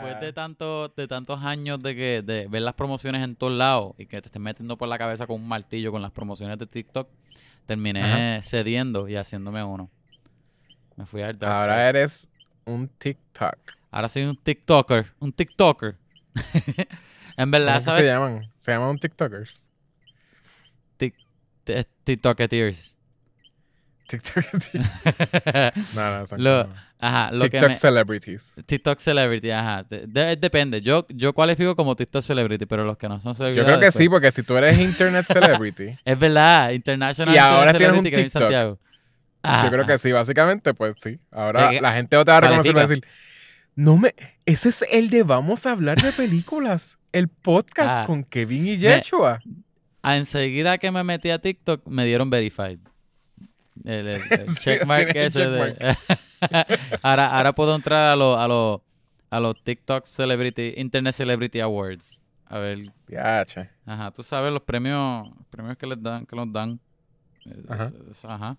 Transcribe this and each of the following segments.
después de tantos años de ver las promociones en todos lados y que te estés metiendo por la cabeza con un martillo con las promociones de TikTok, terminé cediendo y haciéndome uno. Me fui al dark Ahora side. eres un TikTok. Ahora soy un TikToker. Un TikToker. En verdad, ¿Cómo que ¿sabes? se llaman? Se llaman un TikTokers. TikToketeers. TikTokers. No, son Lo como que TikTok celebrities. TikTok celebrity, ajá. Depende. Yo cualifico como TikTok celebrity, pero los que no son Yo celebridades... creo que pues, sí, porque si tú eres internet celebrity, es verdad, International Y ahora Internet tienes un Celebrity que vive en TikTok. Santiago. Ajá, yo creo que ajá. sí, básicamente, pues sí. Ahora ¿De qué? la gente te va a reconocer y va a Califica. decir, ese es el de Vamos a hablar de películas. El podcast Ah, con Kevin y me- Yeshua. enseguida que me metí a TikTok, me dieron verified. El Sí, checkmark tienes el ese de... ahora puedo entrar a los TikTok Celebrity, Internet Celebrity Awards. A ver, Yache. ajá, tú sabes los premios que les dan, que los dan. Ajá. Ajá.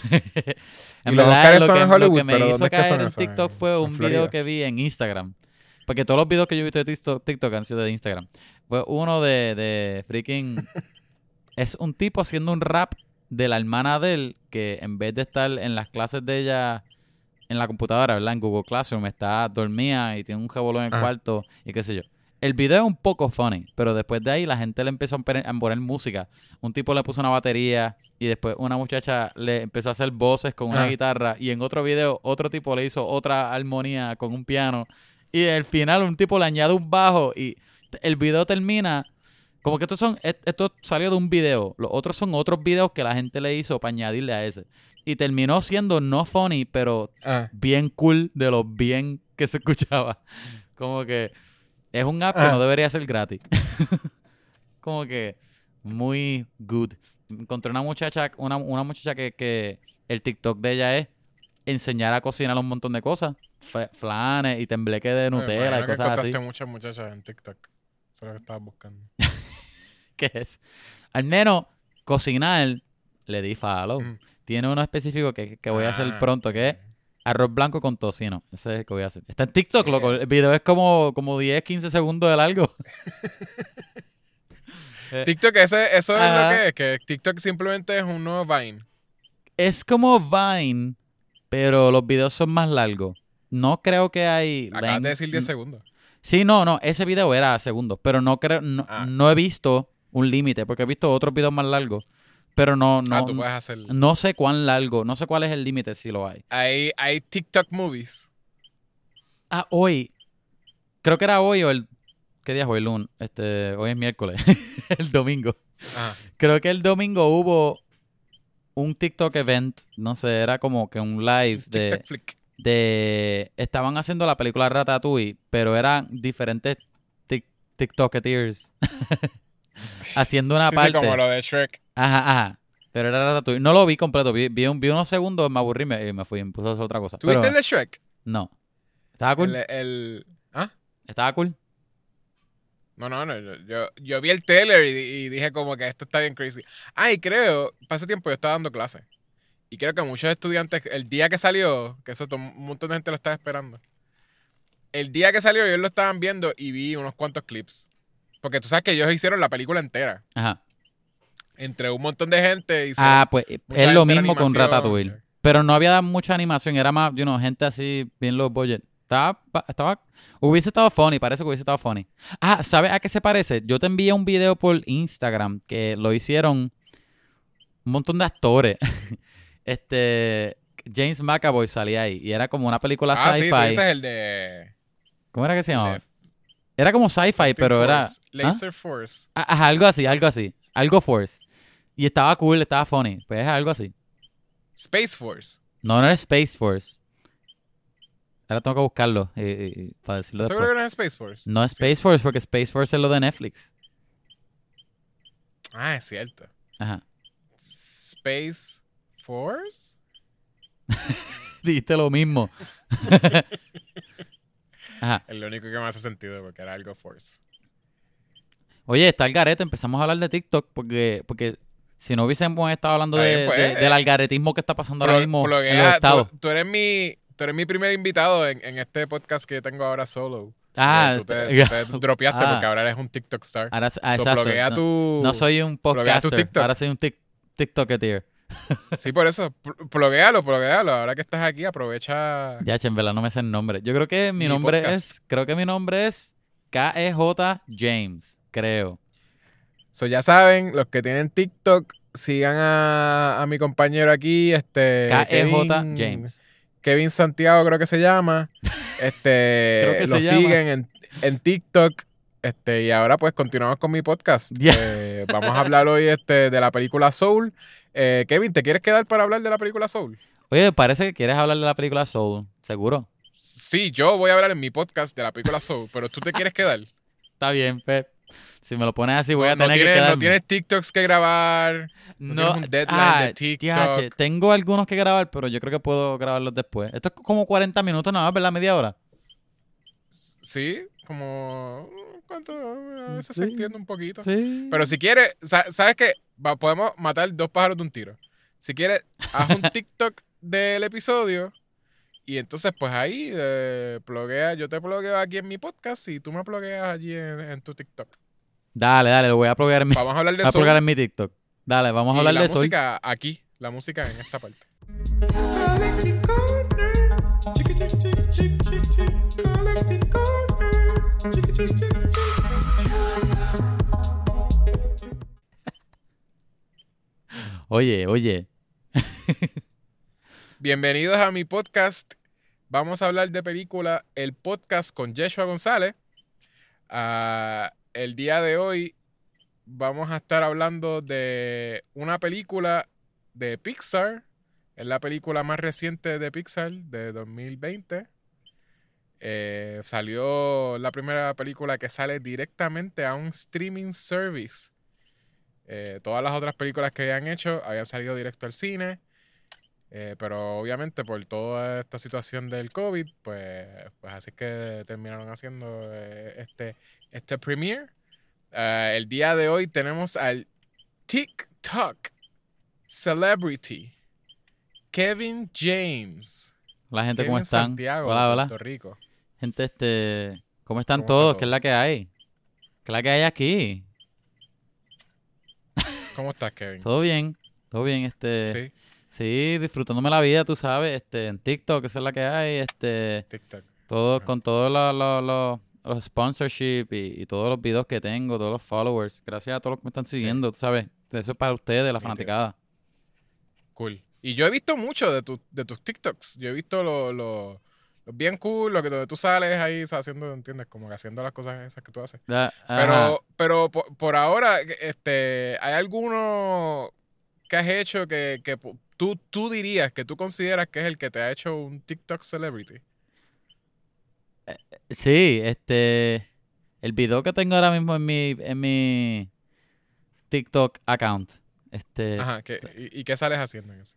Y los Oscars son en lo Hollywood, que me pero hizo ¿dónde es que son caer en esos? TikTok fue En un Florida. video que vi en Instagram. Porque todos los videos que yo he visto de TikTok han sido de Instagram. Fue uno de freaking... Es un tipo haciendo un rap de la hermana de él que en vez de estar en las clases de ella en la computadora, ¿verdad? En Google Classroom, está dormida y tiene un revolú en el Ajá. cuarto y qué sé yo. El video es un poco funny, pero después de ahí la gente le empezó a poner música. Un tipo le puso una batería y después una muchacha le empezó a hacer voces con una guitarra y en otro video otro tipo le hizo otra armonía con un piano y al final un tipo le añade un bajo y el video termina como que esto salió de un video. Los otros son otros videos que la gente le hizo para añadirle a ese. Y terminó siendo no funny, pero bien cool de lo bien que se escuchaba. Como que es un app que no debería ser gratis. Como que muy good. Encontré una muchacha que el TikTok de ella es enseñar a cocinar un montón de cosas. Flanes y tembleque de Nutella y cosas así. Encontraste muchas muchachas en TikTok. Eso es lo que estabas buscando. ¿Qué es? Al menos cocinar le di follow. Tiene uno específico que voy a hacer pronto, que es arroz blanco con tocino. Ese es el que voy a hacer. Está en TikTok, loco. El video es como 10, 15 segundos de largo. TikTok, eso es lo que TikTok simplemente es un nuevo Vine. Es como Vine, pero los videos son más largos. No creo que hay... Acabas de decir 10 segundos. Sí, no, ese video era segundos, pero no he visto un límite, porque he visto otros videos más largos, pero tú puedes hacer... no sé cuán largo, no sé cuál es el límite si lo hay. Hay TikTok movies. Hoy, creo que era hoy o ¿qué día es hoy? Hoy es miércoles, el domingo. Creo que el domingo hubo un TikTok event, no sé, era como que un live TikTok flick. Estaban haciendo la película Ratatouille, pero eran diferentes TikToketeers haciendo una parte. Sí, como lo de Shrek. Ajá. Pero era Ratatouille. No lo vi completo. Vi unos segundos, me aburrí y me fui. Me puse a hacer otra cosa. ¿Tú viste el de Shrek? No. ¿Estaba cool? ¿Estaba cool? No. Yo vi el trailer y dije como que esto está bien crazy. Y creo, pasé tiempo yo estaba dando clases. Y creo que muchos estudiantes, el día que salió, que eso un montón de gente lo estaba esperando. El día que salió ellos lo estaban viendo y vi unos cuantos clips. Porque tú sabes que ellos hicieron la película entera. Ajá. Entre un montón de gente. Pues es lo mismo con Ratatouille. Pero no había mucha animación. Era más, gente así, bien low budget. Hubiese estado funny. Parece que hubiese estado funny. ¿Sabes a qué se parece? Yo te envié un video por Instagram que lo hicieron un montón de actores. James McAvoy salía ahí. Y era como una película sci-fi. Sí, tú dices el de... ¿Cómo era que se llamaba? Era como sci-fi, pero Force. era... Laser Force. Algo así. Algo Force. Y estaba cool, estaba funny. Pues es algo así. Space Force. No era Space Force. Ahora tengo que buscarlo para decirlo después. ¿Seguro que no es Space Force? No es Space Force porque Space Force es lo de Netflix. Es cierto. Ajá. Space Force. Dijiste lo mismo. Ajá. Es lo único que me hace sentido porque era algo Force. Oye, está el garete. Empezamos a hablar de TikTok porque si no hubiésemos estado hablando del algaretismo que está pasando ahora mismo en los estados. Tú eres mi primer invitado en este podcast que tengo ahora solo. Tú te dropeaste porque ahora eres un TikTok star. Ahora, So, exacto. pluguea No soy un pluguea tu podcaster. TikTok. Ahora soy un TikToketeer. Sí, por eso. Pluguealo. Ahora que estás aquí, aprovecha Ya, che, en verdad no me sé el nombre. Yo creo que mi mi nombre podcast. creo que mi nombre es KEJ James, creo. So, ya saben, los que tienen TikTok, sigan a mi compañero aquí, KEJ James. Kevin Santiago creo que se llama. Creo que Lo se llama. siguen en TikTok. Y ahora pues continuamos con mi podcast. Yeah. Vamos a hablar hoy de la película Soul. Kevin, ¿te quieres quedar para hablar de la película Soul? Oye, parece que quieres hablar de la película Soul, ¿seguro? Sí, yo voy a hablar en mi podcast de la película Soul, pero ¿tú te quieres quedar? Está bien, Pep. Si me lo pones así, voy a tener que No quedarme. tienes TikToks que grabar. No tienes un deadline de TikTok. Diache, tengo algunos que grabar, pero yo creo que puedo grabarlos después. Esto es como 40 minutos nada más, ¿verdad? Media hora. Sí, como... ¿Cuánto? A veces se Sí. entiende un poquito. Sí. Pero si quieres, ¿sabes qué? Podemos matar 2 pájaros de un tiro. Si quieres, haz un TikTok del episodio y entonces pues ahí yo te plugueo aquí en mi podcast y tú me plugueas allí en tu TikTok. Dale, lo voy a plugar en mi, Vamos a hablar de voy a Soul. plugar en mi TikTok. Dale, vamos a Y hablar la de Soul. música aquí, la música en esta parte. Oye. Bienvenidos a mi podcast. Vamos a hablar de película, el podcast con Yeshua González. El día de hoy vamos a estar hablando de una película de Pixar. Es la película más reciente de Pixar de 2020. Salió la primera película que sale directamente a un streaming service. Todas las otras películas que habían hecho habían salido directo al cine. Pero obviamente por toda esta situación del COVID, pues así es que terminaron haciendo este premiere. El día de hoy tenemos al TikTok celebrity Kevin James. Hola, gente, Kevin ¿cómo están? Santiago, Hola. Puerto Rico. Gente, ¿cómo están ¿Cómo está todos? todo? ¿Qué es la que hay? ¿Qué es la que hay aquí? ¿Cómo estás, Kevin? Todo bien, Sí, sí, disfrutándome la vida, tú sabes, en TikTok, esa es la que hay, TikTok. con todos los sponsorship y todos los videos que tengo, todos los followers, gracias a todos los que me están siguiendo, tú sabes, eso es para ustedes, la Nítido. fanaticada. Cool. Y yo he visto mucho de tus TikToks. Yo he visto los bien cool, donde tú sales ahí haciendo, ¿entiendes? Como que haciendo las cosas esas que tú haces. Ajá. Pero por ahora, ¿hay alguno que has hecho que tú dirías, que tú consideras que es el que te ha hecho un TikTok celebrity? Sí, el video que tengo ahora mismo en mi TikTok account, Ajá, ¿y qué sales haciendo en eso?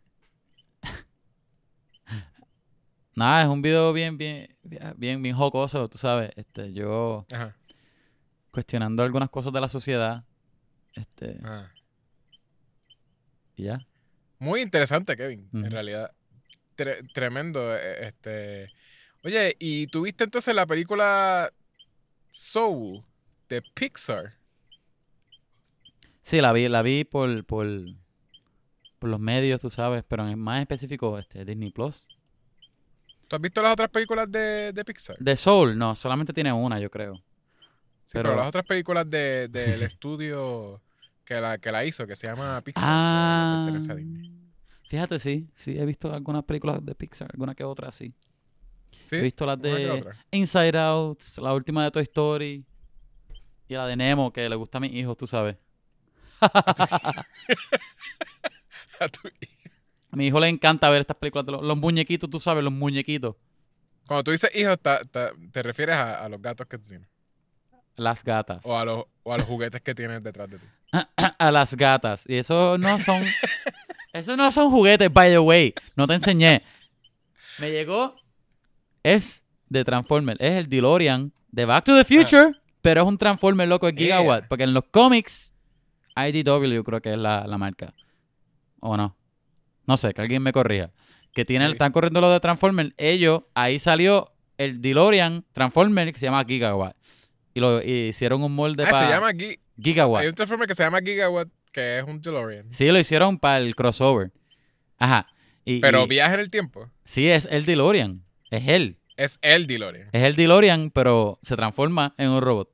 nada, es un video bien jocoso, tú sabes, yo Ajá. cuestionando algunas cosas de la sociedad, Ajá. y ya. Muy interesante, Kevin, Ujú. en realidad. Tremendo. Oye, ¿y tuviste entonces la película Soul de Pixar? Sí, la vi por los medios, tú sabes, pero en más específico, Disney Plus. ¿Tú has visto las otras películas de Pixar? De Soul, no, solamente tiene una, yo creo. Sí, pero pero- las otras películas del estudio que la hizo, que se llama Pixar, que Ah, pertenece a Disney. fíjate, sí, he visto algunas películas de Pixar, alguna que otra, sí. ¿Sí? He visto las ¿Una que de otra? Inside Out, la última de Toy Story y la de Nemo, que le gusta a mis hijos, tú sabes. A tu- A mi hijo le encanta ver estas películas de los muñequitos, tú sabes, los muñequitos. Cuando tú dices hijos, te refieres a los gatos que tú tienes. Las gatas. O a los juguetes que tienes detrás de ti. A las gatas. Y esos no son juguetes, by the way. No te enseñé. Me llegó. Es de Transformers. Es el DeLorean de Back to the Future. Pero es un Transformer loco de Gigawatt. Yeah. Porque en los cómics, IDW creo que es la marca. ¿O no? No sé, que alguien me corrija. Que Sí. están corriendo los de Transformers. Ellos, ahí salió el DeLorean Transformer que se llama Gigawatt. Y hicieron un molde para... Se llama Gigawatt. Hay un Transformer que se llama Gigawatt, que es un DeLorean. Sí, lo hicieron para el crossover. Ajá. Pero viaja en el tiempo. Sí, es el DeLorean. Es él. Es el DeLorean. Es el DeLorean, pero se transforma en un robot.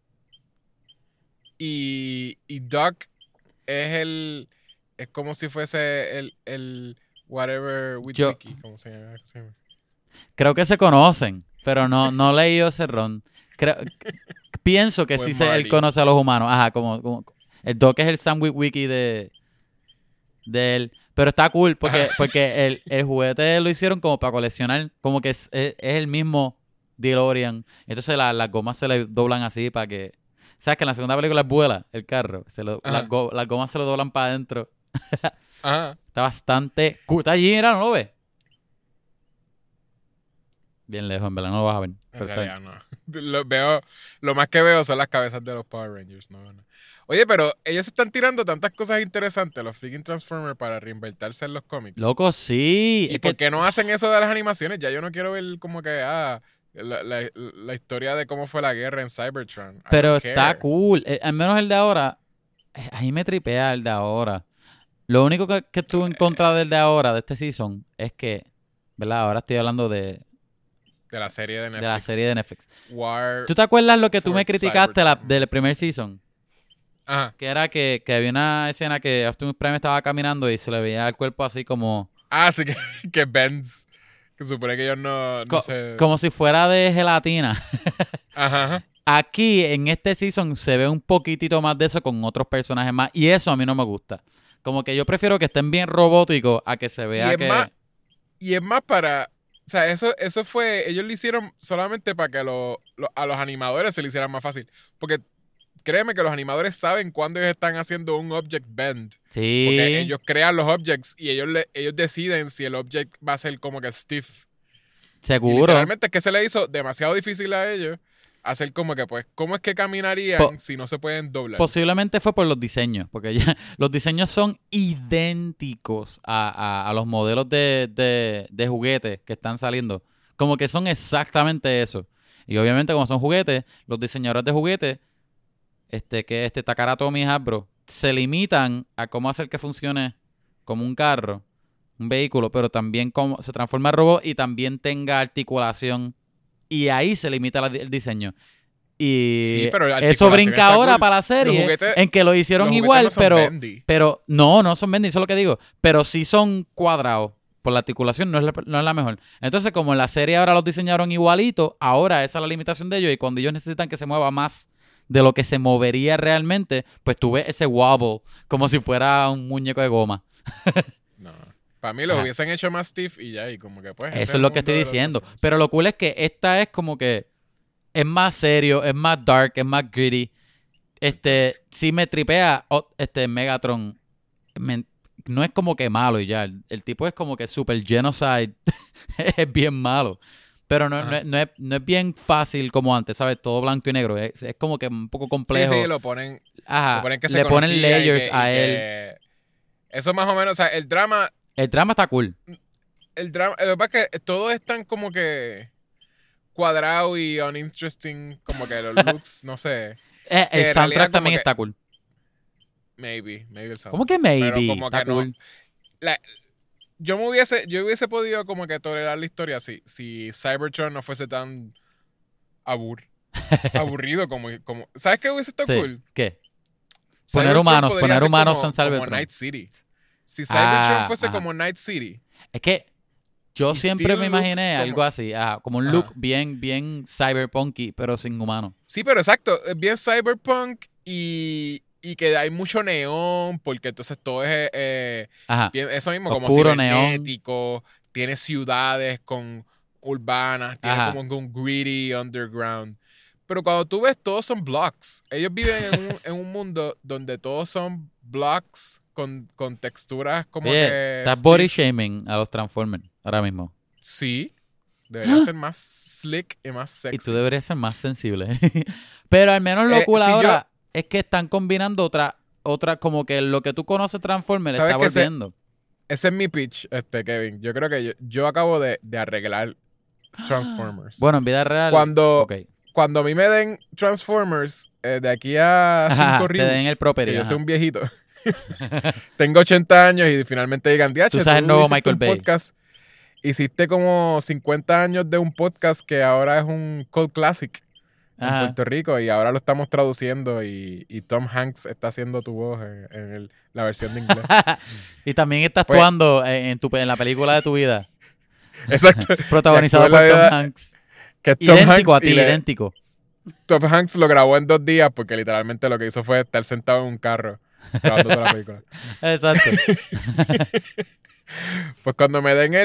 Y Doc es como si fuese el whatever Wiki, ¿cómo se llama? Creo que se conocen, pero no leí ese ron. Pienso que Pues sí él conoce a los humanos. Ajá, como el Doc es el Sam Wiki de él. Pero está cool porque el juguete lo hicieron como para coleccionar. Como que es el mismo DeLorean. Entonces las gomas se le doblan así para que... ¿Sabes que en la segunda película vuela el carro? Las gomas se lo doblan para adentro. Ajá. Está bastante cool. Está allí, mira, ¿no lo ves? Bien lejos, en verdad, no lo vas a ver. En realidad no. Lo más que veo son las cabezas de los Power Rangers. No. Oye, pero ellos están tirando tantas cosas interesantes, los freaking Transformers, para reinventarse en los cómics. Loco, sí. ¿Y por qué no hacen eso de las animaciones? Ya yo no quiero ver como que, la historia de cómo fue la guerra en Cybertron. Pero está cool. Al menos el de ahora, ahí me tripea el de ahora. Lo único que estuve en contra del de ahora, de este season, es que, ¿verdad? Ahora estoy hablando de la serie de Netflix. De la serie de Netflix. War ¿Tú te acuerdas lo que tú me criticaste del primer season? Ajá. Que era que había una escena que Optimus Prime estaba caminando y se le veía el cuerpo así como... sí, que bends. Que supone que ellos no sé... Como si fuera de gelatina. Ajá. Aquí, en este season, se ve un poquitito más de eso con otros personajes más. Y eso a mí no me gusta. Como que yo prefiero que estén bien robóticos a que se vea Y es más para... O sea, eso fue... Ellos lo hicieron solamente para que a los animadores se le hiciera más fácil. Porque créeme que los animadores saben cuándo ellos están haciendo un object bend. Sí. Porque ellos crean los objects y ellos deciden si el object va a ser como que stiff. Seguro. Y literalmente es que se le hizo demasiado difícil a ellos hacer como que, pues, ¿cómo es que caminarían si no se pueden doblar? Posiblemente fue por los diseños, porque ya los diseños son idénticos a los modelos de juguetes que están saliendo. Como que son exactamente eso. Y obviamente como son juguetes, los diseñadores de juguetes, Takara Tomy y Hasbro, se limitan a cómo hacer que funcione como un carro, un vehículo, pero también cómo se transforma en robot y también tenga articulación. Y ahí se limita el diseño. Y sí, pero eso brinca ahora para la serie, en que lo hicieron igual, no pero no son bendy, eso es lo que digo. Pero sí son cuadrados. Por la articulación no es la mejor. Entonces, como en la serie ahora los diseñaron igualito, ahora esa es la limitación de ellos. Y cuando ellos necesitan que se mueva más de lo que se movería realmente, pues tú ves ese wobble como si fuera un muñeco de goma. No. Para mí lo hubiesen hecho más stiff y ya, y como que pues... Eso es lo que estoy diciendo. Pero lo cool es que esta es como que es más serio, es más dark, es más gritty. Si me tripea Megatron, no es como que malo y ya. El tipo es como que super genocide. Es bien malo. Pero no es bien fácil como antes, ¿sabes? Todo blanco y negro. Es como que un poco complejo. Sí, lo ponen... Ajá. Lo ponen que le ponen layers a él. Eso más o menos, o sea, el drama... El drama está cool. El drama... Lo que pasa es que todos están como que cuadrado y uninteresting, como que los looks, no sé. El soundtrack también está cool. Maybe el soundtrack. ¿Cómo que maybe? Pero como está que cool. No. Yo hubiese podido como que tolerar la historia si Cybertron no fuese tan aburrido como... ¿Sabes qué hubiese estado cool? ¿Qué? Poner humanos en Cybertron. Como Night City. Si Cybertron fuese como Night City. Es que yo siempre me imaginé algo así, como un look bien cyberpunky, pero sin humanos. Sí, pero exacto, es bien cyberpunk y que hay mucho neón, porque entonces todo es bien, eso mismo, oscuro, como cibernético, tiene ciudades urbanas, tiene como un gritty underground. Pero cuando tú ves, todos son blocks. Ellos viven en un mundo donde todos son blocks con texturas como que... Estás body shaming a los Transformers ahora mismo. Sí. Deberían ser más slick y más sexy. Y tú deberías ser más sensible. Pero al menos lo cool ahora es que están combinando otra como que lo que tú conoces Transformers está volviendo. Ese es mi pitch, Kevin. Yo creo que yo acabo de arreglar Transformers. Bueno, en vida real. Cuando, Ok. cuando a mí me den Transformers, de aquí a Ajá, 5 te den reboots, el property, que yo ajá. soy un viejito, tengo 80 años y finalmente digan, DH, Tú sabes el nuevo hiciste Michael un Bay. podcast, hiciste como 50 años de un podcast que ahora es un cult classic en Ajá. Puerto Rico y ahora lo estamos traduciendo y Tom Hanks está haciendo tu voz en la versión de inglés. Y también está Pues- actuando en la película de tu vida. Exacto. Protagonizado Y actúa por en la Tom vida- Hanks. Que es Tom Idéntico Hanks a ti, y idéntico. Tom Hanks lo grabó en 2 días porque literalmente lo que hizo fue estar sentado en un carro grabando toda la película. Exacto. Pues cuando me den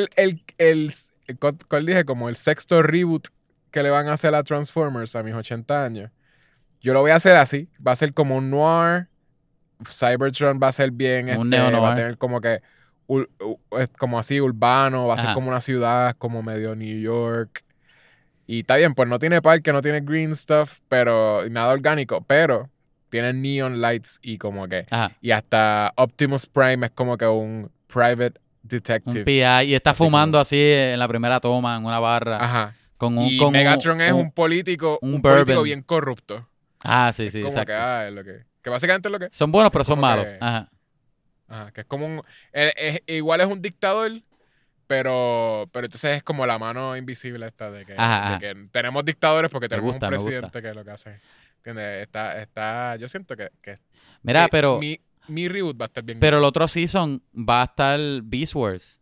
¿cuál dije? Como el sexto reboot que le van a hacer a Transformers a mis 80 años, yo lo voy a hacer así. Va a ser como un noir. Cybertron va a ser bien, Un va a neo-noir. tener como que es como así urbano, va a ser Ajá. como una ciudad, como medio New York. Y está bien, pues no tiene parque, no tiene green stuff, pero nada orgánico, pero tiene neon lights y como que Ajá. y hasta Optimus Prime es como que un private Un detective. PI. Y está Así fumando como- así en la primera toma, en una barra. Ajá. Con un, Y con Megatron es un político, un un político bourbon. bien corrupto. Ah, sí, Es sí, como exacto. que, es lo que básicamente es lo que. Son buenos, pero es son como malos. que- Ajá. Ajá, que es como un. Igual es un dictador, pero entonces es como la mano invisible esta de que, Ajá, de que tenemos dictadores porque tenemos gusta, un me gusta. presidente que es lo que hace. ¿Entiendes? Yo siento que Mira, pero mi reboot va a estar bien. el otro season va a estar Beast Wars.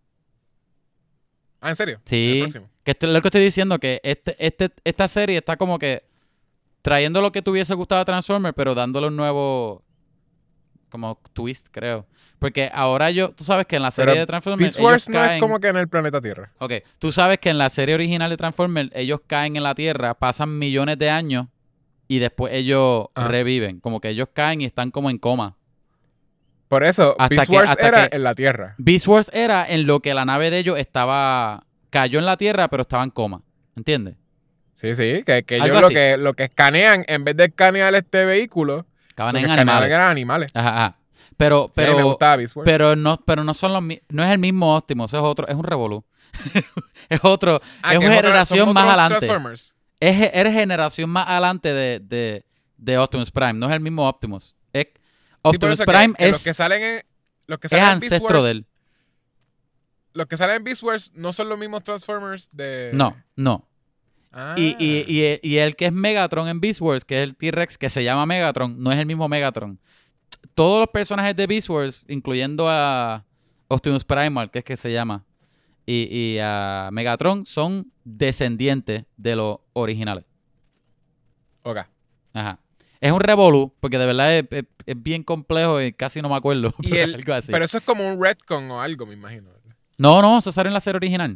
Ah, ¿en serio? Sí. El próximo. Que esto es lo que estoy diciendo, que esta serie está como que trayendo lo que te hubiese gustado a Transformers, pero dándole un nuevo como twist, creo. Porque ahora tú sabes que en la serie Pero de Transformers Beast ellos Wars no caen... es como que en el planeta Tierra. Ok, tú sabes que en la serie original de Transformers ellos caen en la Tierra, pasan millones de años y después ellos Ajá. reviven. Como que ellos caen y están como en coma. Por eso, Hasta Beast que- Wars hasta era que- en la Tierra. Beast Wars era en lo que la nave de ellos cayó en la Tierra, pero estaba en coma. ¿Entiendes? Sí, que Algo ellos así. lo que escanean, en vez de escanear este vehículo, Acaban lo que en escaneaban animales. eran animales. Ajá, ajá. Pero, Sí, a mí me gustaba Beast Wars. pero no son no es el mismo Optimus, es otro, es un revolú. es otro, Ah, es que una son generación más otros adelante. Transformers. Eres generación más adelante de Optimus Prime, no es el mismo Optimus. Sí, por Optimus eso Prime que es, los que salen en es Beast ancestro Wars, de él. los que salen en Beast Wars no son los mismos Transformers de... No. Ah. Y el que es Megatron en Beast Wars, que es el T-Rex que se llama Megatron, no es el mismo Megatron. Todos los personajes de Beast Wars, incluyendo a Optimus Primal, que es que se llama, y a Megatron, son descendientes de los originales. Ok. Ajá. Es un revolú, porque de verdad es bien complejo y casi no me acuerdo. Y Pero algo así. pero eso es como un retcon o algo, me imagino. ¿verdad? No, eso salió en la serie original.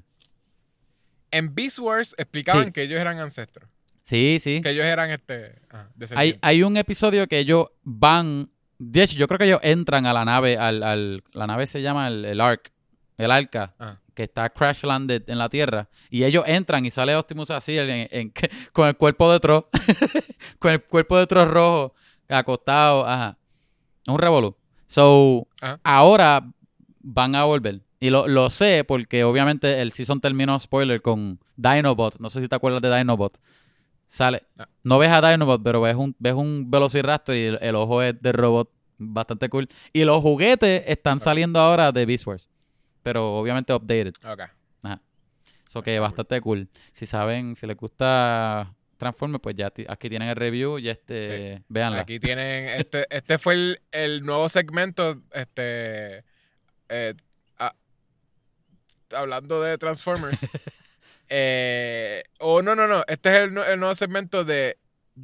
En Beast Wars explicaban Sí. que ellos eran ancestros. Sí, sí. Que ellos eran descendientes. Hay un episodio que ellos van. De hecho, yo creo que ellos entran a la nave. La nave se llama el Ark. El Arca. Ajá. Que está crash landed en la Tierra. Y ellos entran y sale Optimus así con el cuerpo de Tron. Con el cuerpo de Tron rojo. Acostado. Ajá. Es un revolú. So, Ajá. ahora van a volver. Y lo sé porque obviamente el season terminó, spoiler, con Dinobot. No sé si te acuerdas de Dinobot. Sale. No. No ves a Dinobot, pero ves un Velociraptor y el ojo es de robot. Bastante cool. Y los juguetes están saliendo ahora de Beast Wars. Pero obviamente updated. Ok. Ajá. Eso que bastante cool. Si saben, si les gusta Transformers, pues ya aquí tienen el review. Ya véanla. Aquí tienen, este fue el nuevo segmento, hablando de Transformers. No, este es el nuevo segmento de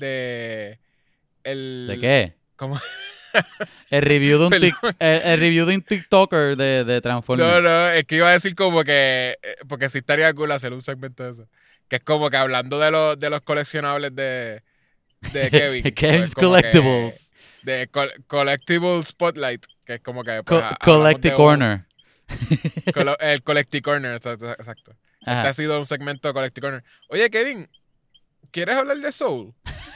¿De qué? ¿Cómo? El review de un, Perdón. el review de un TikToker de Transformers. No, es que iba a decir como que, porque sí estaría cool hacer un segmento de eso. Que es como que hablando de los coleccionables de Kevin. Kevin's es como que Collectibles. de Collectible Spotlight, que es como que... Collecti Corner. El Collecti Corner, exacto. Ajá. Este ha sido un segmento de Collecti Corner. Oye, Kevin, ¿quieres hablar de Soul?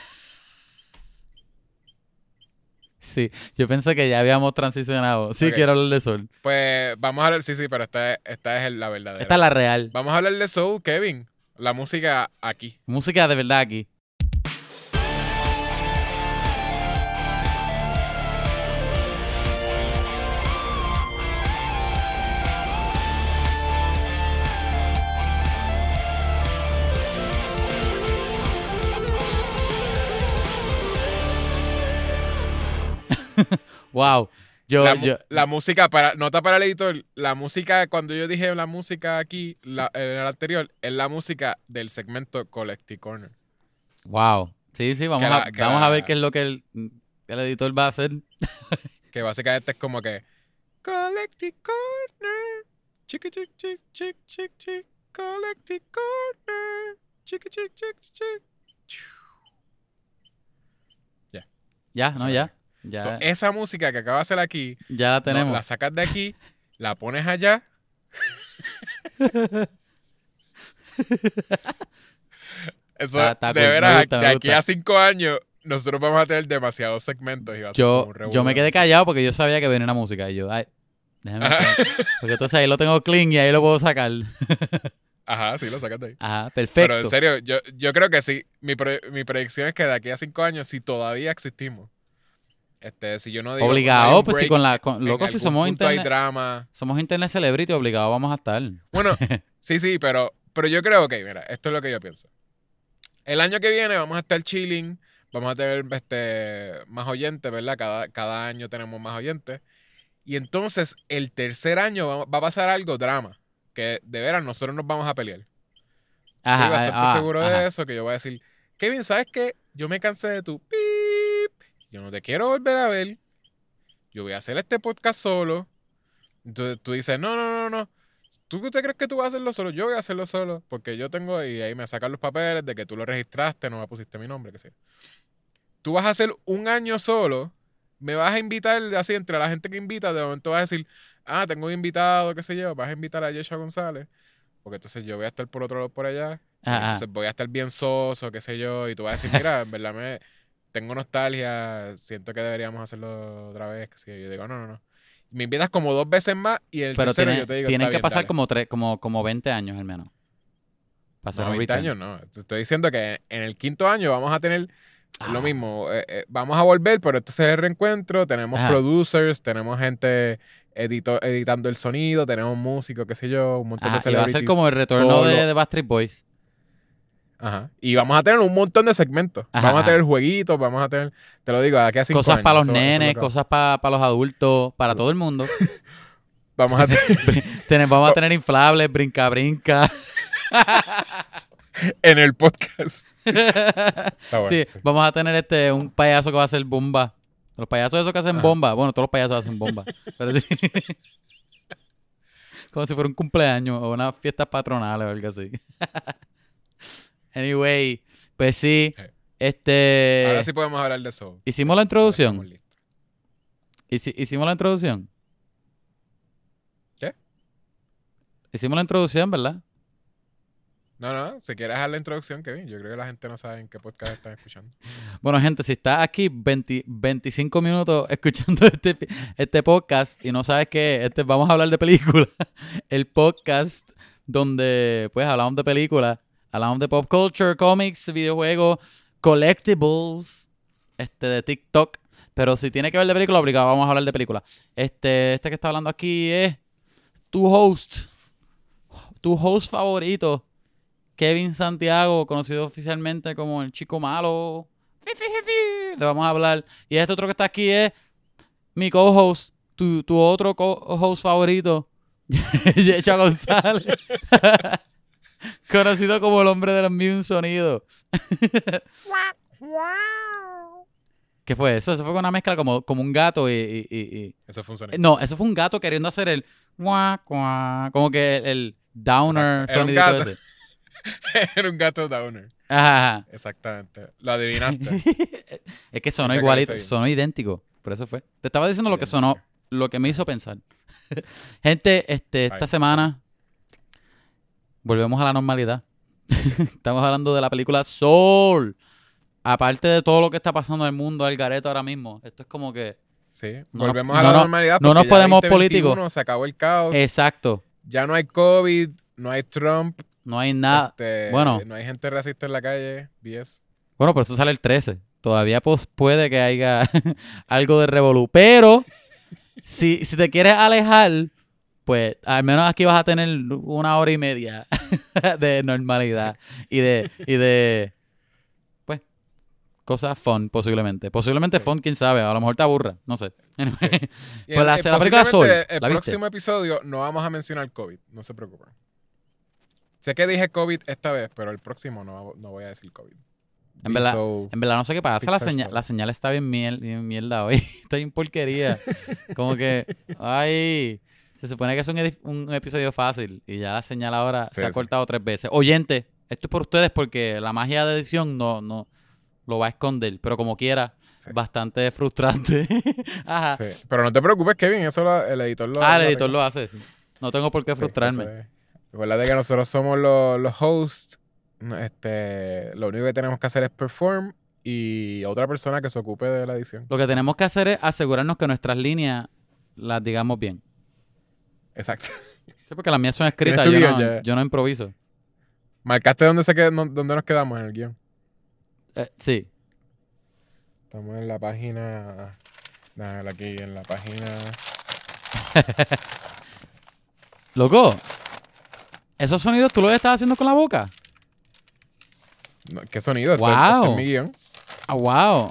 Sí, yo pensé que ya habíamos transicionado. Sí, Ok. quiero hablar de Sol. Pues vamos a hablar, sí, pero esta es la verdadera. Esta es la real. Vamos a hablar de Soul, Kevin. La música aquí. Música de verdad aquí. Wow. La música, nota para el editor, la música, cuando yo dije la música aquí, en el anterior, es la música del segmento Collective Corner. Wow. Sí, vamos a ver qué es lo que el editor va a hacer. Que básicamente es como que Collective Corner, chiqui chic chic chic chic chic, Collective Corner, chiqui chic chic chic. Ya. So, esa música que acaba de hacer aquí, ya la tenemos. La sacas de aquí, la pones allá. Eso, está de cool. veras, Me de aquí gusta. a 5 años, nosotros vamos a tener demasiados segmentos. Y va a ser como un revolú yo me de quedé música. callado porque yo sabía que venía una música. Y yo, déjame ver. Porque entonces ahí lo tengo clean y ahí lo puedo sacar. Ajá, sí, lo sacas de ahí. Ajá, perfecto. Pero en serio, yo creo que sí. Mi predicción es que de aquí a 5 años, si todavía existimos, si yo no digo... Obligado, no hay un pues si break loco, si en somos algún punto hay internet, drama. somos internet celebrity, obligado vamos a estar. Bueno, sí, pero yo creo que, mira, esto es lo que yo pienso. El año que viene vamos a estar chilling, vamos a tener más oyentes, ¿verdad? Cada año tenemos más oyentes. Y entonces, el tercer año va a pasar algo drama, que de veras nosotros nos vamos a pelear. Estoy bastante seguro de eso, que yo voy a decir, Kevin, ¿sabes qué? Yo me cansé de tu pip. Yo no te quiero volver a ver. Yo voy a hacer este podcast solo. Entonces tú dices, no. ¿Tú te crees que tú vas a hacerlo solo? Yo voy a hacerlo solo. Porque yo tengo, y ahí me sacan los papeles de que tú lo registraste, no me pusiste mi nombre, qué sé yo. Tú vas a hacer un año solo. Me vas a invitar así entre la gente que invita. De momento vas a decir, tengo un invitado, qué sé yo. Vas a invitar a Yeshua González. Porque entonces yo voy a estar por otro lado por allá. Entonces voy a estar bien soso, qué sé yo. Y tú vas a decir, mira, en verdad tengo nostalgia. Siento que deberíamos hacerlo otra vez. Qué sé yo. Yo digo, no. Me invitas como 2 veces más y el Pero tercero yo te digo, tienen está que bien, pasar dale. como 20 años al menos. No, 20 años no. Te estoy diciendo que en el 5.º año vamos a tener lo mismo. Vamos a volver, pero entonces el reencuentro. Tenemos producers, tenemos gente editando el sonido, tenemos músicos, qué sé yo, un montón de Y va a celebrities. ser como el retorno de Backstreet Boys. Ajá. Y vamos a tener un montón de segmentos. Vamos a tener jueguitos, vamos a tener, te lo digo, de aquí a 5 años. Cosas para los Eso nenes, es lo que cosas para los adultos, para todo el mundo. vamos a tener Vamos a tener inflables, brinca. en el podcast. Está bueno, Sí, vamos a tener un payaso que va a hacer bomba. Los payasos esos que hacen bomba. Bueno, todos los payasos hacen bomba. Pero sí. Como si fuera un cumpleaños o unas fiestas patronales o algo así. Anyway, pues sí. Ahora sí podemos hablar de eso. ¿Hicimos la introducción? Estamos listos. ¿Hicimos la introducción? ¿Qué? Hicimos la introducción, ¿verdad? No, si quieres dejar la introducción, Kevin. Yo creo que la gente no sabe en qué podcast están escuchando. Bueno, gente, si estás aquí 25 minutos escuchando este podcast y no sabes qué, vamos a hablar de películas. El podcast donde, pues, hablamos de películas, hablamos de pop culture, cómics, videojuegos, collectibles, de TikTok. Pero si tiene que ver de película, obligado, vamos a hablar de películas. Este que está hablando aquí es tu host favorito, Kevin Santiago, conocido oficialmente como el chico malo. Le vamos a hablar. Y este otro que está aquí es mi co-host, tu otro co-host favorito, Yeshua González. Conocido como el hombre de los mil sonidos. ¿Qué fue eso? Eso fue una mezcla como un gato y... Eso fue un sonido. No, eso fue un gato queriendo hacer el... Como que el downer. Exacto. Era un sonidito gato. ese. Era un gato downer. Ajá. Exactamente. Lo adivinaste. Es que sonó Mira que igualito, lo sé. sonó idéntico. Por eso fue. Te estaba diciendo lo que Idéntico. sonó, lo que me hizo pensar. Gente, esta Ay. semana volvemos a la normalidad. Estamos hablando de la película Soul. Aparte de todo lo que está pasando en el mundo, el gareto ahora mismo. Esto es como que... Sí. No Volvemos nos- a la no nos- normalidad. no porque nos ya podemos 2021 políticos. Se acabó el caos. Exacto. Ya no hay COVID, no hay Trump. No hay nada. Bueno, No hay gente racista en la calle, BS. bueno, pero eso sale el 13. Todavía puede que haya algo de revolú. Pero si te quieres alejar, pues al menos aquí vas a tener 1 hora y media de normalidad y de pues cosas fun posiblemente. Posiblemente Sí. fun, quién sabe, a lo mejor te aburra, no sé. Anyway. Sí. Y Pues la película Soul, posiblemente el ¿la viste? próximo episodio no vamos a mencionar COVID, no se preocupen. Sé que dije COVID esta vez, pero el próximo no voy a decir COVID. En verdad, So, en verdad no sé qué pasa, Pixar Soul. la señal está bien mierda hoy, está bien porquería. Como que, ay, se supone que es un episodio fácil y ya la señal ahora Sí, se ha sí. cortado 3 veces. Oyente, esto es por ustedes porque la magia de edición no lo va a esconder, pero como quiera, Sí. bastante frustrante. Ajá. Sí. Pero no te preocupes, Kevin, eso el editor lo El lo editor arregla. lo hace, sí. No tengo por qué Sí, frustrarme. eso es. Recuerda que nosotros somos los hosts. Lo único que tenemos que hacer es perform y otra persona que se ocupe de la edición. Lo que tenemos que hacer es asegurarnos que nuestras líneas las digamos bien. Exacto. Sí, porque las mías son ¿Tienes escritas, tu guión ya? yo no improviso. ¿Marcaste dónde nos quedamos en el guión? Sí. Estamos en la página... Nada, aquí en la página... Loco, ¿esos sonidos tú los estás haciendo con la boca? No, ¿qué sonido? Este Wow. es mi guión. Ah, wow.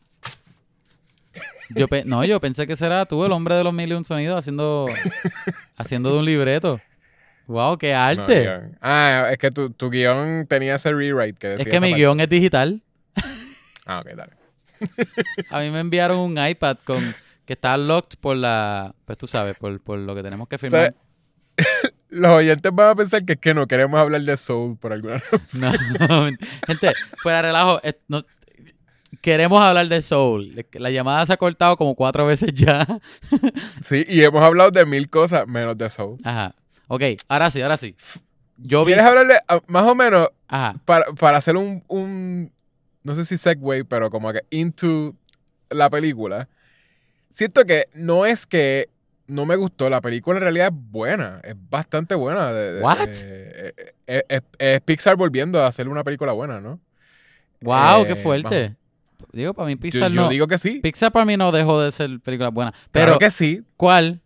Yo pensé que será tú el hombre de los 1001 sonidos haciendo de un libreto. Wow, qué No, arte. guión. Es que tu guión tenía ese rewrite que decía Es que esa mi parte. guión es digital. Ok, dale. A mí me enviaron un iPad que está locked pues tú sabes, por lo que tenemos que firmar. Los oyentes van a pensar que es que no queremos hablar de Soul por alguna razón. No, gente, fuera de relajo, queremos hablar de Soul. La llamada se ha cortado como 4 veces ya. Sí, y hemos hablado de 1000 cosas menos de Soul. Ajá. Ok, ahora sí. Yo vi... ¿Quieres hablarle más o menos Ajá. para hacer un no sé si segue, pero como que into la película? Siento que no es que no me gustó, la película en realidad es buena, es bastante buena. What? Es Pixar volviendo a hacer una película buena, ¿no? Wow, qué fuerte. Digo, para mí Pixar Yo no... digo que sí. Pixar para mí no dejó de ser película buena. Pero, Claro que sí. ¿cuál?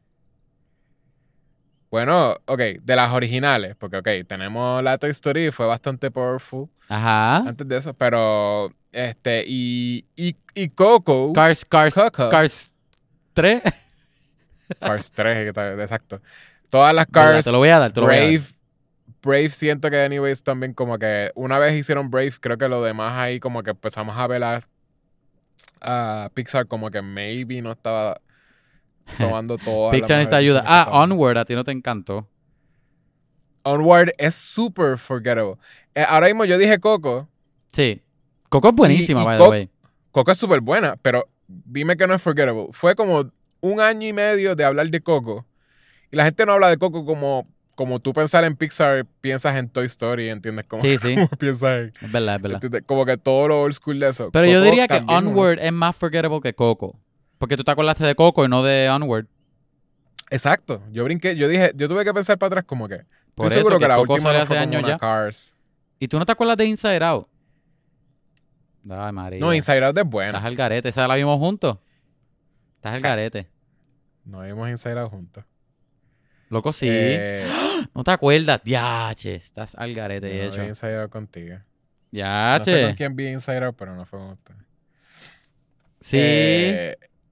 Bueno, ok, de las originales, porque ok, tenemos la Toy Story, fue bastante powerful Ajá. antes de eso, pero y Coco, Cars Coco, 3. Cars 3, exacto. Todas las Cars, Te lo voy a dar, Brave siento que anyways también como que una vez hicieron Brave, creo que lo demás ahí como que empezamos a ver a Pixar como que maybe no estaba tomando toda Pixar necesita ayuda. Onward, a ti no te encantó. Onward es super forgettable. Ahora mismo yo dije Coco. Sí. Coco es buenísima, Y by the way. Coco es súper buena, pero dime que no es forgettable. Fue como 1 año y medio de hablar de Coco. Y la gente no habla de Coco como tú pensar en Pixar, piensas en Toy Story, ¿entiendes? Como, Sí, sí. como piensas en... Es verdad. ¿entiendes? Como que todo lo old school de eso. Pero yo Coco diría que también Onward es más forgettable que Coco. Porque tú te acordaste de Coco y no de Onward. Exacto. Yo brinqué, yo tuve que pensar para atrás como que... Por Estoy eso seguro que que la Coco última salió no fue hace como años una ya. Cars. ¿Y tú no te acuerdas de Inside Out? Ay, María. No, Inside Out es Estás buena. al garete. Esa la vimos juntos. Estás al Ja. garete. No vimos Inside Out juntos. Loco, sí. Eh, ¿No te acuerdas? Diache. Estás al garete, de no vi hecho. Inside Out contigo. No sé Diache. con quién vi Inside Out, pero no fue con usted. Sí.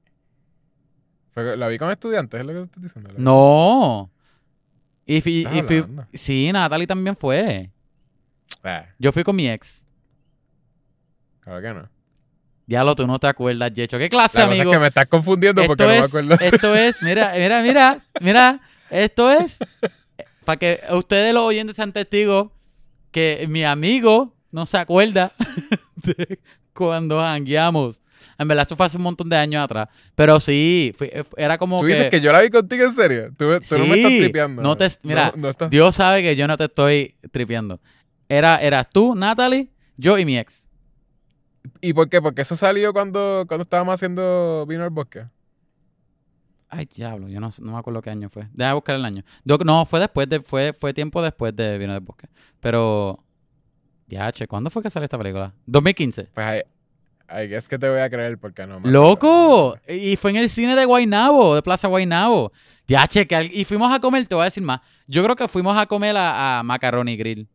La vi con estudiantes, es lo que tú estás diciendo. No. ¿Estás hablando? Sí, Natalie también fue. Ah, Yo fui con mi ex. claro que no. Diablo, tú no te acuerdas, Yecho. ¿Qué clase, La cosa amigo? es que me estás confundiendo porque no me acuerdo. Esto es, mira. Esto es, para que ustedes los oyentes sean testigos, que mi amigo no se acuerda de cuando jangueamos. En verdad, eso fue hace un montón de años atrás. Pero sí, era como ¿Tú que... dices que yo la vi contigo en serio? Tú no me estás Sí, tripeando. mira, No estás... Dios sabe que yo no te estoy tripeando. Eras tú, Natalie, yo y mi ex. ¿Y por qué? Porque eso salió cuando estábamos haciendo Vino al Bosque. Ay, diablo, yo no me acuerdo qué año fue. Déjame buscar el año. No, fue tiempo después de Vino del Bosque. Pero, ya, che, ¿cuándo fue que salió esta película? 2015. Pues I guess que te voy a creer porque no me ¡Loco! acuerdo. Y fue en el cine de Guaynabo, de Plaza Guaynabo. Ya, che, y fuimos a comer, te voy a decir más. Yo creo que fuimos a comer a Macaroni Grill.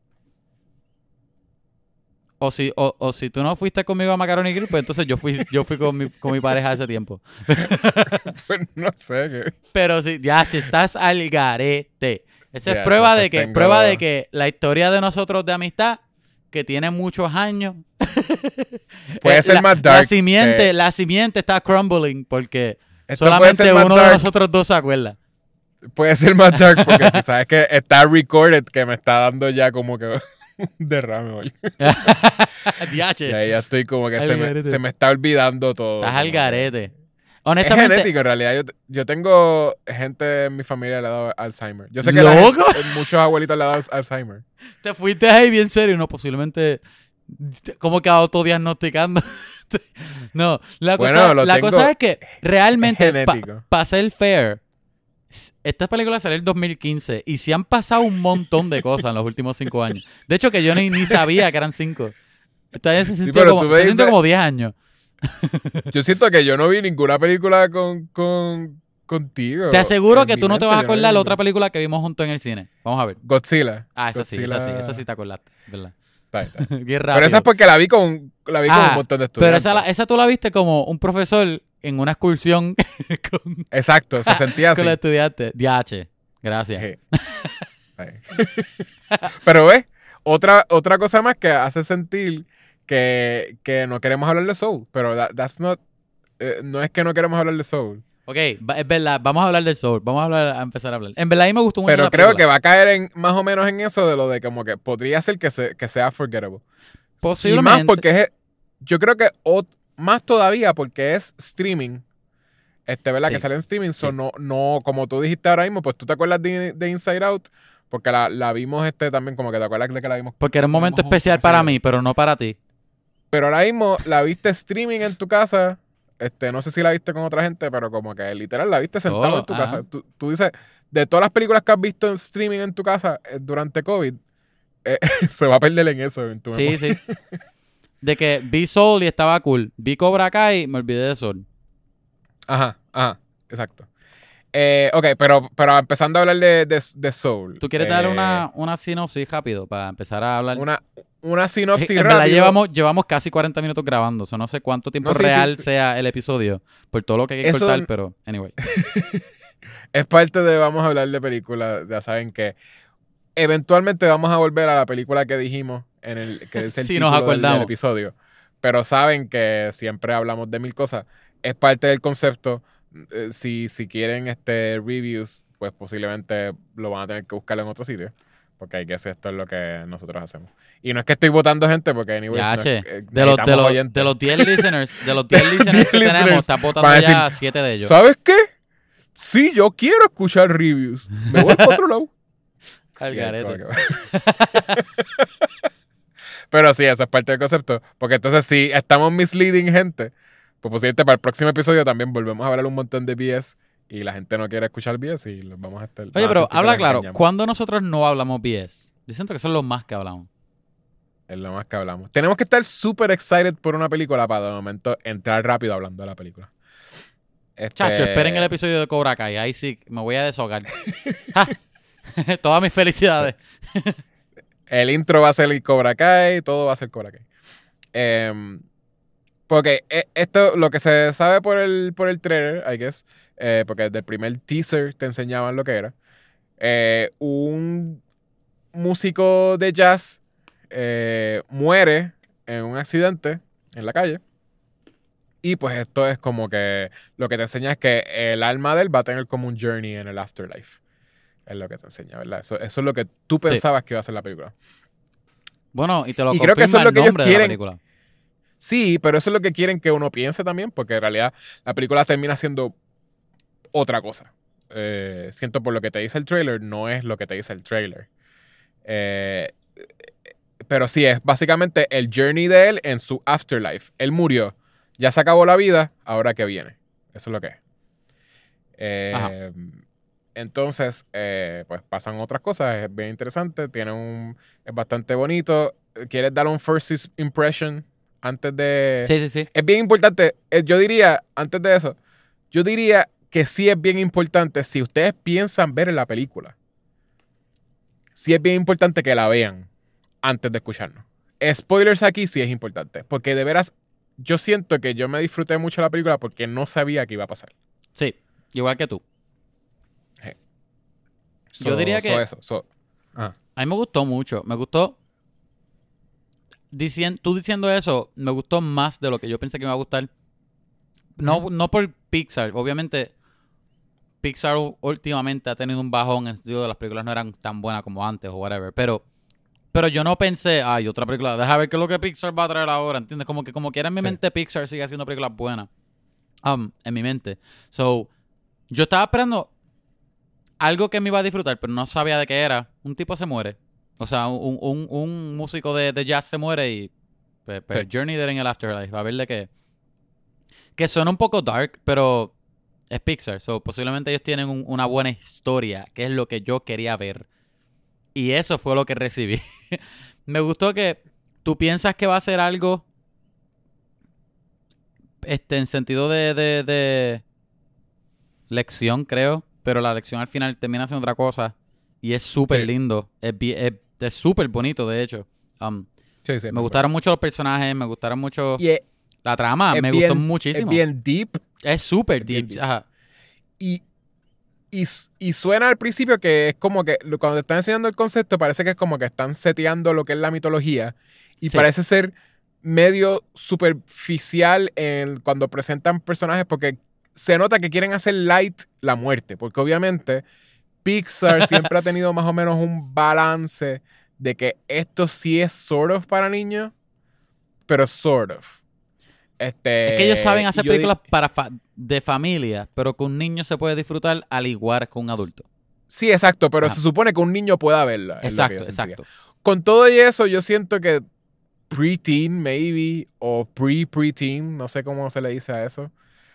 O si tú no fuiste conmigo a Macaroni Grill, pues entonces yo fui con mi pareja hace tiempo. Pues no sé. Pero sí, ya, che, estás al garete. Esa es Ya, prueba pues de que, tengo- prueba de que la historia de nosotros de amistad, que tiene muchos años, Puede ser más dark. la simiente está crumbling porque Esto puede solamente ser más uno de dark. nosotros dos se acuerda. Puede ser más dark porque sabes que está recorded que me está dando ya como que un derrame hoy. Y Diache, ahí ya estoy como que Al garete. se me está olvidando todo. estás al como que- garete. Es Honestamente, genético en realidad. Yo tengo gente en mi familia que le ha dado Alzheimer. Yo sé que ¿Loco? muchos abuelitos le han dado Alzheimer. te fuiste ahí bien serio, ¿no? Posiblemente como que autodiagnosticando. No, la cosa es que realmente genético. para ser fair, esta película salió en 2015 y se han pasado un montón de cosas en los últimos 5 años. De hecho, que yo ni sabía que eran 5. Esta vez se sintió pero tú me se sintió dices- como 10 años. Yo siento que yo no vi ninguna película contigo. Te aseguro En que mi tú no te mente vas a yo vi acordar la ninguna. otra película que vimos juntos en el cine. Vamos a ver. Godzilla. Ah, esa sí Godzilla- te acordaste, ¿verdad? Está ahí, está ahí. Qué Pero rápido. esa es porque la vi con un montón de pero estudiantes. esa tú la viste como un profesor en una excursión con, Exacto, se sentía así. con los estudiantes. DH, gracias. Ejé. Ahí. Pero ves, otra cosa más que hace sentir que no queremos hablar de Soul. Pero that's not, no es que no queremos hablar de Soul. Ok, es verdad, vamos a hablar del Soul. Vamos a empezar a hablar. En verdad, a mí me gustó mucho Pero la creo que película. va a caer más o menos en eso de lo de como que podría ser que sea forgettable. Y Posiblemente. más porque yo creo que más todavía porque es streaming. ¿Verdad? Sí. Que sale en streaming. So Sí. no, como tú dijiste ahora mismo, pues tú te acuerdas de Inside Out. Porque la vimos también, como que te acuerdas de que la vimos. Porque era un momento Vamos juntos, especial así para de- mí, pero no para ti. Pero ahora mismo la viste streaming en tu casa. No sé si la viste con otra gente, pero como que literal la viste sentado Solo, en tu ajá. casa. Tú dices, de todas las películas que has visto en streaming en tu casa durante COVID, se va a perder en eso en tu memoria. Sí, sí. De que vi Soul y estaba cool. Vi Cobra Kai y me olvidé de Soul. Ajá, exacto. Ok, pero empezando a hablar de Soul. ¿Tú quieres dar una sinopsis rápido para empezar a hablar? Una sinopsis En verdad rápido. llevamos casi 40 minutos grabando. No sé cuánto tiempo No, sí, real sí. sea el episodio. Por todo lo que hay que Eso- cortar, pero anyway. Es parte de vamos a hablar de películas. Ya saben que eventualmente vamos a volver a la película que dijimos que es el Si título nos del acordamos. episodio. Pero saben que siempre hablamos de mil cosas. Es parte del concepto. Si quieren reviews, pues posiblemente lo van a tener que buscar en otro sitio. Porque hay que hacer esto es lo que nosotros hacemos. Y no es que estoy votando gente, porque anyways, Ya, no es- che. necesitamos oyentes. De los 10 listeners, que tenemos, listeners, estás votando van a ya decir, 7 de ellos. ¿Sabes qué? Sí, yo quiero escuchar reviews. Me voy para otro lado. Al garete. Pero sí, eso es parte del concepto. Porque entonces, si estamos misleading gente, pues posiblemente para el próximo episodio también volvemos a hablar un montón de BS y la gente no quiere escuchar BS y los vamos a estar. Oye, pero habla claro. ¿Cuándo? ¿Cuándo nosotros no hablamos BS? Yo siento que son los más que hablamos. Es lo más que hablamos. Tenemos que estar súper excited por una película para de momento entrar rápido hablando de la película. Chacho, esperen el episodio de Cobra Kai. Ahí sí me voy a deshogar. ¡Ja! Todas mis felicidades. El intro va a ser el Cobra Kai, todo va a ser Cobra Kai. Porque esto, lo que se sabe por el trailer, I guess, porque desde el primer teaser te enseñaban lo que era. Un músico de jazz muere en un accidente en la calle. Y pues esto es como que lo que te enseña es que el alma de él va a tener como un journey en el afterlife. Es lo que te enseña, ¿verdad? Eso es lo que tú pensabas que iba a ser la película. Bueno, y te lo Y creo que eso confirma es lo el que ellos nombre de la quieren. película. Sí, pero eso es lo que quieren que uno piense también, porque en realidad la película termina siendo otra cosa. Siento por lo que te dice el trailer, no es lo que te dice el trailer. Pero sí, es básicamente el journey de él en su afterlife. Él murió, ya se acabó la vida, ahora que viene. Eso es lo que es. Ajá. Entonces, pues pasan otras cosas. Es bien interesante. Es bastante bonito. ¿Quieres dar un first impression antes de...? Sí, sí, sí. Es bien importante. Yo diría, antes de eso, yo diría que sí es bien importante si ustedes piensan ver la película. Sí es bien importante que la vean antes de escucharnos. Spoilers aquí sí es importante. Porque de veras, yo siento que yo me disfruté mucho la película porque no sabía qué iba a pasar. Sí, igual que tú. Hey. Yo diría que Ajá. a mí me gustó mucho. Me gustó. Tú diciendo eso, me gustó más de lo que yo pensé que me iba a gustar. No, no por Pixar. Obviamente, Pixar últimamente ha tenido un bajón en el sentido de las películas no eran tan buenas como antes o whatever. Pero yo no pensé, ay, otra película, deja ver qué es lo que Pixar va a traer ahora, ¿entiendes? Como quiera en mi mente Pixar sigue haciendo películas buenas. En mi mente. So, yo estaba esperando algo que me iba a disfrutar, pero no sabía de qué era. Un tipo se muere. O sea, un músico de jazz se muere y pues, Journey there en el Afterlife. A ver de qué. Que suena un poco dark, pero es Pixar. So, posiblemente ellos tienen una buena historia, que es lo que yo quería ver. Y eso fue lo que recibí. Me gustó que tú piensas que va a ser algo en sentido de lección, creo. Pero la lección al final termina siendo otra cosa. Y es súper lindo. Es súper bonito, de hecho. Me gustaron mucho los personajes. Me gustaron mucho la trama. Me gustó muchísimo. Es bien deep. Es súper deep. Ajá. Y suena al principio que es como que cuando te están enseñando el concepto parece que es como que están seteando lo que es la mitología. Y parece ser medio superficial cuando presentan personajes porque se nota que quieren hacer light la muerte, porque obviamente Pixar siempre ha tenido más o menos un balance de que esto sí es sort of para niños, pero sort of. Es que ellos saben hacer películas de familia, pero que un niño se puede disfrutar al igual que un adulto. Sí, exacto, pero se supone que un niño pueda verla. Exacto. Con todo y eso, yo siento que preteen, maybe, o pre-preteen, no sé cómo se le dice a eso.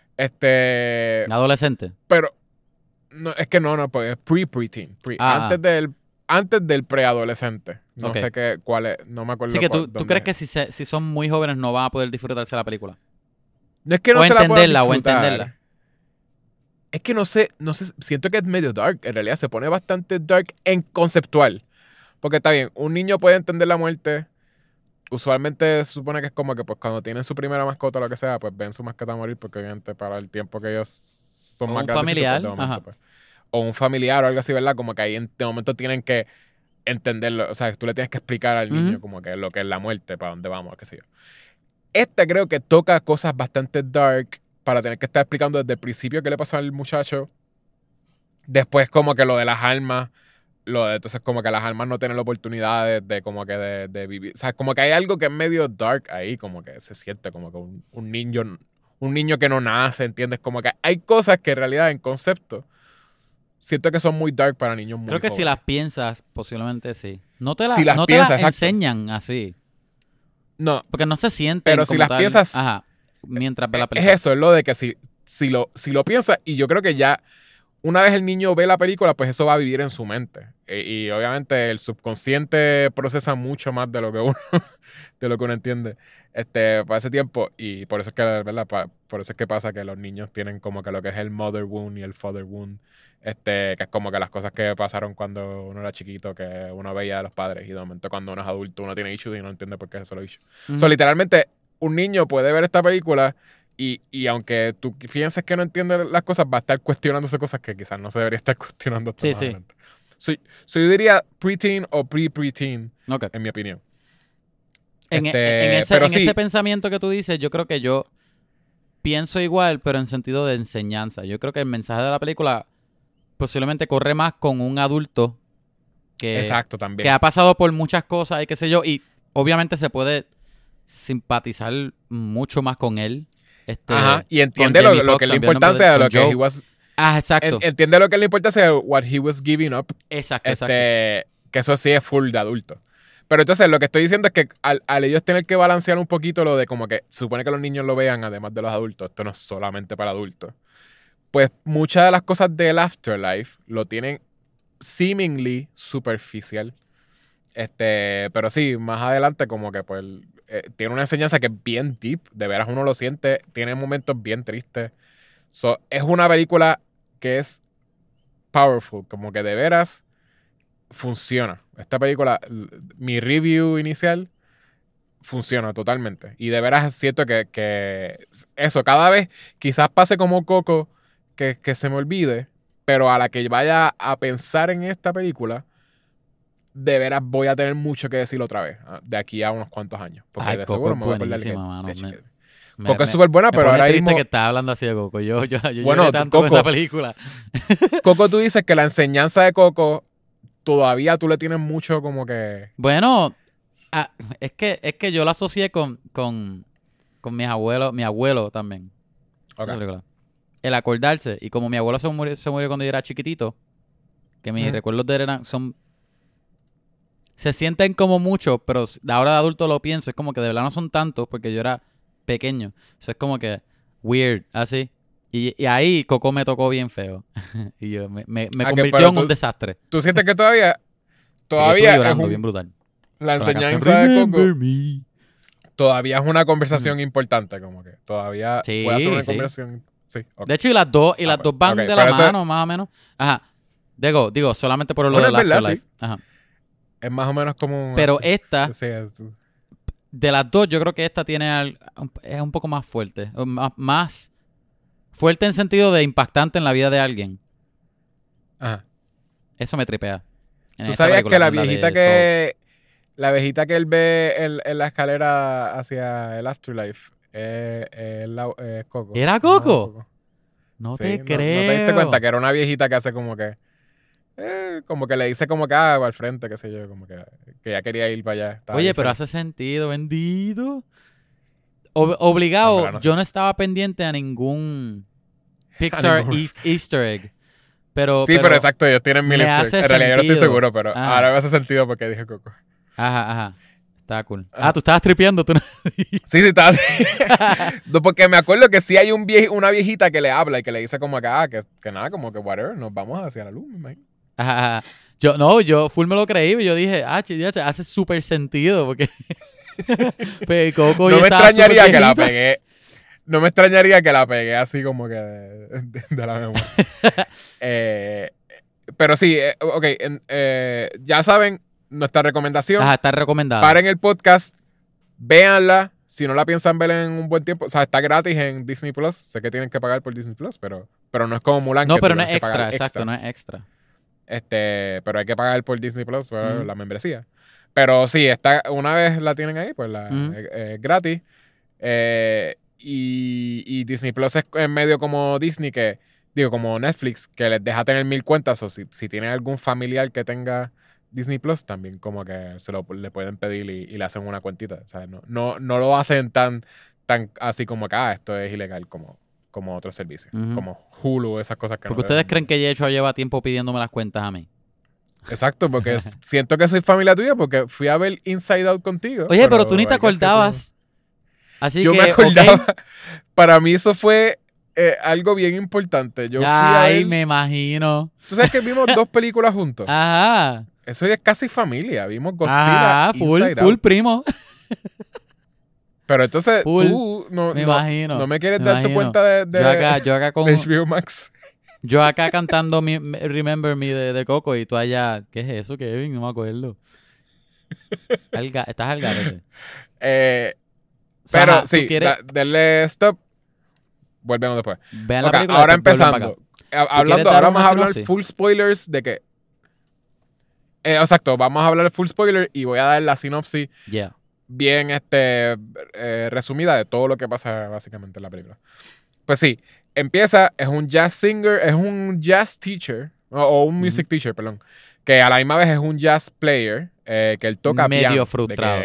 Adolescente. Pero no, es que no, pues es pre-preteen. Antes del preadolescente. No sé cuál es, no me acuerdo. Sí, que tú crees que si son muy jóvenes no van a poder disfrutarse la película. No es que no se la puedan disfrutar. O entenderla. Es que no sé, siento que es medio dark. En realidad se pone bastante dark en conceptual. Porque está bien, un niño puede entender la muerte. Usualmente se supone que es como que pues cuando tienen su primera mascota o lo que sea, pues ven su mascota morir porque obviamente para el tiempo que ellos son más grandes. Familiar, pues, o un familiar o algo así, ¿verdad? Como que ahí de momento tienen que entenderlo. O sea, tú le tienes que explicar al niño como que lo que es la muerte, para dónde vamos, qué sé yo. Creo que toca cosas bastante dark para tener que estar explicando desde el principio qué le pasó al muchacho. Después como que lo de las almas. Entonces como que las almas no tienen la oportunidad de como que de vivir. O sea, como que hay algo que es medio dark ahí, como que se siente como que un niño que no nace, ¿entiendes? Como que hay cosas que en realidad en concepto siento que son muy dark para niños muy Creo que jóvenes. si las piensas, posiblemente sí. No te Si las las piensas, enseñan así. No. Porque no se sienten Pero como si las tal, piensas... mientras ve la película. Es eso, es lo de que si lo piensas, y yo creo que ya una vez el niño ve la película, pues eso va a vivir en su mente. Y obviamente el subconsciente procesa mucho más de lo que uno entiende para ese tiempo. Y por eso es que, ¿verdad? Por eso es que pasa que los niños tienen como que lo que es el mother wound y el father wound. Que es como que las cosas que pasaron cuando uno era chiquito, que uno veía de los padres. Y de momento cuando uno es adulto, uno tiene issues y no entiende por qué es eso los issues. So, literalmente, un niño puede ver esta película y aunque tú pienses que no entiende las cosas, va a estar cuestionándose cosas que quizás no se debería estar cuestionando hasta más adelante. So, yo diría preteen o pre-preteen, en mi opinión. En ese pensamiento que tú dices, yo creo que yo pienso igual, pero en sentido de enseñanza. Yo creo que el mensaje de la película posiblemente corre más con un adulto Exacto, también. Que ha pasado por muchas cosas y qué sé yo, y obviamente se puede simpatizar mucho más con él. Ajá, y entiende lo que es la importancia de lo que he was... exacto. Entiende lo que es la importancia de what he was giving up. Exacto. Que eso sí es full de adulto. Pero entonces lo que estoy diciendo es que al ellos tener que balancear un poquito lo de como que se supone que los niños lo vean además de los adultos, esto no es solamente para adultos. pues muchas de las cosas del afterlife lo tienen seemingly superficial. Pero sí, más adelante como que pues tiene una enseñanza que es bien deep, de veras uno lo siente, tiene momentos bien tristes. So, es una película que es powerful, como que de veras funciona. Esta película, mi review inicial funciona totalmente. Y de veras siento que eso, cada vez quizás pase como Coco, que se me olvide, pero a la que vaya a pensar en esta película, de veras voy a tener mucho que decir otra vez, de aquí a unos cuantos años. Porque Ay, de Coco seguro es me voy a acordar buenísima, mano. Coco es súper buena, pero pone ahora triste mismo... que estás hablando así de Coco. Yo Bueno, lloré tanto con Coco. esa película. Coco, tú dices que la enseñanza de Coco todavía tú le tienes mucho como que... Bueno, es que yo la asocié con mis abuelos, mi abuelo también. Ok. Esa película. El acordarse. Y como mi abuelo se murió cuando yo era chiquitito, que mis recuerdos de él se sienten como mucho, pero ahora de adulto lo pienso, es como que de verdad no son tantos porque yo era pequeño. Eso es como que weird, así. Y ahí Coco me tocó bien feo. Y yo me convirtió en un desastre. ¿Tú sientes que todavía Estuve es llorando bien brutal. la Con la canción enseñanza de Coco Remember Me. todavía es una conversación importante, como que todavía Sí, puede ser una sí. conversación? Sí, ok. De hecho, y las dos van ok, de pero la eso mano, más o menos. Ajá. Digo, solamente por lo Bueno, del es verdad, Afterlife. sí. Ajá. Es más o menos como... Pero esta, Sí, de las dos, yo creo que esta es un poco más fuerte. Más fuerte en sentido de impactante en la vida de alguien. Ajá. Eso me tripea. ¿Tú sabías que la viejita que él ve en la escalera hacia el afterlife es Coco? ¿Era Coco? No te creo. ¿No te diste cuenta que era una viejita que hace como que le dice como que al frente, qué sé yo, como que ya quería ir para allá. Estaba Oye, bien pero feliz. hace sentido, bendito. Obligado, verdad, no sé. yo no estaba pendiente a ningún Pixar Easter egg. Pero exacto, ellos tienen mil me easter eggs. hace En realidad yo no estoy sentido. seguro, pero Ajá. ahora me hace sentido porque dije Coco. Ajá. Está cool. Ajá. Tú estabas tripeando, tú no. Sí, estaba. No, porque me acuerdo que sí hay una viejita que le habla y que le dice como que nada, como que whatever, nos vamos hacia la luz, me imagino. Ajá. Yo full me lo creí y yo dije, ya hace súper sentido porque pues, Coco No ya me estaba extrañaría súper que la viejita. pegué. No me extrañaría que la pegué así como que de la memoria. Pero sí, ok. Ya saben, nuestra recomendación. Ajá, está recomendada. Paren el podcast, véanla. Si no la piensan ver en un buen tiempo, o sea, está gratis en Disney Plus. Sé que tienen que pagar por Disney Plus, pero no es como Mulan. No, que pero no tuvieron es que pagar extra, exacto, no es extra. Pero hay que pagar por Disney Plus, la membresía. Pero sí, una vez la tienen ahí, pues es gratis. Y Disney Plus es en medio como Disney, como Netflix, que les deja tener 1000 cuentas. O si tienen algún familiar que tenga Disney Plus, también como que le pueden pedir y le hacen una cuentita. O sea, no lo hacen tan así como que esto es ilegal como otros servicios. Como Hulu, esas cosas que Porque ustedes creen que Yecho lleva tiempo pidiéndome las cuentas a mí. Exacto, porque siento que soy familia tuya porque fui a ver Inside Out contigo. Oye, pero tú ni te acordabas. Así yo que, me acordaba. okay. Para mí eso fue algo bien importante. Yo fui a ver... me imagino. Tú sabes que vimos 2 películas juntos. Ajá. Eso ya es casi familia. Vimos Godzilla Inside full Out. primo. Pero entonces tú imagino, no me quieres dar tu cuenta de yo acá con HBO Max. yo acá cantando Remember Me de Coco y tú allá, ¿qué es eso, Kevin? No me acuerdo. Estás al garete. Pero sí, denle stop. Volvemos después. Vean la película. Ahora empezando. Ahora vamos a hablar full spoilers de que... exacto, vamos a hablar full spoiler y voy a dar la sinopsis bien resumida de todo lo que pasa básicamente en la película. Pues sí, empieza, es un jazz singer, es un jazz teacher, o un music teacher, perdón, que a la misma vez es un jazz player, que él toca piano. Medio frustrado.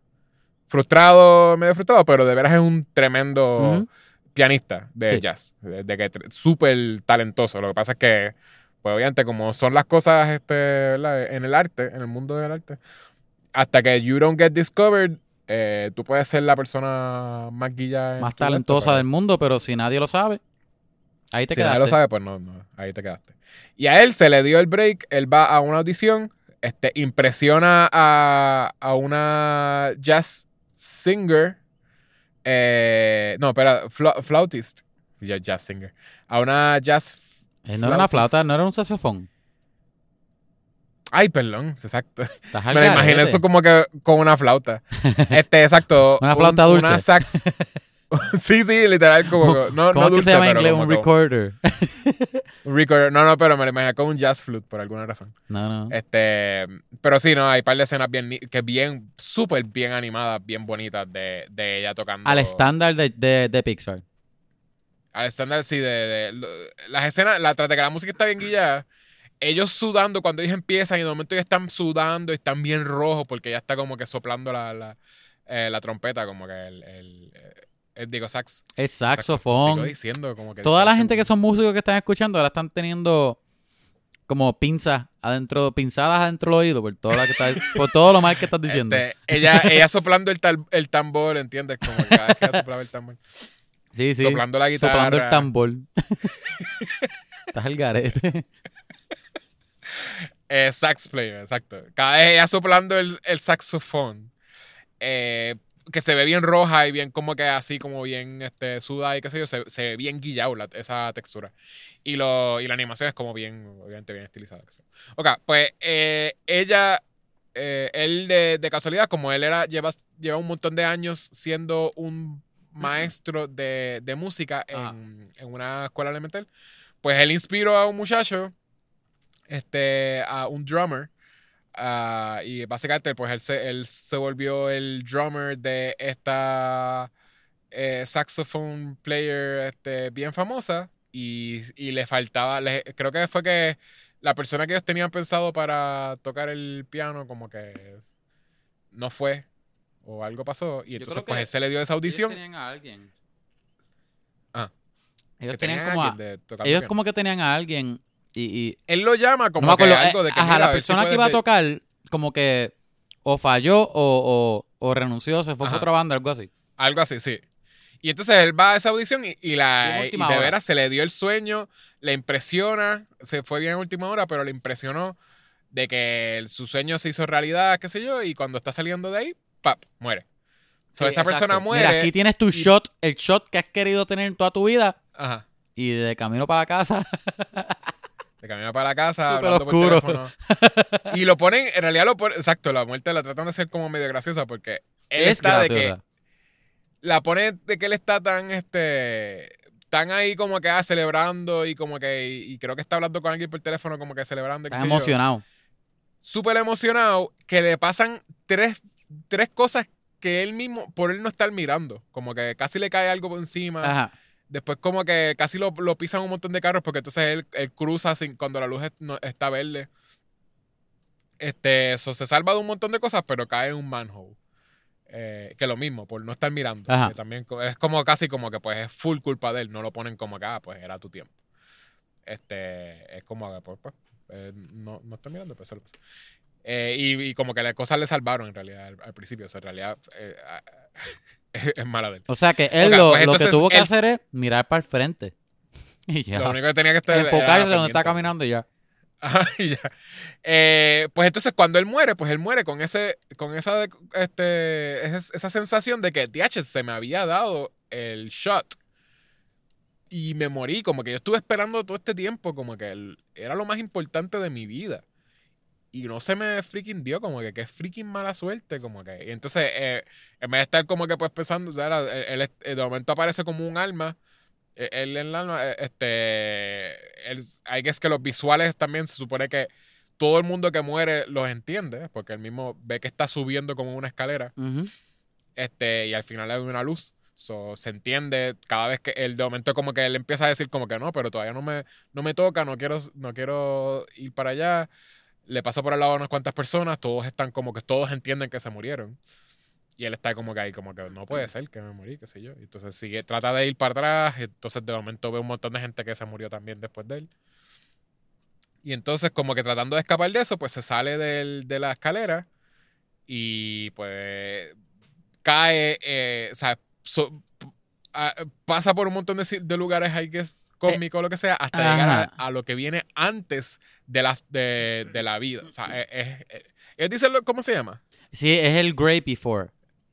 Medio frustrado, pero de veras es un tremendo pianista de jazz, de que súper talentoso. Lo que pasa es que, pues obviamente, como son las cosas ¿verdad? En el arte, en el mundo del arte, hasta que you don't get discovered, tú puedes ser la persona más guilla, más talentosa del mundo, pero si nadie lo sabe. Ahí te Si nadie quedaste. lo sabe, pues no, ahí te quedaste. Y a él se le dio el break, él va a una audición, impresiona a una jazz singer, no, espera, flautist, jazz singer, a una jazz No era una flauta, flautist. no era un saxofón. Ay, perdón, exacto. Estás al Me lo imaginé garete. eso como que con una flauta. Exacto. Una flauta dulce. Una sax. Sí, literal, como que, no ¿Cómo es que dulce, se llama en pero inglés? como Un que recorder. un recorder. No, pero me lo imaginé con un jazz flute por alguna razón. No. Pero sí, no, hay un par de escenas bien, súper bien animadas, bien bonitas de ella tocando. Al estándar de Pixar. Al estándar, sí, las escenas, tras de que la música está bien guillada, ellos sudando cuando ellos empiezan y de momento ellos están sudando y están bien rojos porque ya está como que soplando la trompeta, como que digo, sax. El Sigo saxofón. diciendo como que Toda la gente que son músicos que están escuchando ahora están teniendo como pinzadas adentro del oído por todo lo mal que estás diciendo. ella soplando el tambor, ¿entiendes? Como que cada vez que ella soplaba el tambor. Sí. Soplando la guitarra. Soplando el tambor. Estás al garete. Sax player, exacto. Cada vez ella soplando el saxofón. Que se ve bien roja y bien como que así, como bien sudada y qué sé yo, se ve bien guillado esa textura. Y la animación es como bien, obviamente bien estilizada. Ok, pues él de casualidad, como él lleva un montón de años siendo un maestro de música en una escuela elemental, pues él inspiró a un muchacho, a un drummer. Y básicamente pues él se volvió el drummer de esta saxophone player bien famosa y le faltaba, creo que fue que la persona que ellos tenían pensado para tocar el piano como que no fue o algo pasó y entonces pues él se le dio esa audición. Ellos tenían a alguien. Ellos Ellos como que tenían a alguien y él lo llama como no me que acuerdo, algo de que ajá, mira, la persona que iba a tocar como que o falló o renunció, se fue a otra banda, algo así. Algo así, sí. Y entonces él va a esa audición y de veras se le dio el sueño, le impresiona, se fue bien a última hora, pero le impresionó de que su sueño se hizo realidad, qué sé yo, y cuando está saliendo de ahí, ¡pap! Muere. Sí, esta persona muere. Mira, aquí tienes tu shot, el shot que has querido tener en toda tu vida. Ajá. Y de camino para la casa. De camino para la casa, Súper hablando oscuro. por teléfono. Y lo ponen, en realidad exacto, la muerte la tratan de hacer como medio graciosa porque él está graciosa. De que la pone de que él está tan ahí como que celebrando y como que y creo que está hablando con alguien por teléfono como que celebrando. Está emocionado. Súper emocionado que le pasan tres cosas que él mismo, por él no estar mirando. Como que casi le cae algo por encima. Ajá. Después como que casi lo pisan un montón de carros porque entonces él cruza cuando la luz está verde. Eso se salva de un montón de cosas, pero cae en un manhole. Que lo mismo, por no estar mirando. Que también es como casi como que pues es full culpa de él. No lo ponen como que, pues era tu tiempo. Es como que pues, no está mirando, pues se lo pasa. Y como que las cosas le salvaron en realidad al principio. O sea, en realidad es mala de él. O sea que él lo que tuvo que hacer es mirar para el frente. Y ya. Lo único que tenía que estar enfocarse donde está caminando y ya. Y ya. Pues entonces cuando él muere con esa sensación de que DH se me había dado el shot y me morí, como que yo estuve esperando todo este tiempo, como que era lo más importante de mi vida. Y no se me freaking dio, como que freaking mala suerte, como que. Y entonces, en vez de estar como que pues pensando, o sea, él de momento aparece como un alma. Él en el alma, hay que es que los visuales también se supone que todo el mundo que muere los entiende, porque él mismo ve que está subiendo como una escalera. Uh-huh. Y al final hay una luz. Se entiende cada vez que él de momento como que él empieza a decir como que no, pero todavía no me toca, no quiero ir para allá. Le pasa por al lado a unas cuantas personas, todos están como que todos entienden que se murieron. Y él está como que ahí, como que no puede ser que me morí, qué sé yo. Entonces trata de ir para atrás, entonces de momento ve un montón de gente que se murió también después de él. Y entonces como que tratando de escapar de eso, pues se sale de la escalera y pues cae, o sea, pasa por un montón de lugares ahí que es cósmico o lo que sea, hasta llegar Ajá. a lo que viene antes de la vida. O sea, ellos dicen, ¿cómo se llama? Sí, es el Great Before.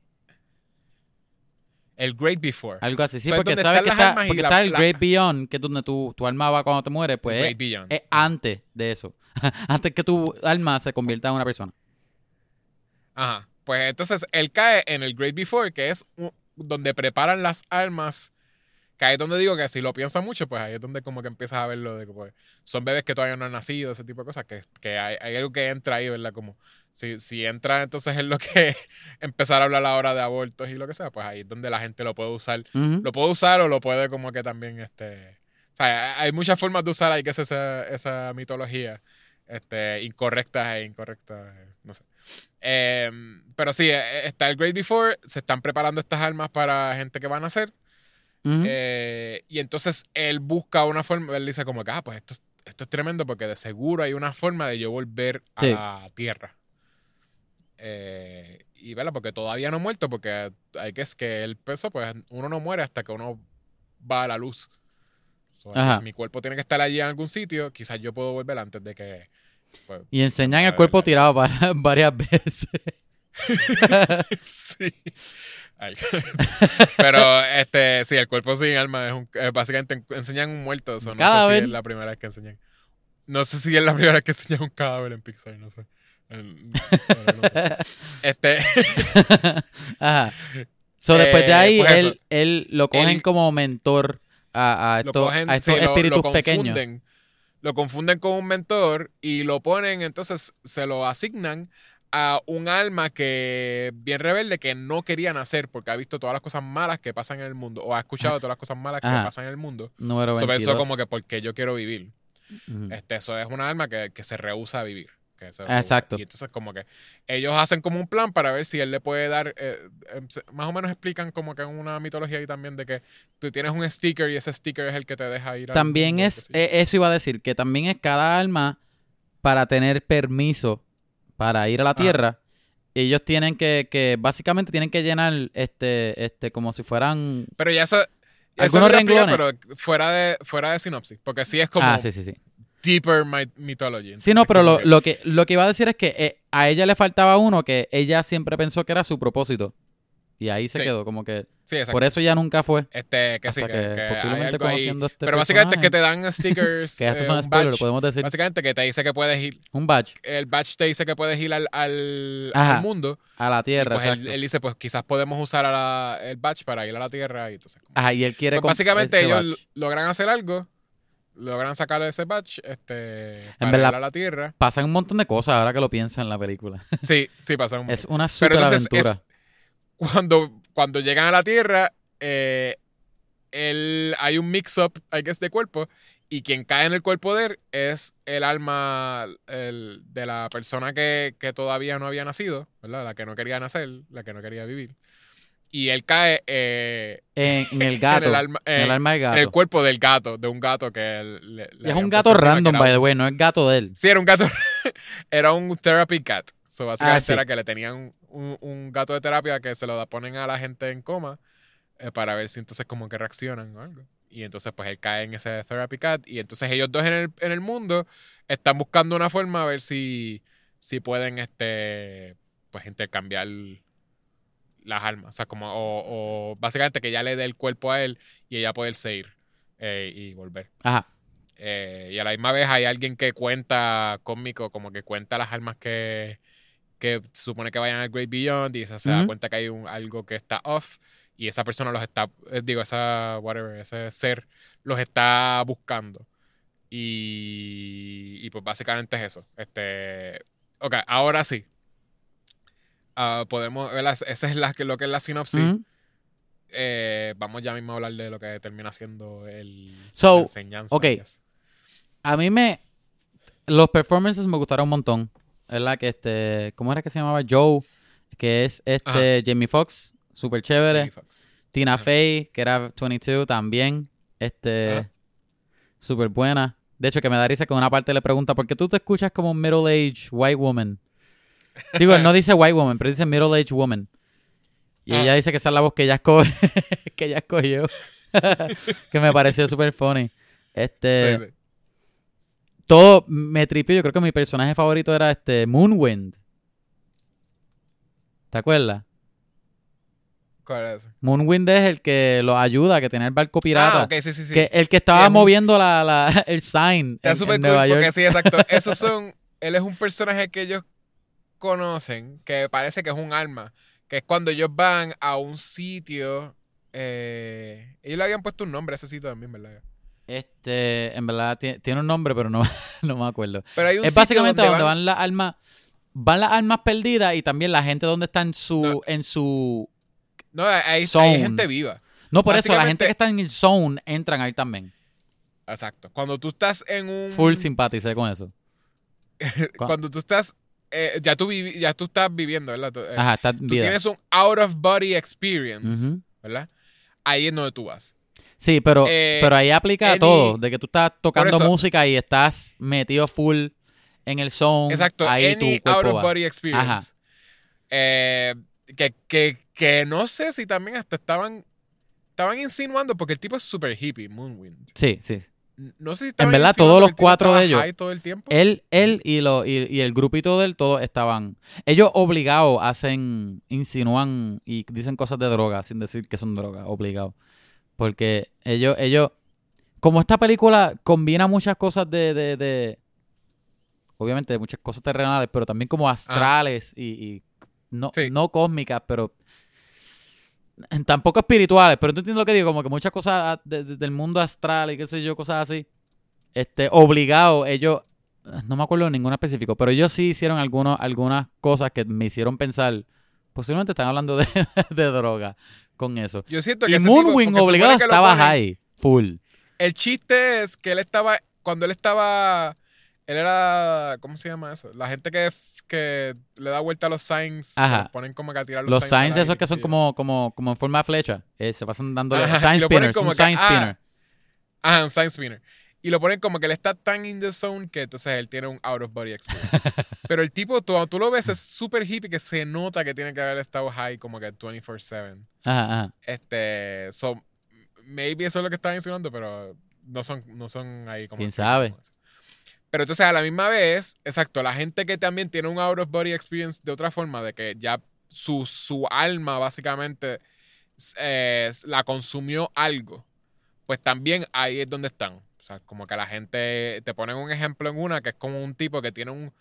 El Great Before. Algo así, sí, So, es porque donde sabes están que las está, almas y porque está el Great Beyond, que es donde tu alma va cuando te mueres, el pues Great Beyond. es antes de eso. Antes que tu alma se convierta en una persona. Ajá. Pues entonces él cae en el Great Before, que es donde preparan las almas. Que ahí es donde digo que si lo piensas mucho, pues ahí es donde como que empiezas a verlo de que pues, son bebés que todavía no han nacido, ese tipo de cosas, que hay algo que entra ahí, ¿verdad? Como si entra entonces en lo que empezar a hablar ahora de abortos y lo que sea, pues ahí es donde la gente lo puede usar. Ujú. Lo puede usar o lo puede como que también, o sea, hay muchas formas de usar ahí que es esa mitología, incorrectas e incorrectas, no sé. Pero sí, está el Great Before, se están preparando estas armas para gente que van a nacer. Ujú. Y entonces él busca una forma, él dice como que, pues esto es tremendo porque de seguro hay una forma de yo volver a Sí. la tierra. Y ¿verdad? Porque todavía no he muerto, porque hay que es que el peso, pues uno no muere hasta que uno va a la luz. So, Ajá. mi cuerpo tiene que estar allí en algún sitio, quizás yo puedo volver antes de que pues, Y me enseñan muera el de cuerpo verdad. tirado varias veces. Sí. Ay, pero sí, el cuerpo sin alma básicamente enseñan un muerto, eso no sé si Cadáver. es la primera vez que enseñan. No sé si es la primera vez que enseñan un cadáver en Pixar, no sé. Pero no sé. Ajá. So, después de ahí, Pues eso, él lo cogen él como mentor a lo estos, cogen, a estos sí, espíritus pequeños. lo confunden con un mentor y lo ponen, entonces se lo asignan a un alma que bien rebelde que no quería nacer porque ha visto todas las cosas malas que pasan en el mundo o ha escuchado todas las cosas malas que Ajá. pasan en el mundo. Número Sobre eso como 22. que porque yo quiero vivir. Ujú. Eso es una alma que se rehúsa a vivir. Que se rehúsa. Exacto. Y entonces como que ellos hacen como un plan para ver si él le puede dar, más o menos explican como que en una mitología ahí también de que tú tienes un sticker y ese sticker es el que te deja ir al También mundo, es, eso iba a decir, que también es cada alma para tener permiso para ir a la Ajá. Tierra. Ellos tienen que básicamente tienen que llenar como si fueran Pero ya eso algunos lo explica, renglones. pero fuera de sinopsis. Porque sí es como Ah, sí, sí, sí. deeper mythology. Sí, no, ¿Entiendes? pero Como lo que iba a decir es que a ella le faltaba uno que ella siempre pensó que era su propósito. Y ahí se sí, quedó, como que sí, por exacto. eso ya nunca fue. Que sí, Hasta que que hay posiblemente algo ahí. conociendo a este Pero básicamente es que personaje, te dan stickers, que esto es un un spoiler, lo badge. podemos decir. Básicamente que te dice que puedes ir. Un badge. El badge te dice que puedes ir al Ajá. mundo. A la Y Tierra, pues exacto. él dice, pues quizás podemos usar el badge para ir a la Tierra. Y entonces, Ajá, y él quiere pues básicamente ese ellos badge. logran hacer algo. Logran sacarle ese badge En para ir verdad, a la Tierra. pasan un montón de cosas ahora que lo pienso en la película. Sí, sí, pasa un Es montón. una Pero super entonces aventura. cuando llegan a la Tierra, hay un mix-up, I guess, de cuerpo. Y quien cae en el cuerpo de él es el alma de la persona que todavía no había nacido, ¿verdad? La que no quería nacer, la que no quería vivir. Y él cae En el gato. En el alma del en el gato. cuerpo del gato, de un gato que le Y es habían un puesto gato encima, que random, era by the way, no es gato de él. Sí, era un gato. Era un therapy cat. So, básicamente sí. era que le tenían un gato de terapia que se lo ponen a la gente en coma para ver si entonces como que reaccionan o algo. Y entonces pues él cae en ese therapy cat y entonces ellos dos en el mundo están buscando una forma a ver si pueden pues intercambiar las almas. O sea, como o básicamente que ya le dé el cuerpo a él y ella poderse ir y volver. Ajá. Y a la misma vez hay alguien que cuenta cósmico, como que cuenta las almas que se supone que vayan al Great Beyond y se da cuenta que hay algo que está off y esa persona los está, ese ser los está buscando. Y pues básicamente es eso. Ok, ahora sí. Podemos, ¿verdad? Esa es lo que es la sinopsis. Ujú. Vamos ya mismo a hablar de lo que termina siendo la So, enseñanza. ok. A mí los performances me gustaron un montón. ¿Verdad? Que ¿cómo era que se llamaba? Joe, que es Ajá. Jamie Foxx, súper chévere. Jamie Foxx. Tina Ajá. Fey, que era 22 también. Ajá. Súper buena. De hecho, que me da risa que en una parte le pregunta, ¿por qué tú te escuchas como un middle-aged white woman? Digo, él no dice white woman, pero dice middle-aged woman. Y ella dice que esa es la voz que ella, que ella escogió. Que me pareció súper funny. Sí. Todo me tripió. Yo creo que mi personaje favorito era Moonwind. ¿Te acuerdas? ¿Cuál es ese? Moonwind es el que los ayuda, que tiene el barco pirata. Ok, sí. Que el que estaba moviendo el sign Está en súper cool Nueva York. porque sí, exacto. Él es un personaje que ellos conocen, que parece que es un alma, que es cuando ellos van a un sitio, ellos le habían puesto un nombre a ese sitio también, ¿verdad? En verdad tiene un nombre, pero no, no me acuerdo. Pero hay un Es sitio básicamente donde van las almas. Van las almas perdidas y también la gente donde está en su No, hay zone. gente viva. No, por eso la gente que está en el zone entran ahí también. Exacto. Cuando tú estás en un... Full simpaticé con eso. Cuando tú estás... ya tú estás viviendo, ¿verdad? Ajá, está tú tienes un out of body experience, ¿verdad? Ahí es donde tú vas. Sí, pero ahí aplica todo. De que tú estás tocando música y estás metido full en el zone. Exacto. Ahí Any tu out cuerpo of body experience. Que no sé si también hasta estaban insinuando, porque el tipo es super hippie, Moonwind. Sí. No sé si estaban en verdad, todos los cuatro de ellos, todo el tiempo. él y el grupito de él, todos estaban... Ellos obligados insinúan y dicen cosas de droga sin decir que son drogas, obligados. Porque ellos... Como esta película combina muchas cosas de obviamente muchas cosas terrenales, pero también como astrales y no cósmicas, pero tampoco espirituales. Pero tú entiendes lo que digo, como que muchas cosas del mundo astral y qué sé yo, cosas así. Obligado, ellos, no me acuerdo de ninguna específico, pero ellos sí hicieron algunas cosas que me hicieron pensar, posiblemente están hablando de droga con eso. Yo siento que y Moonwind obligado estaba high, full. El chiste es que él era, ¿cómo se llama eso? La gente que le da vuelta a los signs, ponen como que a tirar los signs esos que son como en forma de flecha, se pasan dándole sign spinners, un sign spinner. Ajá, un sign spinner. Y lo ponen como que él está tan in the zone que entonces él tiene un out of body experience. Pero el tipo, tú lo ves, es súper hippie, que se nota que tiene que haber estado high como que 24/7. Ajá. So, maybe eso es lo que están insinuando, pero no son ahí como... ¿Quién sabe? Pero entonces a la misma vez, exacto, la gente que también tiene un out of body experience de otra forma, de que ya su alma básicamente la consumió algo, pues también ahí es donde están. O sea, como que la gente, te ponen un ejemplo en una que es como un tipo que tiene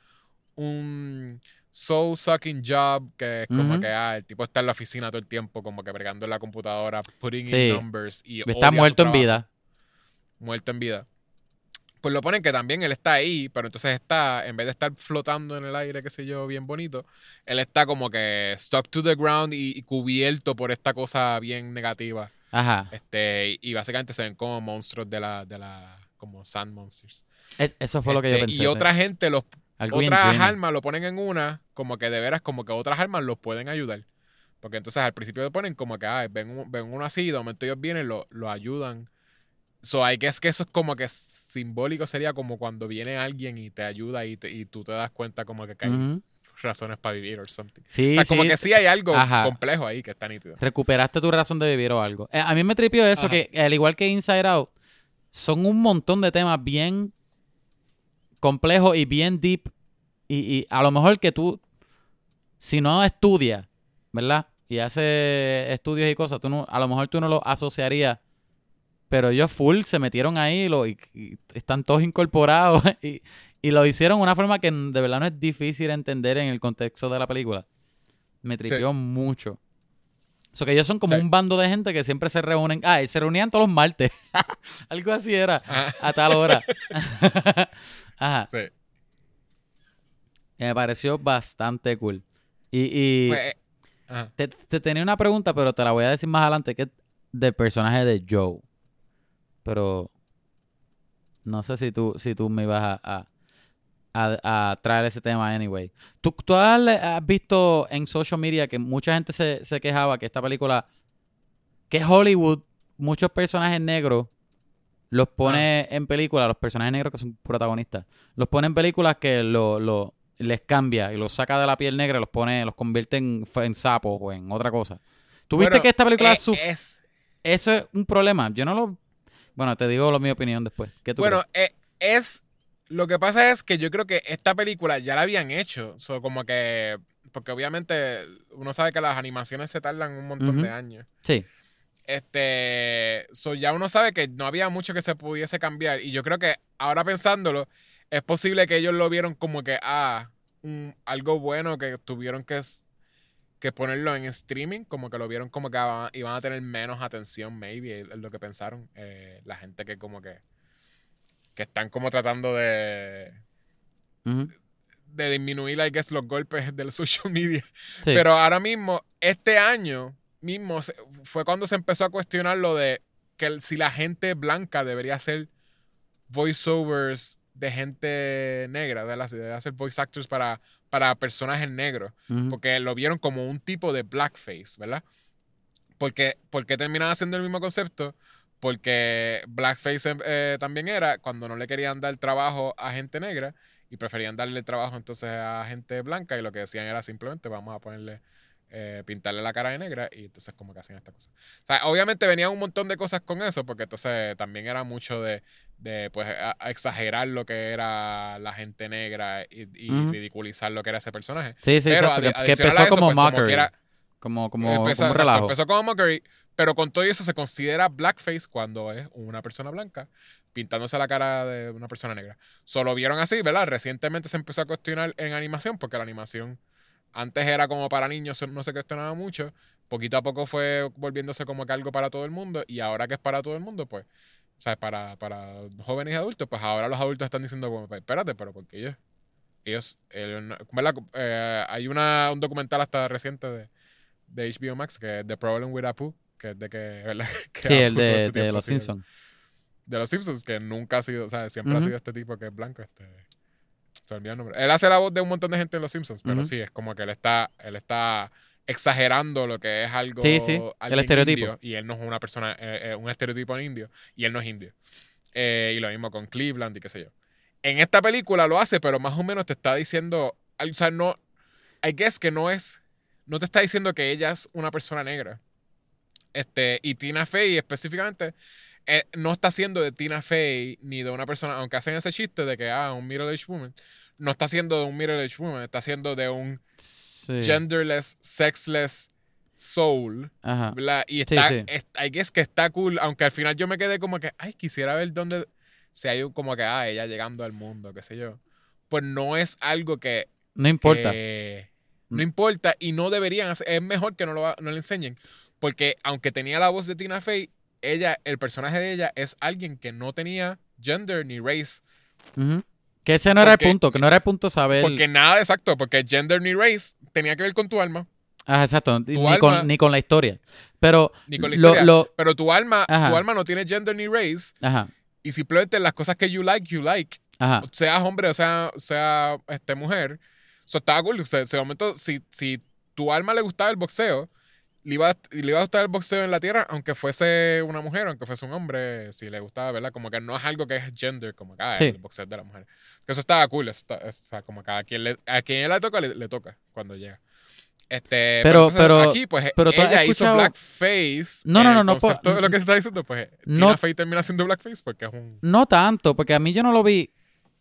un soul sucking job, que es como que el tipo está en la oficina todo el tiempo, como que bregando en la computadora, putting in numbers, y está muerto en vida. Muerto en vida. Pues lo ponen que también él está ahí, pero entonces está, en vez de estar flotando en el aire, qué sé yo, bien bonito, él está como que stuck to the ground y cubierto por esta cosa bien negativa. Ajá. Y básicamente se ven como monstruos de la como sand monsters. Eso fue lo que yo pensé. Y otra gente, otras almas lo ponen en una, como que de veras, como que otras almas los pueden ayudar. Porque entonces al principio lo ponen como que ven uno así, de momento ellos vienen, lo ayudan. Hay que es que eso es como que simbólico, sería como cuando viene alguien y te ayuda y tú te das cuenta como que hay razones para vivir o something. Sí, o sea, como que sí hay algo Ajá. complejo ahí que está nítido. Recuperaste tu razón de vivir o algo. A mí me tripió eso, que al igual que Inside Out, son un montón de temas bien complejos y bien deep. Y a lo mejor que tú, si no estudias, ¿verdad? Y haces estudios y cosas, a lo mejor tú no lo asociarías. Pero ellos full se metieron ahí y están todos incorporados y lo hicieron de una forma que de verdad no es difícil entender en el contexto de la película. Me tripió mucho. So que ellos son como un bando de gente que siempre se reúnen. Se reunían todos los martes. Algo así era. A tal hora. Ajá. Sí. Me pareció bastante cool. Y pues, te tenía una pregunta, pero te la voy a decir más adelante, que es del personaje de Joe. Pero no sé si tú me ibas a traer ese tema anyway. ¿Tú has visto en social media que mucha gente se quejaba que esta película, que Hollywood, muchos personajes negros los pone en películas, los personajes negros que son protagonistas, los pone en películas que les cambia y los saca de la piel negra y los convierte en sapos o en otra cosa? ¿Tú viste Bueno, que esta película es... eso es un problema? Yo no lo... Bueno, te digo mi opinión después. ¿Qué tú Bueno, crees? es... Lo que pasa es que yo creo que esta película ya la habían hecho. Como que... Porque obviamente uno sabe que las animaciones se tardan un montón de años. Sí. Ya uno sabe que no había mucho que se pudiese cambiar. Y yo creo que ahora pensándolo, es posible que ellos lo vieron como que, algo bueno que tuvieron que ponerlo en streaming, como que lo vieron como que iban a tener menos atención, maybe, es lo que pensaron. La gente que como que están como tratando Ujú. de disminuir, I guess, los golpes de los social media. Sí. Pero ahora mismo, este año mismo, fue cuando se empezó a cuestionar lo de que si la gente blanca debería hacer voiceovers de gente negra, ¿verdad? Si debería hacer voice actors para personajes negros, Ujú. porque lo vieron como un tipo de blackface, ¿verdad? ¿Por qué terminan haciendo el mismo concepto? Porque blackface también era cuando no le querían dar trabajo a gente negra y preferían darle trabajo entonces a gente blanca, y lo que decían era simplemente vamos a ponerle, pintarle la cara de negra, y entonces como que hacían esta cosa. O sea, obviamente venían un montón de cosas con eso, porque entonces también era mucho de pues a exagerar lo que era la gente negra y Ujú. ridiculizar lo que era ese personaje. Sí, sí, Pero exacto. Que adicional empezó a eso, como pues como mockery. quiera, Como empezó, un relajo. empezó como mockery, pero con todo eso se considera blackface cuando es una persona blanca pintándose la cara de una persona negra. Solo vieron así, ¿verdad? Recientemente se empezó a cuestionar en animación, porque la animación antes era como para niños, no se cuestionaba mucho. Poquito a poco fue volviéndose como que algo para todo el mundo, y ahora que es para todo el mundo, pues, o sea, para jóvenes y adultos, pues ahora los adultos están diciendo, bueno, pues, espérate, pero porque ¿verdad? Hay un documental hasta reciente de HBO Max, que es The Problem with Apu, que es de que, ¿verdad? Que Sí, el Apu todo de este tiempo Los ha sido Simpsons. de los Simpsons, que nunca ha sido, o sea, siempre ha Ujú. sido este tipo que es blanco, se me olvidó el nombre. Él hace la voz de un montón de gente en Los Simpsons, pero Ujú. sí, es como que él está exagerando lo que es algo, Sí, sí, el alguien estereotipo. indio, y él no es una persona, un estereotipo indio, y él no es indio. Y lo mismo con Cleveland y qué sé yo. En esta película lo hace, pero más o menos te está diciendo, o sea, no, I guess que no te está diciendo que ella es una persona negra. Y Tina Fey específicamente no está haciendo de Tina Fey ni de una persona, aunque hacen ese chiste de que, un middle-aged woman, no está haciendo de un middle-aged woman, está haciendo de un Sí. genderless, sexless soul, Ajá. ¿verdad? Y Sí, sí. I guess que está cool, aunque al final yo me quedé como que, quisiera ver dónde, si hay como que, ella llegando al mundo, qué sé yo. Pues no es algo No importa. que no importa, y no deberían hacer, es mejor que no le enseñen, porque aunque tenía la voz de Tina Fey, el personaje de ella es alguien que no tenía gender ni race. Ujú. Que ese no era el Porque- punto, que no era el punto saber. Porque nada, exacto, porque gender ni race tenía que ver con tu alma, Ajá, exacto. Tu alma- Ni con la historia. Pero ni con la historia. lo, Pero tu alma Ajá. no tiene gender ni race, ajá, y simplemente las cosas que you like. ajá. Seas hombre o sea mujer. Eso estaba cool. O sea, ese momento, si tu alma le gustaba el boxeo, le iba a gustar el boxeo en la tierra, aunque fuese una mujer, aunque fuese un hombre, si le gustaba, ¿verdad? Como que no es algo que es gender, como que Sí. el boxeo es de la mujer. Que eso estaba cool. O sea, como que a quien él le toca, le toca cuando llega. Pero aquí, pues, pero tú has ella hizo escuchado- blackface. No, no, el no, no, concepto de lo que se está diciendo, pues, no- Tina Fey termina haciendo blackface porque es un... No tanto, porque a mí yo no lo vi.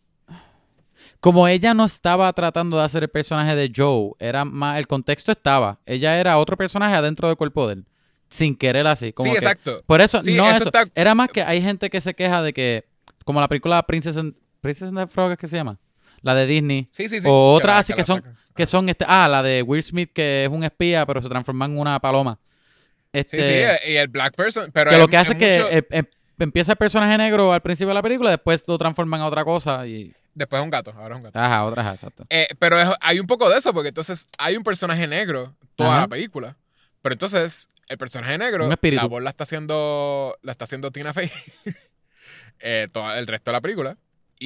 Como ella no estaba tratando de hacer el personaje de Joe, era más, el contexto estaba. Ella era otro personaje adentro del cuerpo de él. Sin querer así. Como Sí, que- exacto. Por eso, Sí, no eso eso. está- Era más que hay gente que se queja de que, como la película Princess and the Frog, ¿es que se llama? La de Disney. Sí. O Que otras la- así que que la son, sacan. que son la de Will Smith, que es un espía, pero se transforma en una paloma. Sí, y el black person, pero Que lo que hace es mucho- que empieza el personaje negro al principio de la película, después lo transforman a otra cosa y... Después es un gato, ahora es un gato. Ajá, otra, ajá, exacto. Pero hay un poco de eso, porque entonces hay un personaje negro toda Ajá. la película. Pero entonces, el personaje negro, Un espíritu. la voz la está haciendo Tina Fey todo el resto de la película.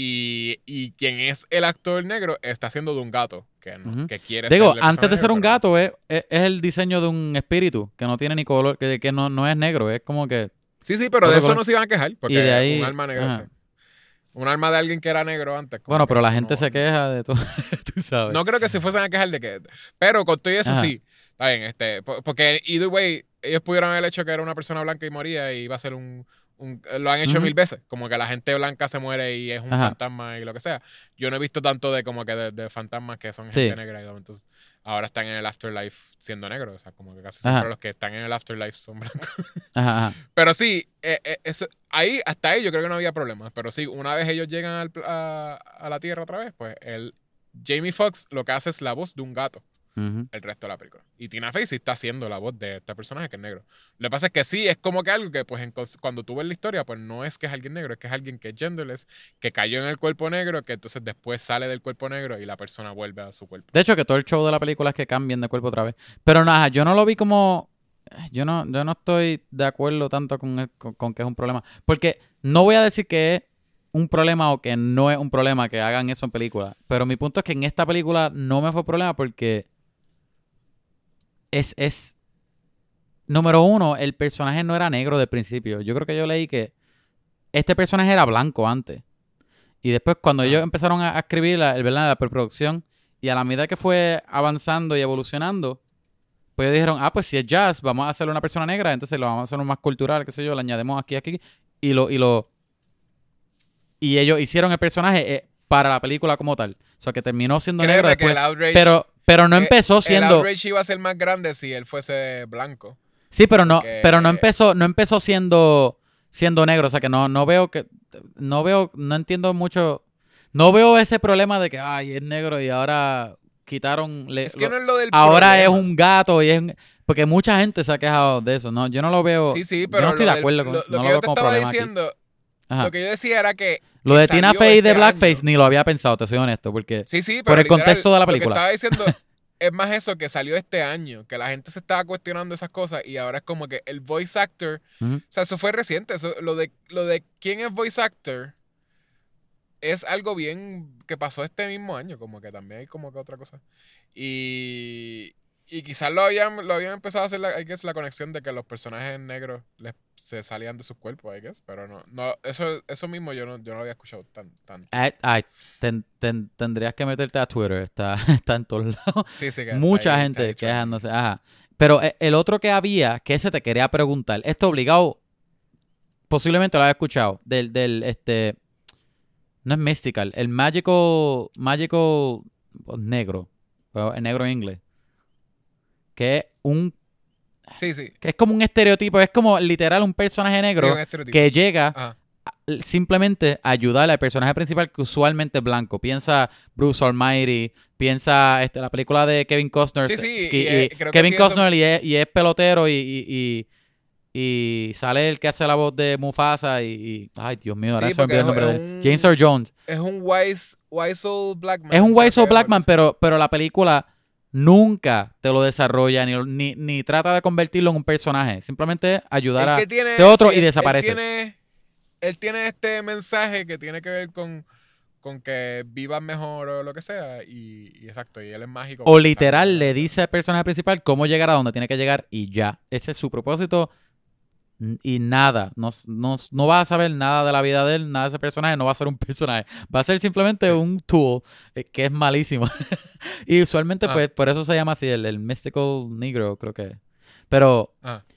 Y quien es el actor negro está haciendo de un gato, Ujú. que quiere Digo, ser el antes de personaje ser un negro, gato, es el diseño de un espíritu que no tiene ni color, que no es negro, es como que... Sí, pero Otro de eso color. no se iban a quejar, porque Y de ahí- un alma negra. ajá. Sí. Un alma de alguien que era negro antes. como Bueno, que pero la eso gente no- se queja de todo, tú sabes. No creo que se fuesen a quejar de que. Pero con todo eso Ajá. sí. Está bien, porque either way, ellos pudieron haber hecho que era una persona blanca y moría y iba a ser lo han hecho 1000 veces, como que la gente blanca se muere y es un fantasma y lo que sea. Yo no he visto tanto de como que de fantasmas que son gente negra y entonces ahora están en el afterlife siendo negros, o sea, como que casi siempre los que están en el afterlife son blancos. Pero sí, hasta ahí yo creo que no había problemas, pero sí, una vez ellos llegan a la Tierra otra vez, pues Jamie Foxx lo que hace es la voz de un gato. El resto de la película. Y Tina Fey sí está haciendo la voz de este personaje que es negro. Lo que pasa es que sí, es como que algo que pues cuando tú ves la historia, pues no es que es alguien negro, es que es alguien que es genderless, que cayó en el cuerpo negro, que entonces después sale del cuerpo negro y la persona vuelve a su cuerpo. De hecho, que todo el show de la película es que cambien de cuerpo otra vez. Pero nada, yo no lo vi como... Yo no estoy de acuerdo tanto con que es un problema. Porque no voy a decir que es un problema o que no es un problema que hagan eso en película. Pero mi punto es que en esta película no me fue problema porque... Número uno, el personaje no era negro de principio. Yo creo que yo leí que este personaje era blanco antes. Y después cuando ellos empezaron a escribir la preproducción y a la medida que fue avanzando y evolucionando, pues ellos dijeron, pues si es jazz, vamos a hacerle una persona negra, entonces lo vamos a hacer más cultural, qué sé yo, le añadimos aquí, y ellos hicieron el personaje para la película como tal. O sea, que terminó siendo negro después. Pero no empezó siendo... El outrage iba a ser más grande si él fuese blanco. Sí, pero no empezó siendo negro. O sea, que no entiendo mucho... No veo ese problema de que, es negro y ahora quitaron... Es que no es lo del ahora problema. Es un gato y es... Porque mucha gente se ha quejado de eso, ¿no? Yo no lo veo... Sí, pero yo no estoy de acuerdo con eso. Lo No que lo yo veo te como estaba problema diciendo... Lo que yo decía era que... Lo de Tina Fey de Blackface año. ni lo había pensado, te soy honesto, porque... Sí, pero por el contexto de la película. Lo que estaba diciendo es más eso, que salió este año, que la gente se estaba cuestionando esas cosas y ahora es como que el voice actor... O sea, eso fue reciente. Lo de quién es voice actor es algo bien que pasó este mismo año, como que también hay como que otra cosa. Y quizás lo habían empezado a hacer, I guess, la conexión de que los personajes negros se salían de sus cuerpos, I guess, pero no eso mismo yo no lo había escuchado tan. Tendrías que meterte a Twitter, está en todos lados. Sí, que mucha gente quejándose. Pero el otro que había, que ese te quería preguntar, esto obligado, posiblemente lo había escuchado, no es Mystical, el Magical negro, el negro en inglés, que es que es como un estereotipo, es como literal un personaje negro que llega simplemente a ayudar al personaje principal que usualmente es blanco. Piensa Bruce Almighty, piensa la película de Kevin Costner. Kevin Costner y es pelotero y sale el que hace la voz de Mufasa ay, Dios mío, ahora se me olvidó el nombre de él. James Earl Jones. Es un Wiseau Blackman. Es un Wiseau Blackman, pero la película nunca te lo desarrolla ni trata de convertirlo en un personaje. Simplemente ayudar a otro y desaparece. Él tiene este mensaje que tiene que ver con que vivas mejor o lo que sea. Y exacto, y él es mágico. O literal le dice al personaje principal cómo llegar a donde tiene que llegar y ya. Ese es su propósito. Y nada, no vas a saber nada de la vida de él, nada de ese personaje, no va a ser un personaje, va a ser simplemente un tool que es malísimo. Y usualmente pues por eso se llama así, el Mystical Negro, creo que. Pero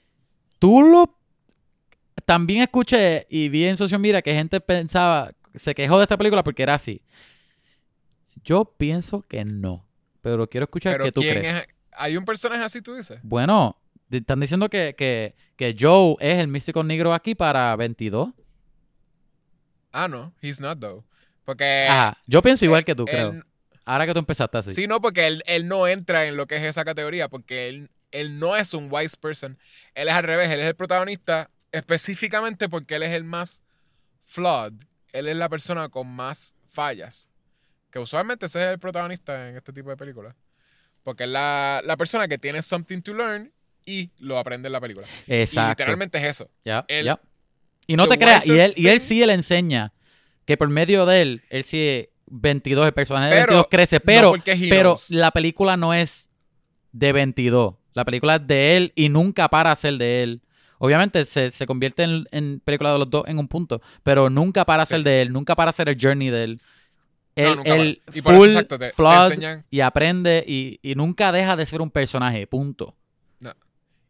también escuché y vi en social media que gente se quejó de esta película porque era así. Yo pienso que no, pero quiero escuchar qué tú crees. ¿Hay un personaje así, tú dices? Bueno, están diciendo que Joe es el Mystical Negro aquí para 22. No, he's not though. Porque yo pienso igual que tú, creo. Ahora que tú empezaste así. Sí, no, porque él no entra en lo que es esa categoría, porque él no es un wise person. Él es al revés, él es el protagonista específicamente porque él es el más flawed. Él es la persona con más fallas. Que usualmente ese es el protagonista en este tipo de películas. Porque es la persona que tiene something to learn y lo aprende en la película. Exacto. Y literalmente es eso. Y no te creas, y él sí le enseña que por medio de él sí 22, el personaje de 22 crece, pero la película no es de 22. La película es de él y nunca para a ser de él. Obviamente se convierte en película de los dos en un punto, pero nunca para a ser de él, nunca para a ser el journey de él. Él y por eso, exacto, flawed y aprende y nunca deja de ser un personaje, punto. No.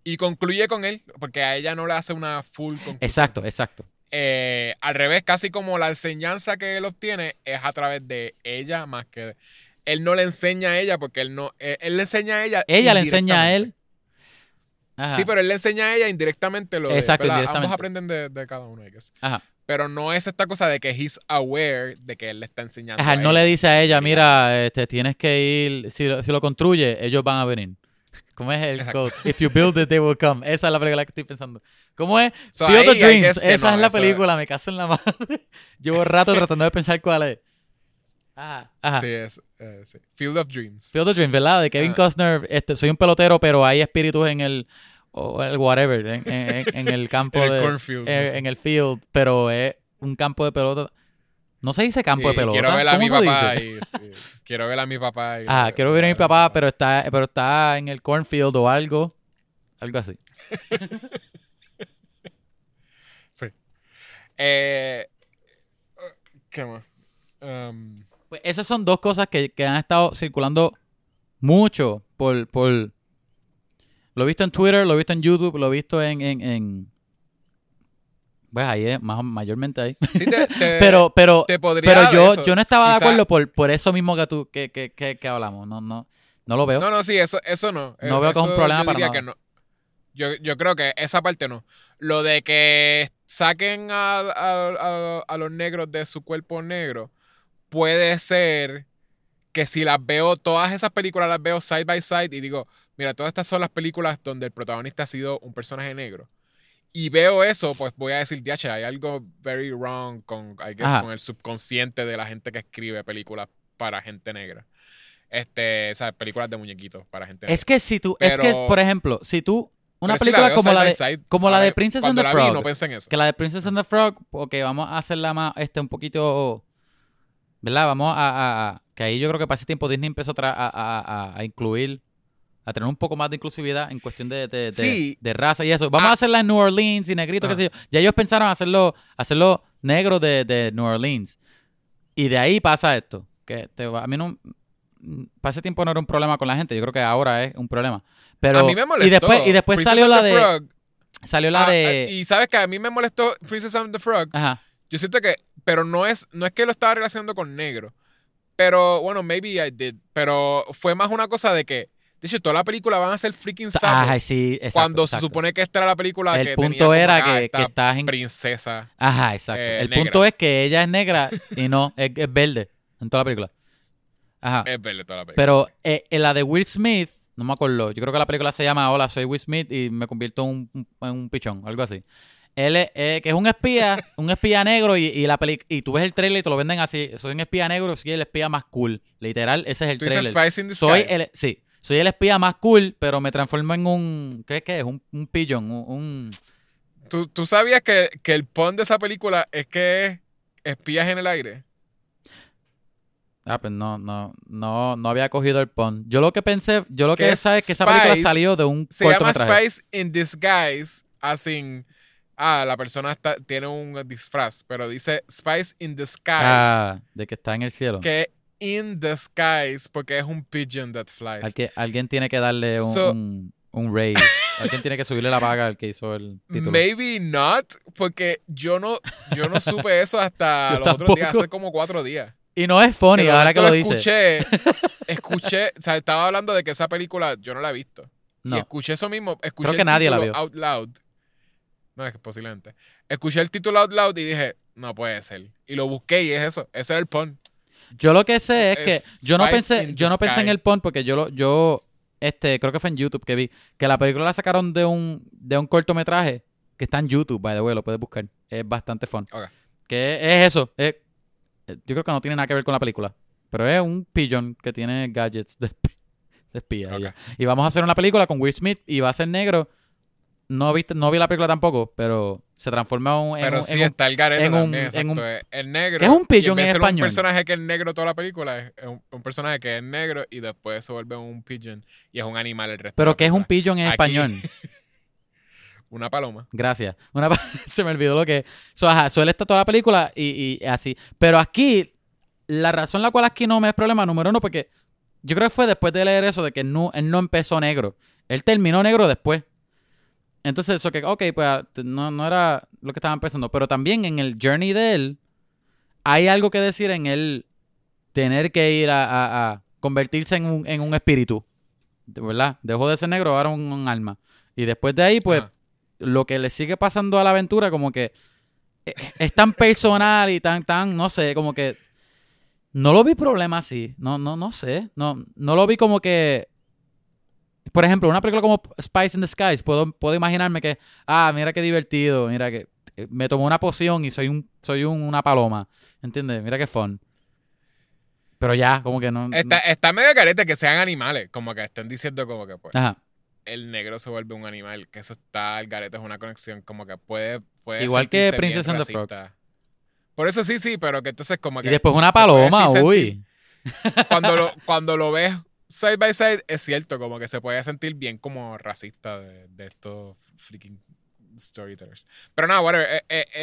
Y concluye con él, porque a ella no le hace una full conclusión. Exacto. Al revés, casi como la enseñanza que él obtiene es a través de ella más que... Él no le enseña a ella porque él le enseña a ella. Ella le enseña a él. Ajá. Sí, pero él le enseña a ella indirectamente lo Exacto, de... indirectamente. Ambos aprenden de cada uno, I guess. Ajá. Pero no es esta cosa de que he's aware de que él le está enseñando. Ajá, él no le dice a ella, mira, tienes que ir, si lo construye, ellos van a venir. ¿Cómo es el Exacto. quote? If you build it, they will come. Esa es la película que estoy pensando. ¿Cómo es? So, Field of ahí, I Dreams. guess que Esa no, es la eso- película, me caso en la madre. Llevo rato tratando de pensar cuál es. Ajá. Sí, sí. Field of Dreams. Field of Dreams, ¿verdad? De Kevin Costner. Soy un pelotero, pero hay espíritus en el whatever, en el campo En el de cornfield, no sé. en el field, pero es un campo de pelota. No se dice campo de Y pelota. quiero ver a ¿Cómo mi se papá dice? quiero ver a mi papá. Quiero ver a mi papá, pero está en el cornfield o algo así. Sí. ¿Qué más? Pues esas son dos cosas que han estado circulando mucho por lo he visto en Twitter, lo he visto en YouTube, lo he visto en pues ahí es, mayormente ahí. Sí, pero te podría yo, eso. yo no estaba de Quizá- acuerdo por eso mismo que hablamos. No lo veo. No, sí, eso no. No veo que es un problema yo para diría nada. que no. Yo creo que esa parte no. Lo de que saquen a los negros de su cuerpo negro puede ser que si las veo, todas esas películas las veo side by side y digo, mira, todas estas son las películas donde el protagonista ha sido un personaje negro. Y veo eso, pues voy a decir, diache, hay algo very wrong con el subconsciente de la gente que escribe películas para gente negra. O sea, películas de muñequitos para gente negra. Es que por ejemplo, si tú una Pero sí película veo como side la by de side. como la de Princess and Cuando the la vi, Frog, no pensé en eso. que la de Princess and the Frog, porque vamos a hacerla más un poquito, ¿verdad? Vamos a que ahí yo creo que para ese tiempo Disney empezó a incluir, a tener un poco más de inclusividad en cuestión Sí. de raza y eso. Vamos a hacerla en New Orleans y negrito, qué sé yo. Ya ellos pensaron hacerlo negro de New Orleans. Y de ahí pasa esto. Que a mí no... Para ese tiempo no era un problema con la gente. Yo creo que ahora es un problema. Pero, A mí me molestó. Y después Princess salió and la the de... Frog. Salió la de... Y sabes que a mí me molestó Princess and the Frog. Ajá. Yo siento que... Pero no es que lo estaba relacionando con negro. Pero, bueno, maybe I did. Pero fue más una cosa de que... De hecho, toda la película van a ser freaking sapos. Ajá, sí, exacto. Cuando se supone que esta era la película el que punto tenía como era esta que estás en... princesa. Ajá, exacto. El negra. punto es que ella es negra y no, es verde en toda la película. Ajá. Es verde toda la película. Pero en la de Will Smith, no me acuerdo. Yo creo que la película se llama Hola, soy Will Smith y me convierto en un pichón, algo así. Él es, que es un espía negro y tú ves el trailer y te lo venden así. Soy un espía negro, soy el espía más cool. Literal, ese es el Tú dices trailer. Spice in Disguise. Soy el espía más cool, pero me transformo en un... ¿Qué es? Un pigeon, ¿Tú sabías que el pun de esa película es que es espías en el aire? Pues no había cogido el pun. Yo lo que Que sé es que esa película Spice, salió de un Se llama cortometraje. Spice in Disguise, así... la persona tiene un disfraz, pero dice Spice in Disguise. De que está en el cielo. Que in the skies, porque es un pigeon that flies. Alguien tiene que darle un raise. Alguien tiene que subirle la paga al que hizo el título. Maybe not, porque yo no supe eso hasta Yo los otros días, tampoco. hace como 4 días. Y no es funny, De ahora que momento lo dice. escuché, o sea, estaba hablando de que esa película yo no la he visto. No. Y escuché eso mismo, escuché Creo que el nadie la título vio. out loud. No, es que posiblemente. Escuché el título out loud y dije, no puede ser. Y lo busqué y es eso, ese era el pun. Yo lo que sé es que Es yo no Spice pensé in the en Sky. el pun porque yo creo que fue en YouTube que vi que la película la sacaron de un cortometraje que está en YouTube, by the way, lo puedes buscar. Es bastante fun. Ok. Que es eso. Yo creo que no tiene nada que ver con la película. Pero es un pigeon que tiene gadgets de espía. Ok. Y vamos a hacer una película con Will Smith y va a ser negro. No vi la película tampoco, pero se transforma Pero sí está el garete en un- también, en un- exacto. El negro. ¿Qué es un y pigeon vez de en ser español? un personaje que es negro toda la película, es un personaje que es negro y después se vuelve un pigeon y es un animal el resto de Pero la que es un película. pigeon en Aquí- español. Una paloma. Gracias. Se me olvidó lo que es. Suele estar toda la película y así. Pero aquí, la razón la cual aquí no me es problema, número uno, porque yo creo que fue después de leer eso de que él no empezó negro. Él terminó negro después. Entonces, eso que, ok, pues no era lo que estaban pensando. Pero también en el journey de él, hay algo que decir en él tener que ir a convertirse en un espíritu. ¿Verdad? Dejó de ser negro, ahora un alma. Y después de ahí, pues, Ajá. lo que le sigue pasando a la aventura, como que es tan personal y tan, no sé, como que no lo vi problema así. No sé. No lo vi como que. Por ejemplo, una película como Spice in the Skies, puedo imaginarme que, mira qué divertido, mira que me tomó una poción y una paloma. ¿Entiendes? Mira qué fun. Pero ya, como que no. Está medio carete que sean animales, como que estén diciendo como que pues Ajá. el negro se vuelve un animal, que eso está al garete, es una conexión como que puede Igual que sentirse bien Princess and the Frog. racista. Por eso sí, pero que entonces como Y que después una se puede paloma, sí sentir, uy. cuando lo ves side by side, es cierto, como que se puede sentir bien como racista de estos freaking storytellers. Pero nada, whatever,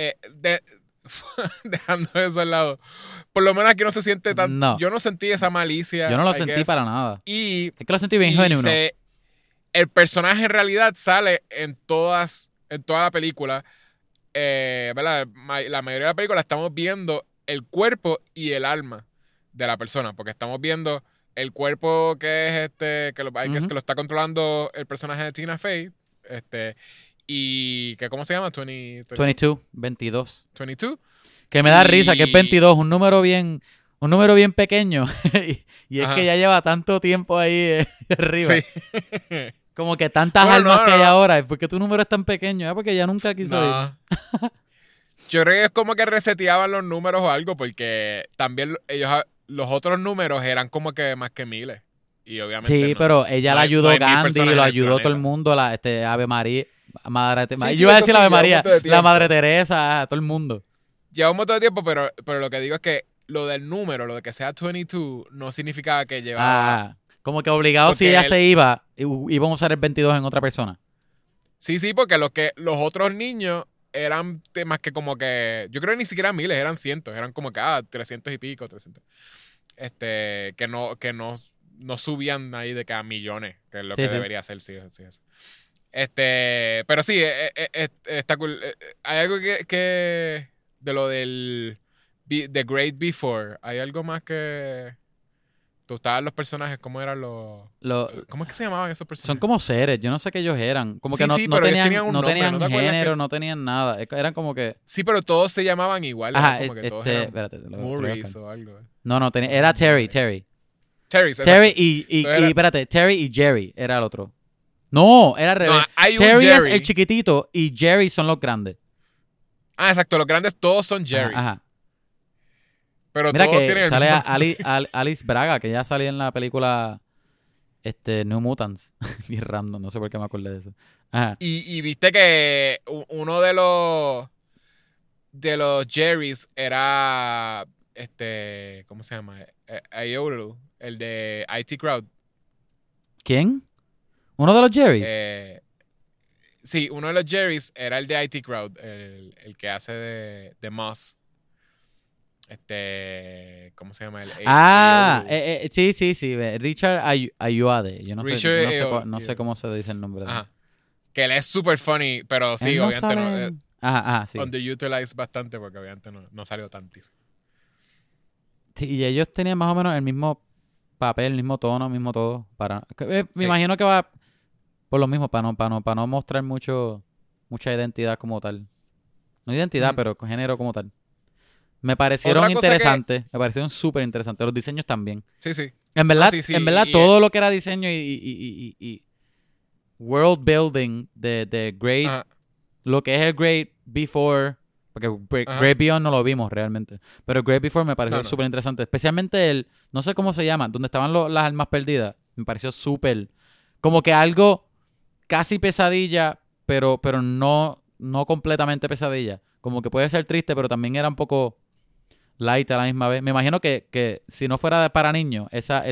dejando eso al lado, por lo menos aquí no se siente tan, No, yo no sentí esa yo malicia, no lo I sentí guess, para nada. y, Es que lo sentí bien y genuino. el personaje en realidad sale en toda la película, ¿verdad? La mayoría de la película estamos viendo el cuerpo y el alma de la persona, porque estamos viendo el cuerpo que es que lo está controlando el personaje de Tina Fey, y que ¿cómo se llama? 22. 22. Que me da risa, que es 22, un número bien pequeño. y es que Ajá. ya lleva tanto tiempo ahí arriba. Sí. Como que tantas Bueno, almas no, que hay no, ahora. ¿Por qué tu número es tan pequeño? Porque ya nunca quiso ir. no. Yo creo que es como que reseteaban los números o algo, porque también los otros números eran como que más que miles. Y obviamente Sí, no, pero ella no la hay, no ayudó hay 1000 Gandhi, personas lo en el ayudó todo el planeta. mundo, Ave María, Madre Sí, Yo sí, iba a eso decir sí, Ave lleva un María, montón de la Madre tiempo. Teresa, todo el mundo. Lleva un montón de tiempo, pero lo que digo es que lo del número, lo de que sea 22, no significaba que llevaba. Como que obligado si ella Porque se iba, iban a usar el 22 en otra persona. sí, porque los otros niños eran temas que como que. Yo creo que ni siquiera miles, eran cientos. Eran como que 300 y pico, 300. Que no subían ahí de que a millones, que es lo Sí, que sí. debería ser, sí, sí, eso. Pero sí, está cool. Hay algo que de lo del The Great Before, hay algo más que te gustaban los personajes, ¿cómo eran Lo- cómo es que se llamaban esos Son personajes? como seres, yo no sé qué ellos eran. Como que Sí, sí, pero ellos tenían un no nombre, tenían ¿no te acuerdas género, no tenían nada. Eran como que. sí, pero todos se llamaban igual, era Ajá, como que todos eran espérate, te lo voy a buscar. Murrays o algo. No, Todos era eran Terry, Murray. Terry. Terry, Terry exacto. Entonces espérate, Terry y Jerry era el otro. No, era al no, revés. hay un Terry es Jerry. el chiquitito y Jerry son los grandes. Exacto, los grandes todos son Ajá, Jerrys. ajá. Pero Mira todos que tienen el sale mismo a Alice Braga, que ya salía en la película New Mutants. Bien random, no sé por qué me acordé de eso. Ajá. Y viste que uno de los Jerrys era ¿cómo se llama? Ayodel, el de IT Crowd. ¿Quién? ¿Uno de los Jerrys? Sí, uno de los Jerrys era el de IT Crowd, el que hace de Moss. ¿Cómo se llama? Sí. Richard Ayoade. Yo no sé, no sé cómo se dice el nombre de él. Ajá. Que él es super funny, pero sí, Él no obviamente no. sale Ajá, sí. Underutilized bastante porque obviamente no salió tantísimo. Sí, y ellos tenían más o menos el mismo papel, el mismo tono, el mismo todo. Me imagino que va por lo mismo, para no mostrar mucha identidad como tal. No identidad, pero con género como tal. Me parecieron Otra cosa interesantes, me parecieron súper interesantes. Los diseños también. Sí, sí. En verdad, Sí. en verdad todo lo que era diseño y world building de Great, Ajá, lo que es el Great Before, porque ajá. Great Beyond no lo vimos realmente, pero el Great Before me pareció No. súper interesante, especialmente no sé cómo se llama, donde estaban las almas perdidas, me pareció súper, como que algo casi pesadilla, pero no completamente pesadilla, como que puede ser triste, pero también era un poco light a la misma vez. Me imagino que si no fuera para niños,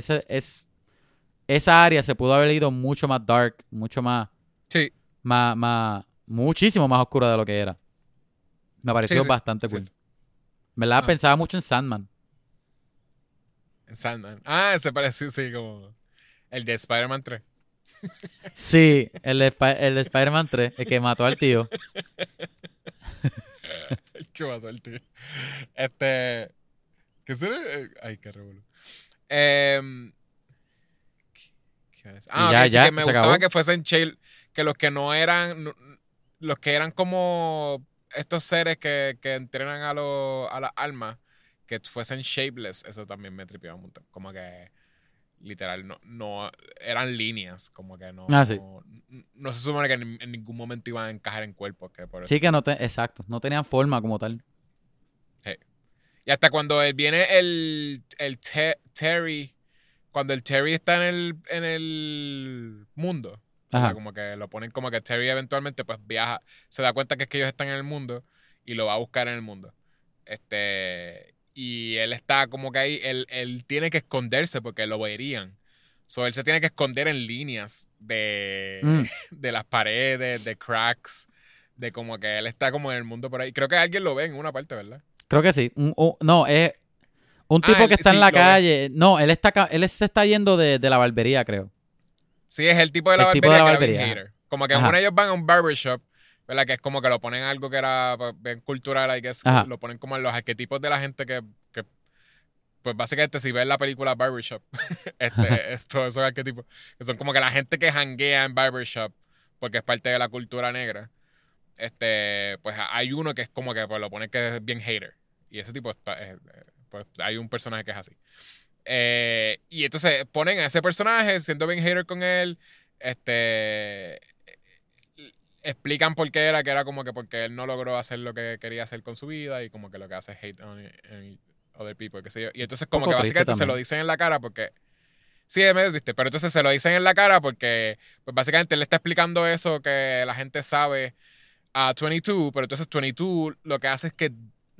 esa área se pudo haber ido mucho más dark, mucho Sí, muchísimo más oscura de lo que era. Me pareció sí. bastante Sí. cool. ¿Verdad? Pensaba mucho en Sandman. En Sandman. Ese parece, sí, como el de Spider-Man 3. Sí, el de Spider-Man 3, el que mató al tío. El que mató al tío. Este. ¿Qué será? Ay, qué revuelo. Eh, ¿Qué iba a decir? Y Ok, sí que ya, me se gustaba acabó. que fuesen chill, que los que no eran, los que eran como estos seres que entrenan a las almas, que fuesen shapeless, eso también me tripeaba un montón. Como que literal, no eran líneas, como que Ah, sí. no se supone que en ningún momento iban a encajar en cuerpos, que por eso Sí que como que, exacto, no tenían forma como tal. hey. Y hasta cuando viene Terry, cuando el Terry está en el mundo, ¿verdad? Ajá. Como que lo ponen como que Terry eventualmente pues viaja, se da cuenta que es que ellos están en el mundo y lo va a buscar en el mundo. Y él está como que ahí, él tiene que esconderse porque lo verían. So, él se tiene que esconder en líneas Mm, de las paredes, de cracks, de como que él está como en el mundo por ahí. Creo que alguien lo ve en una parte, ¿verdad? creo que sí. No, es un Ah, tipo que él está en sí la lo ve. calle. No, él se está yendo de la barbería, creo. Sí, es el tipo de la El tipo de barbería la que era bien barbería. Ajá. hater. Como que en una Ajá. ellos van a un barbershop, ¿verdad? Que es como que lo ponen algo que era pues, bien cultural, I guess, que Ajá. lo ponen como en los arquetipos de la gente que pues básicamente si ves la película Barbershop, todos esos arquetipos, que son como que la gente que janguea en barbershop, porque es parte de la cultura negra, pues hay uno que es como que pues, lo ponen que es bien hater. Y ese tipo, pues hay un personaje que es así. Y entonces ponen a ese personaje siendo bien hater con él. Este. Explican por qué era, que era como que porque él no logró hacer lo que quería hacer con su vida y como que lo que hace es hate on other people, qué sé yo. Y entonces como que Poco triste básicamente se lo también. dicen en la cara porque. Sí, viste, pero entonces se lo dicen en la cara porque pues básicamente él le está explicando eso que la gente sabe a 22, pero entonces 22 lo que hace es que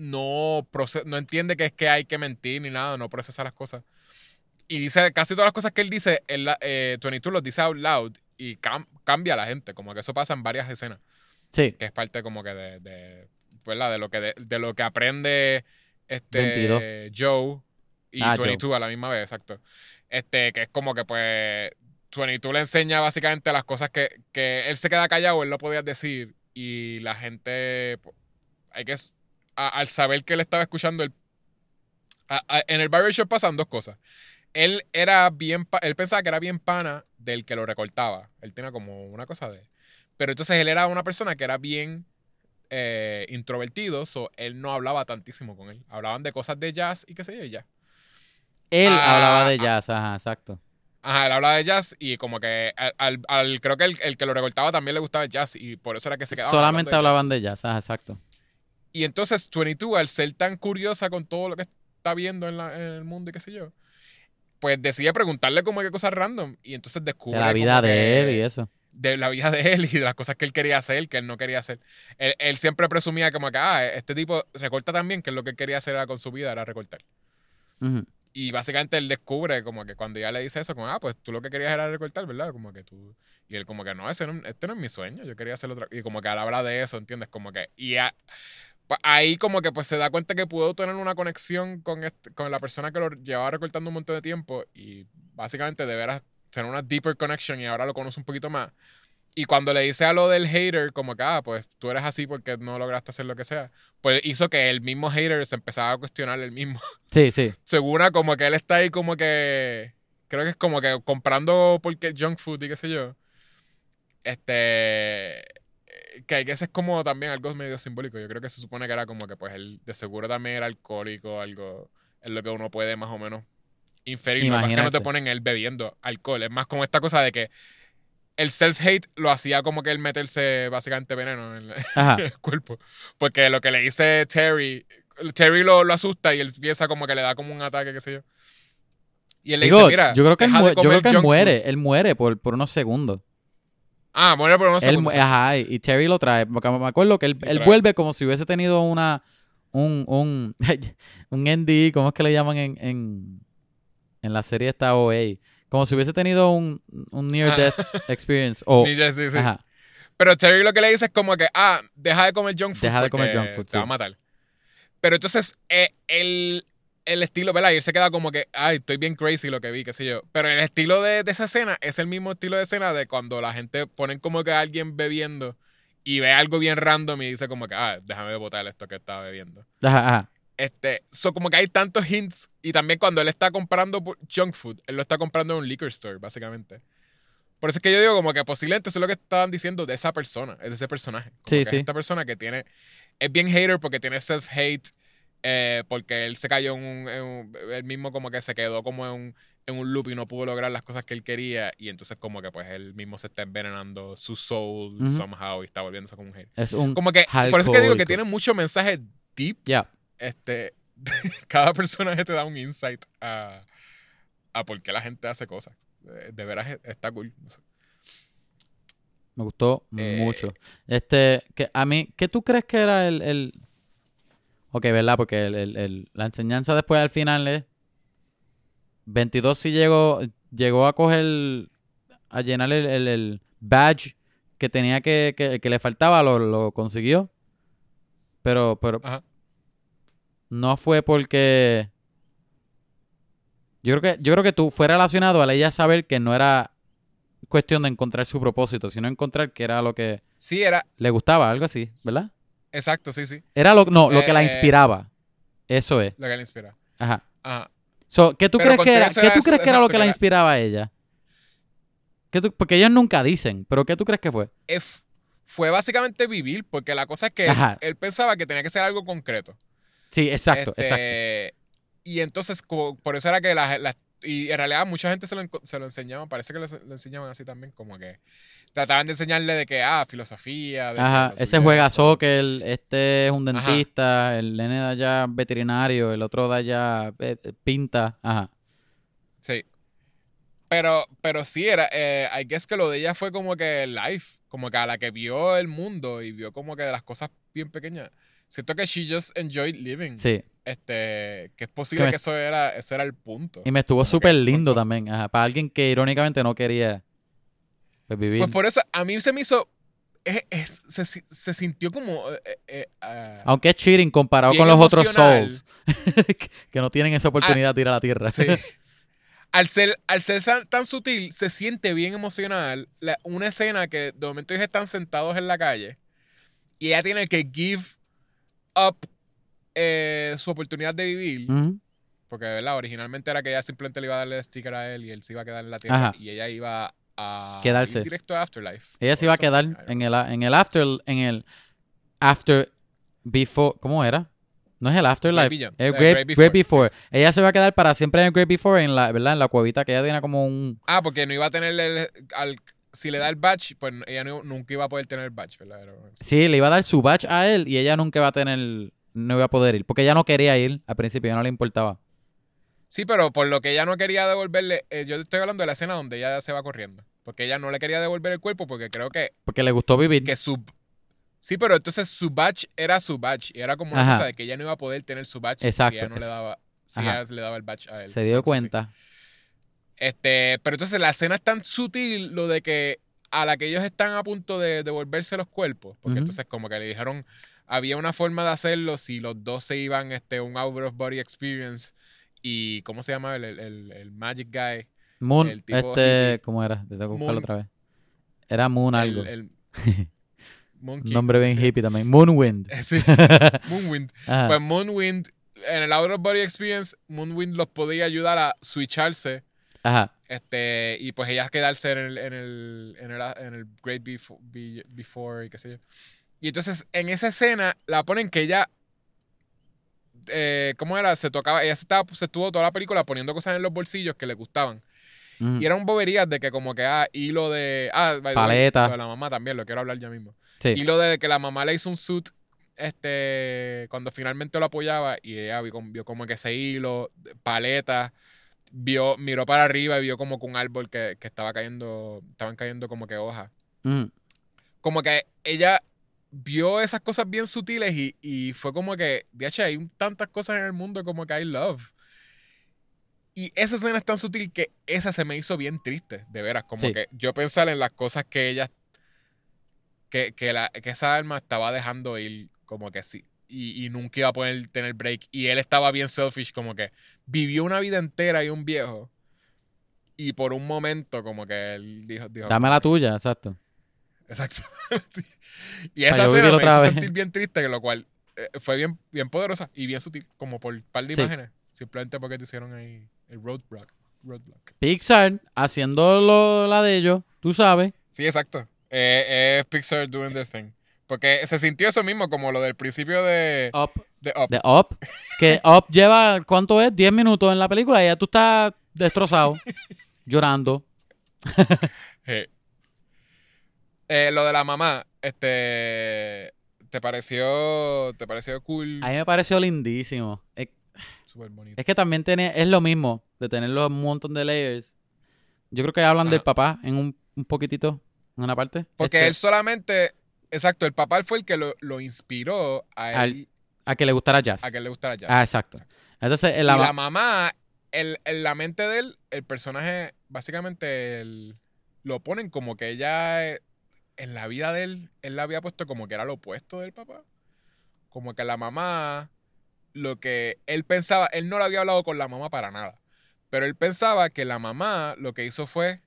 no entiende que es que hay que mentir ni nada, no procesa las cosas. Y dice casi todas las cosas que él dice, 22 los dice out loud y cambia a la gente. Como que eso pasa en varias escenas. Sí, Que es parte como que ¿verdad? De lo que aprende 22. Joe y Ah, Joe. 22 a la misma vez, exacto. Que es como que pues 22 le enseña básicamente las cosas que él se queda callado, él no podía decir. Y la gente, pues, hay que, al saber que él estaba escuchando, en el barbershop pasan dos cosas. Él era bien, él pensaba que era bien pana del que lo recortaba. Él tenía como una cosa de. Pero entonces él era una persona que era bien introvertido, so él no hablaba tantísimo con él. Hablaban de cosas de jazz y qué sé yo, y ya. Él hablaba Ah, de ah, jazz, ajá, exacto. ajá, él hablaba de jazz y como que creo que el que lo recortaba también le gustaba el jazz y por eso era que se quedaban hablando Solamente de jazz. hablaban de jazz, ajá, exacto. Y entonces 22, al ser tan curiosa con todo lo que está viendo en el mundo y qué sé yo, pues decide preguntarle como que cosas random y entonces De la descubre vida como de él y que eso. de la vida de él y de las cosas que él quería hacer, que él no quería hacer. Él siempre presumía como que, este tipo recorta también, que es lo que él quería hacer era con su vida, era recortar. Ujú. Y básicamente él descubre como que cuando ella le dice eso, como, pues tú lo que querías era recortar, ¿verdad? Como que tú. Y él como que no, este no es mi sueño, yo quería hacer otra. Y como que él habla de eso, ¿entiendes? Como que. Pues, ahí como que pues se da cuenta que pudo tener una conexión con la persona que lo llevaba recortando un montón de tiempo y básicamente de veras tener una deeper connection y ahora lo conoce un poquito más. Y cuando le dice a lo del hater, como que, pues tú eres así porque no lograste hacer lo que sea, pues hizo que el mismo hater se empezaba a cuestionar el mismo. Sí, sí. Segura como que él está ahí como que, creo que es como que comprando porque junk food y qué sé yo. Que hay que es como también algo medio simbólico. Yo creo que se supone que era como que pues él de seguro también era alcohólico, algo en lo que uno puede más o menos inferir. Lo que pasa es que no te Imaginarse. ponen él bebiendo alcohol. Es más como esta cosa de que el self-hate lo hacía como que él meterse básicamente veneno en Ajá. el cuerpo. Porque lo que le dice Terry lo asusta y él piensa como que le da como un ataque, qué sé yo. Y él le dice, Digo, mira, yo creo que deja de yo creo comer que junk food. él muere por unos segundos. Ah, muere por unos segundos, exacto. Ajá, y Terry lo trae. Porque me acuerdo que Lo él trae. vuelve como si hubiese tenido un un NDE, ¿cómo es que le llaman en la serie esta OA? Como si hubiese tenido un near Ah, death experience. O, Ninja, sí, sí. ajá, Pero Terry lo que le dice es como que, deja de comer junk food deja de comer junk porque food, te va a sí. matar. Pero entonces, el estilo, ¿verdad? Y él se queda como que, ay, estoy bien crazy lo que vi, qué sé yo. Pero el estilo de esa escena es el mismo estilo de escena de cuando la gente ponen como que a alguien bebiendo y ve algo bien random y dice como que, déjame botar esto que estaba bebiendo. Ajá. Como que hay tantos hints. Y también cuando él está comprando junk food, él lo está comprando en un liquor store, básicamente. Por eso es que yo digo como que posiblemente eso es lo que estaban diciendo de esa persona, de ese personaje. Como Sí, que sí. es esta persona que es bien hater porque tiene self-hate, porque él se cayó él mismo como que se quedó como en un loop y no pudo lograr las cosas que él quería. Y entonces como que pues él mismo se está envenenando su soul somehow y está volviéndose como un hater. Es un Como que, por eso es que digo que tiene muchos mensajes deep. Yeah. Cada personaje te da un insight a por qué la gente hace cosas. De veras está cool. No sé. Me gustó mucho. Que a mí, ¿qué tú crees que era Ok, ¿verdad? Porque la enseñanza después al final es 22 sí llegó a coger, a llenar el badge que tenía que le faltaba, lo consiguió. Pero Ajá. no fue porque... Yo creo que tú fue relacionado a ella saber que no era cuestión de encontrar su propósito, sino encontrar que era lo que Sí, era. le gustaba, algo así, ¿verdad? Exacto, sí, sí. Era lo que la inspiraba. Eso es. Lo que la inspira. Ajá. Ajá. ¿Qué tú Pero crees que era? eso ¿Qué tú crees que era lo exacto, que la inspiraba a ella? Porque ellos nunca dicen, pero ¿qué tú crees que fue? Fue básicamente vivir, porque la cosa es que él pensaba que tenía que ser algo concreto. Sí, exacto, exacto. Y entonces, por eso era que y en realidad mucha gente se lo enseñaba, parece que lo enseñaban así también, como que trataban de enseñarle de que, filosofía. Ajá, ese juega soccer, este es un dentista, el nene de allá veterinario, el otro de allá pinta, ajá. Sí. Pero sí, I guess que lo de ella fue como que life, como que a la que vio el mundo y vio como que de las cosas bien pequeñas. Siento que she just enjoyed living. Sí. Que es posible que ese era el punto. Y me estuvo súper lindo también, ajá, para alguien que irónicamente no quería vivir. Pues por eso, a mí se me hizo, se sintió como... aunque es cheating comparado con los otros souls, que no tienen esa oportunidad de ir a la tierra. Sí. Al ser tan sutil, se siente bien emocional. Una escena que de momento ellos están sentados en la calle y ella tiene que give up su oportunidad de vivir. Porque, ¿verdad? Originalmente era que ella simplemente le iba a darle el sticker a él y él se iba a quedar en la tierra. Ajá. Y ella iba a quedarse ir directo a Afterlife. Ella se iba a quedar en el after before. ¿Cómo era? No es el Afterlife. El Great Before. Ella se va a quedar para siempre en el Great Before, ¿verdad? En la cuevita que ella tiene como un... porque no iba a tener si le da el badge, pues ella nunca iba a poder tener el badge, ¿verdad? Sí, le iba a dar su badge a él y ella nunca no iba a poder ir. Porque ella no quería ir al principio, ya no le importaba. Sí, pero por lo que ella no quería devolverle... yo estoy hablando de la escena donde ella se va corriendo. Porque ella no le quería devolver el cuerpo porque creo que... Porque le gustó vivir. Sí, pero entonces su badge era su badge. Y era como una cosa de que ella no iba a poder tener su badge. Exacto. Si ella no le daba... Si ella le daba el badge a él. Se dio cuenta. Pero entonces la escena es tan sutil lo de que a la que ellos están a punto de devolverse los cuerpos. Porque entonces como que le dijeron... Había una forma de hacerlo si los dos se iban un out of body experience. Y ¿cómo se llama? El Magic Guy. Moon, el tipo ¿cómo era? Te tengo que buscarlo otra vez. Era Moon algo. Moon King, nombre bien hippie también. Moonwind. Sí, Moonwind. Pues Moonwind, en el Out of Body Experience, Moonwind los podía ayudar a switcharse. Ajá. Y pues ellas quedarse en el Great Before y qué sé yo. Y entonces en esa escena la ponen que ella... ¿cómo era? Ella se estuvo toda la película poniendo cosas en los bolsillos que le gustaban. Y eran boberías de que como que, hilo de... paleta. Lo de la mamá también, lo quiero hablar ya mismo. Sí. Hilo de que la mamá le hizo un suit cuando finalmente lo apoyaba y ella vio como que ese hilo, paleta, miró para arriba y vio como que un árbol que estaban cayendo como que hojas. Como que ella vio esas cosas bien sutiles y fue como que, DH, hay tantas cosas en el mundo como que I love. Y esa escena es tan sutil que esa se me hizo bien triste, de veras. Como que yo pensar en las cosas que ella... Que esa alma estaba dejando ir, como que sí. y nunca iba a poder tener break. Y él estaba bien selfish, como que vivió una vida entera y un viejo. Y por un momento, como que él dijo Dame la tuya, exacto. Exacto. Y Para esa yo escena vivir me otra hizo vez. sentir bien triste, lo cual fue bien poderosa y bien sutil, como por un par de Sí. imágenes. Simplemente porque te hicieron ahí el roadblock. Pixar haciendo la de ellos, tú sabes. Sí, exacto. Es Pixar doing their thing. Porque se sintió eso mismo, como lo del principio de Up. Up. De Up. Que Up lleva, ¿cuánto es? 10 minutos en la película y ya tú estás destrozado, llorando. Eh, lo de la mamá, ¿te pareció cool? A mí me pareció lindísimo. Súper bonito. Es que también es lo mismo de tenerlo un montón de layers. Yo creo que hablan del papá en un poquitito, en una parte. Porque él solamente, exacto, el papá fue el que lo inspiró a él a que le gustara jazz. a que le gustara jazz. Ah, exacto. Entonces, y la mamá, en la mente de él, el personaje, básicamente, lo ponen como que ella, en la vida de él la había puesto como que era lo opuesto del papá. Como que la mamá, lo que él pensaba, él no le había hablado con la mamá para nada. Pero él pensaba que la mamá lo que hizo fue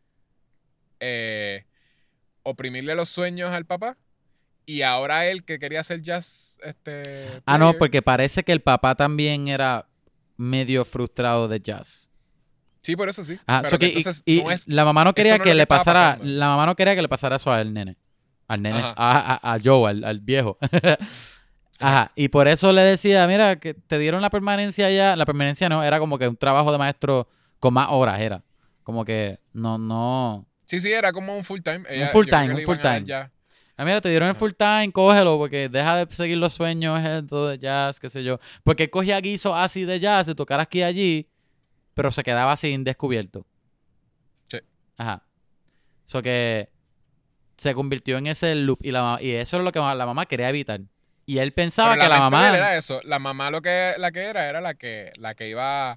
oprimirle los sueños al papá. Y ahora él que quería hacer jazz, no, porque parece que el papá también era medio frustrado de jazz. Sí, por eso sí. Pero que entonces no es, la mamá no quería que le pasara, pasando. la mamá no quería que le pasara eso al nene, a Joe, al viejo. Ajá, y por eso le decía, mira, que te dieron la permanencia ya, la permanencia no, era como que un trabajo de maestro con más horas, era. Como que no. Sí, era como un full time. Un full time. Mira, te dieron el full time, cógelo, porque deja de seguir los sueños de jazz, qué sé yo. Porque él cogía guisos así de jazz, de tocar aquí y allí, pero se quedaba así descubierto. Sí. Ajá. Eso que se convirtió en ese loop y eso es lo que la mamá quería evitar. Y él pensaba que la mamá... era eso. La mamá la que era la que iba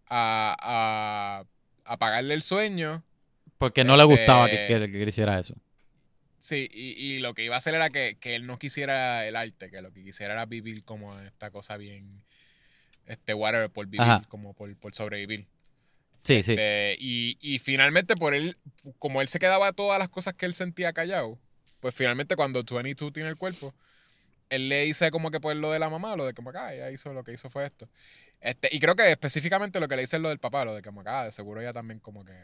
a apagarle el sueño. Porque no le gustaba que hiciera eso. Sí, y lo que iba a hacer era que él no quisiera el arte, que lo que quisiera era vivir como esta cosa bien, whatever, por vivir, Ajá. como por sobrevivir. Sí, sí. Y finalmente por él, como él se quedaba todas las cosas que él sentía callado, pues finalmente cuando 22 tiene el cuerpo, él le dice como que pues lo de la mamá, lo de como acá, ella hizo, lo que hizo fue esto. Y creo que específicamente lo que le dice es lo del papá, lo de como acá, de seguro ella también como que,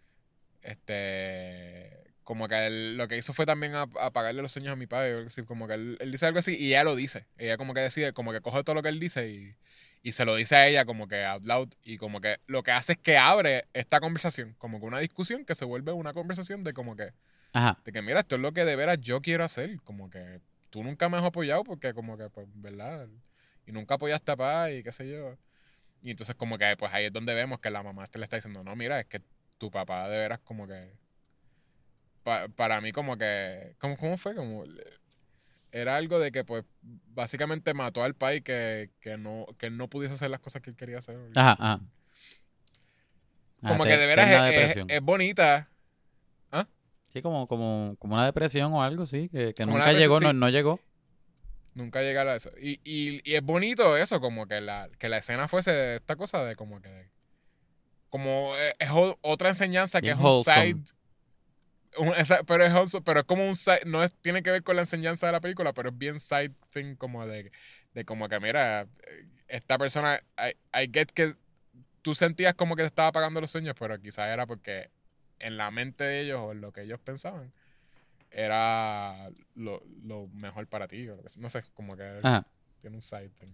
como que lo que hizo fue también apagarle los sueños a mi padre, como que él dice algo así y ella lo dice, ella como que decide, como que coge todo lo que él dice y se lo dice a ella como que out loud y como que lo que hace es que abre esta conversación, como que una discusión que se vuelve una conversación de como que, Ajá. de que mira, esto es lo que de veras yo quiero hacer, como que tú nunca me has apoyado porque como que, pues, ¿verdad? Y nunca apoyaste a papá y qué sé yo. Y entonces como que, pues ahí es donde vemos que la mamá le está diciendo, no, mira, es que tu papá de veras como que, para mí como que, ¿cómo fue? Como, era algo de que, pues, básicamente mató al país que él no pudiese hacer las cosas que él quería hacer. Ajá. Como que de veras es bonita. ¿Ah? Sí, como una depresión o algo, sí, que Como nunca llegó, sí. no llegó. Nunca llega a eso. Y es bonito eso, como que la escena fuese esta cosa de como que... Como es otra enseñanza que Bien es un wholesome. side... pero es wholesome, pero es como un side... No tiene que ver con la enseñanza de la película, pero es bien side thing como de como que mira, esta persona... I get que tú sentías como que te estaba apagando los sueños, pero quizás era porque en la mente de ellos o en lo que ellos pensaban era lo mejor para ti. O no sé, como que tiene un side thing.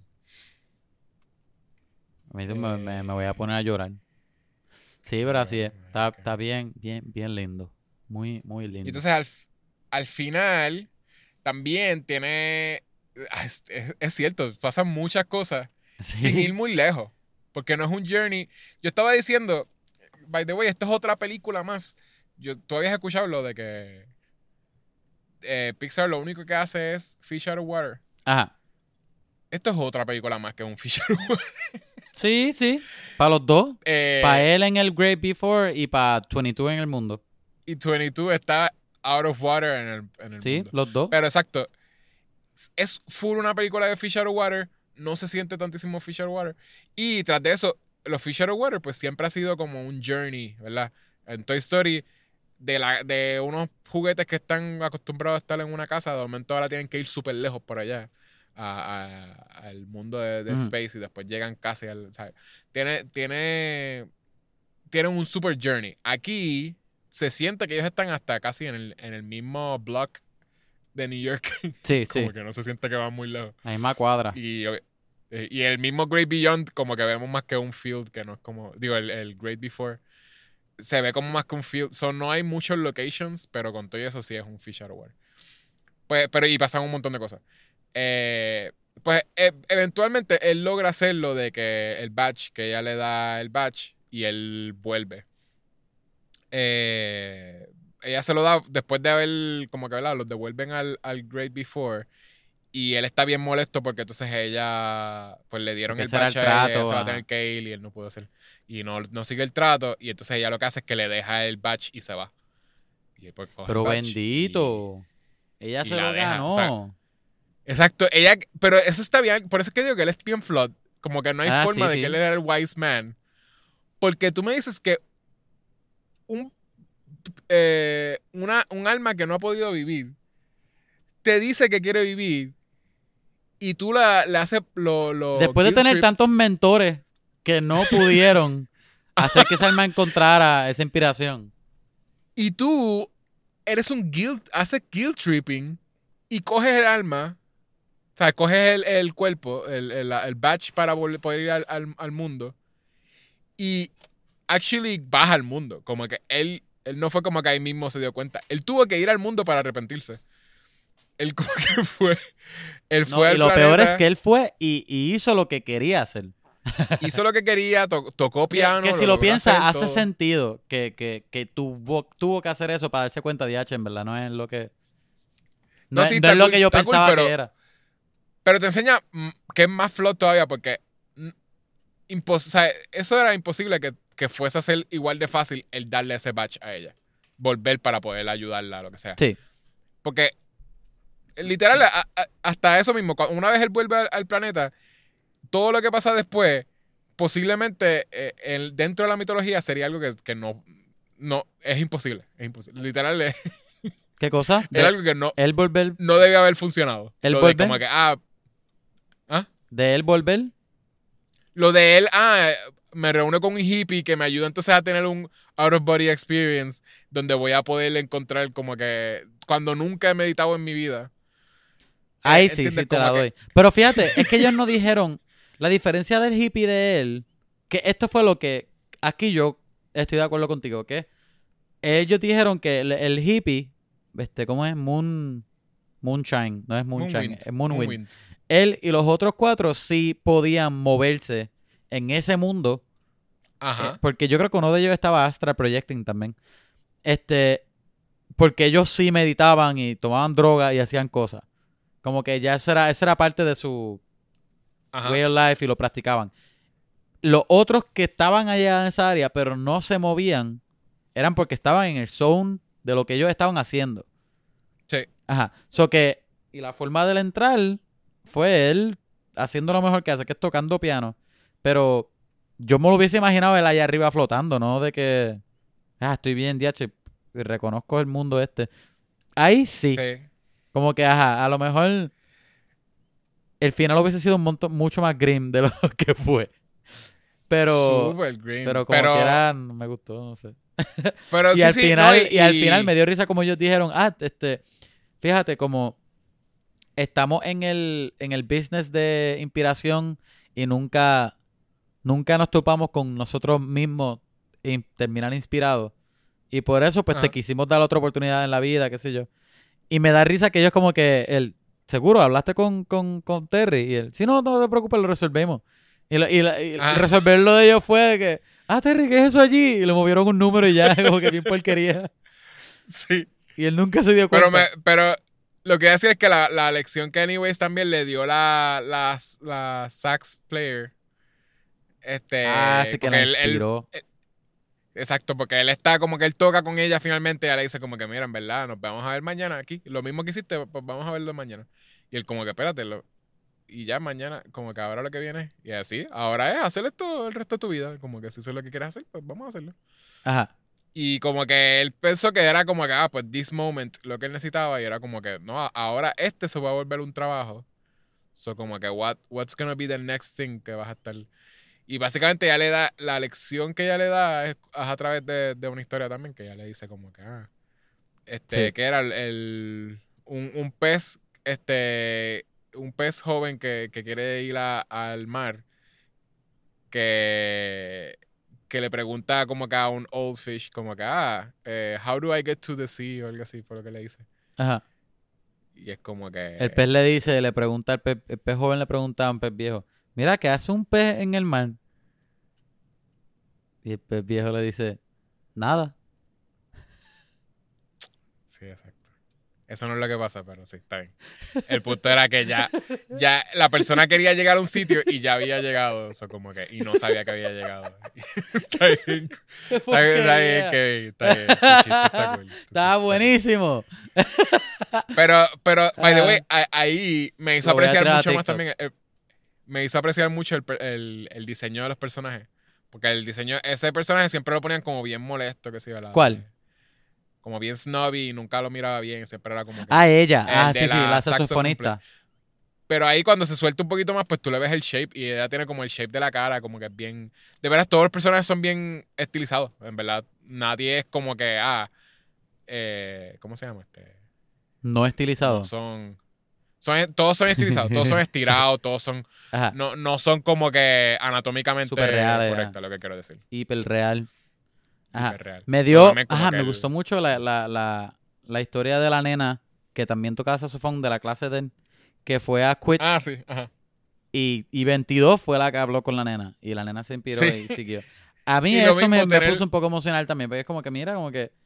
A mí me voy a poner a llorar. Sí, pero así es. Está bien lindo. Muy, muy lindo. Y entonces al final también tiene... Es cierto, pasan muchas cosas sin ir muy lejos. Porque no es un journey. Yo estaba diciendo, by the way, esto es otra película más. Tú habías escuchado lo de que Pixar lo único que hace es Fish Out of Water. Ajá. Esto es otra película más que un Fish Out of Water. Sí. Para los dos. Para él en el Great Before y para 22 en el mundo. Y 22 está out of water en el mundo. Sí, los dos. Pero exacto. es full una película de Fish Out of Water, no se siente tantísimo Fish Out of Water. Y tras de eso, los Fish Out of Water pues siempre ha sido como un journey, ¿verdad? En Toy Story, de unos juguetes que están acostumbrados a estar en una casa, de momento ahora tienen que ir súper lejos por allá al mundo de space y después llegan casi al, ¿sabes? Tienen un super journey. Aquí se siente que ellos están hasta casi en el mismo block de New York. Sí, como sí. que no se siente que van muy lejos. La misma cuadra. Y el mismo Great Beyond, como que vemos más que un field, que no es como, digo, el Great Before, se ve como más que un field. No hay muchos locations, pero con todo eso sí es un Fish Out of Water. Pues, pero y pasan un montón de cosas. Pues eventualmente él logra hacerlo de que el badge, que ella le da el badge y él vuelve. Ella se lo da después de haber, como que, ¿verdad? Los devuelven al Great Before. Y él está bien molesto porque entonces ella, pues le dieron Porque el ese era el badge a ella, trato, ella se va a ajá. tener que ir y él no pudo hacer. Y no sigue el trato. Y entonces ella lo que hace es que le deja el badge y se va. Y él pues coge Pero el badge bendito. Ella y se la lo deja, ganó. o sea, exacto, pero eso está bien. Por eso es que digo que él es bien flawed. Como que no hay forma Sí, de sí. que él era el wise man. Porque tú me dices que un alma que no ha podido vivir te dice que quiere vivir y tú le haces lo Después de guilt tener trip. tantos mentores que no pudieron hacer que esa alma encontrara esa inspiración. Y tú eres haces guilt tripping y coges el alma, o sea, coges el cuerpo, el badge para poder ir al mundo y actually baja al mundo. Como que él no fue como que ahí mismo se dio cuenta. Él tuvo que ir al mundo para arrepentirse. Él como que fue. Él No, fue y al lo planeta, peor es que él fue y hizo lo que quería hacer. hizo lo que quería, tocó piano. Que si lo logró piensas, hacer hace todo. sentido que tuvo que hacer eso para darse cuenta de H, en verdad. No es lo que. No, No, sí, no es lo que yo está cool, pensaba que era. pero te enseña que es más flot todavía porque o sea, eso era imposible que fuese a ser igual de fácil el darle ese badge a ella. Volver para poder ayudarla, lo que sea. Sí. Porque, literal, hasta eso mismo, una vez él vuelve al planeta, todo lo que pasa después, posiblemente dentro de la mitología sería algo que no, es imposible. Es imposible. Literal, ¿Qué cosa? era algo que no, Él volver. no debe haber funcionado. ¿Él Lo de volver? como que, De él volver. lo de él, me reúno con un hippie que me ayuda entonces a tener un out of body experience donde voy a poder encontrar como que cuando nunca he meditado en mi vida. Ahí sí, ¿entiendes? sí te Como la que- doy. Pero fíjate, es que ellos no dijeron la diferencia del hippie de él, que esto fue lo que aquí yo estoy de acuerdo contigo, que ellos dijeron que el hippie, ¿cómo es? Moonshine, no es Moonshine, es Moonwind. Moonwind. Él y los otros 4 sí podían moverse en ese mundo, Ajá. porque yo creo que uno de ellos estaba astral projecting también. Porque ellos sí meditaban y tomaban droga y hacían cosas. Como que ya esa era parte de su Ajá. way of life y lo practicaban. Los otros que estaban allá en esa área, pero no se movían, eran porque estaban en el zone de lo que ellos estaban haciendo. Sí. Ajá. Y la forma de él entrar fue él haciendo lo mejor que hace, que es tocando piano. Pero yo me lo hubiese imaginado él allá arriba flotando, ¿no? De que, estoy bien, DH, y reconozco el mundo este. Ahí sí. Sí. Como que, a lo mejor el final hubiese sido mucho más grim de lo que fue. Pero, Super green. pero como quiera, no me gustó, no sé. Pero Y sí, al sí, final, no, y al final me dio risa como ellos dijeron, fíjate, como estamos en el business de inspiración y nunca nos topamos con nosotros mismos terminar inspirados. Y por eso, pues, te Ajá. quisimos dar otra oportunidad en la vida, qué sé yo. Y me da risa que ellos como que, seguro, hablaste con Terry. Y él, si no te preocupes, lo resolvemos. Y resolverlo de ellos fue que, Terry, ¿qué es eso allí? Y le movieron un número y ya, como que bien porquería. Sí. Y él nunca se dio cuenta. Pero lo que voy a decir es que la lección que Anyways también le dio la sax player. Sí que la inspiró. Exacto, porque él está como que él toca con ella finalmente y ella le dice como que mira, en verdad, nos vamos a ver mañana aquí. Lo mismo que hiciste, pues vamos a verlo mañana. Y él como que, espérate, y ya mañana, como que ahora lo que viene, y así, ahora es hacer esto el resto de tu vida. Como que si eso es lo que quieres hacer, pues vamos a hacerlo. Ajá. Y como que él pensó que era como que, pues this moment, lo que él necesitaba, y era como que, no, ahora se va a volver un trabajo. So como que, what's gonna be the next thing que vas a estar... Y básicamente ella le da, la lección que ella le da es a través de una historia también, que ella le dice como que, Sí. que era un pez, un pez joven que quiere ir al mar, que, que le pregunta como que a un old fish, como que, how do I get to the sea? O algo así, fue lo que le dice. Ajá. Y es como El que... pez le dice, le pregunta al pez, el pez joven le pregunta a un pez viejo, mira, ¿qué hace un pez en el mar? Y el pez viejo le dice, nada. Sí, exacto. Eso no es lo que pasa, pero sí, está bien. El punto era que ya la persona quería llegar a un sitio y ya había llegado. Eso como que, y no sabía que había llegado. Está bien. Está bien, Kevin. Está bien. Tu chiste está cool. Estaba buenísimo. Pero, by the way, ahí me hizo Lo voy a apreciar tirar a mucho más TikTok. también. Me hizo apreciar mucho el diseño de los personajes. Porque el diseño, ese personaje siempre lo ponían como bien molesto, que sí, ¿verdad? ¿Cuál? Como bien snobby y nunca lo miraba bien. Siempre era como que Ah, ella. el de Sí, la saxophone player. saxofonista. Pero ahí cuando se suelta un poquito más, pues tú le ves el shape y ella tiene como el shape de la cara, como que es bien... De verdad, todos los personajes son bien estilizados, en verdad. Nadie es como que, ¿cómo se llama? No estilizado. No todos son estilizados, todos son estirados, todos son... Ajá. No son como que anatómicamente Súper reales, correctas, lo que quiero decir. Hiper real. Ajá. Hiper real. Me dio... Solamente como Ajá, que me gustó mucho la historia de la nena que también tocaba saxofón de la clase de él, que fue a Quit Sí, ajá. y 22 fue la que habló con la nena. Y la nena se inspiró Sí. y siguió. A mí Y lo eso mismo me puso un poco emocional también, porque es como que mira, como que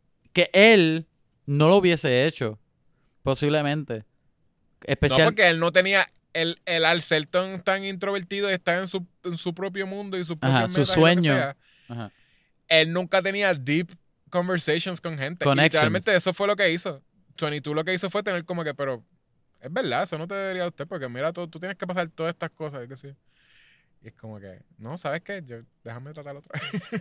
él no lo hubiese hecho, posiblemente. No, Especial... porque él no tenía... El al ser tan introvertido y estar en su propio mundo y sus propias Ajá, su metas y lo que sueño. sea, Ajá. él nunca tenía deep conversations con gente. Y Connections. literalmente eso fue lo que hizo. 22 lo que hizo fue tener como que, pero es verdad, eso no te debería a usted, porque mira, tú tienes que pasar todas estas cosas. Y, que sí. Y es como que, no, ¿sabes qué? Déjame tratarlo otra vez.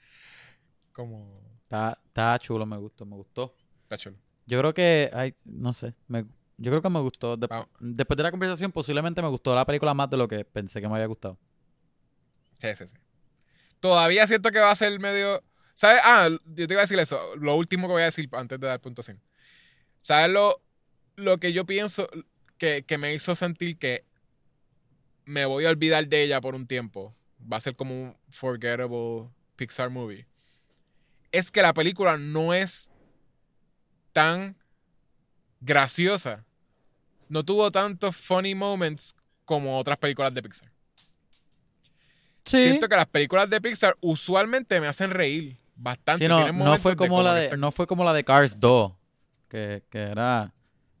Como, Está chulo, me gustó. está chulo. Yo creo que, no sé, yo creo que me gustó. Vamos. Después de la conversación, posiblemente me gustó la película más de lo que pensé que me había gustado. Sí. Todavía siento que va a ser medio... ¿Sabes? Yo te iba a decir eso. Lo último que voy a decir antes de dar punto 100. ¿Sabes lo que yo pienso que me hizo sentir que me voy a olvidar de ella por un tiempo? Va a ser como un forgettable Pixar movie. Es que la película no es tan graciosa. No tuvo tantos funny moments como otras películas de Pixar. Sí. Siento que las películas de Pixar usualmente me hacen reír bastante. Sí, Tienen no momentos fue como de no fue como la de Cars 2, que era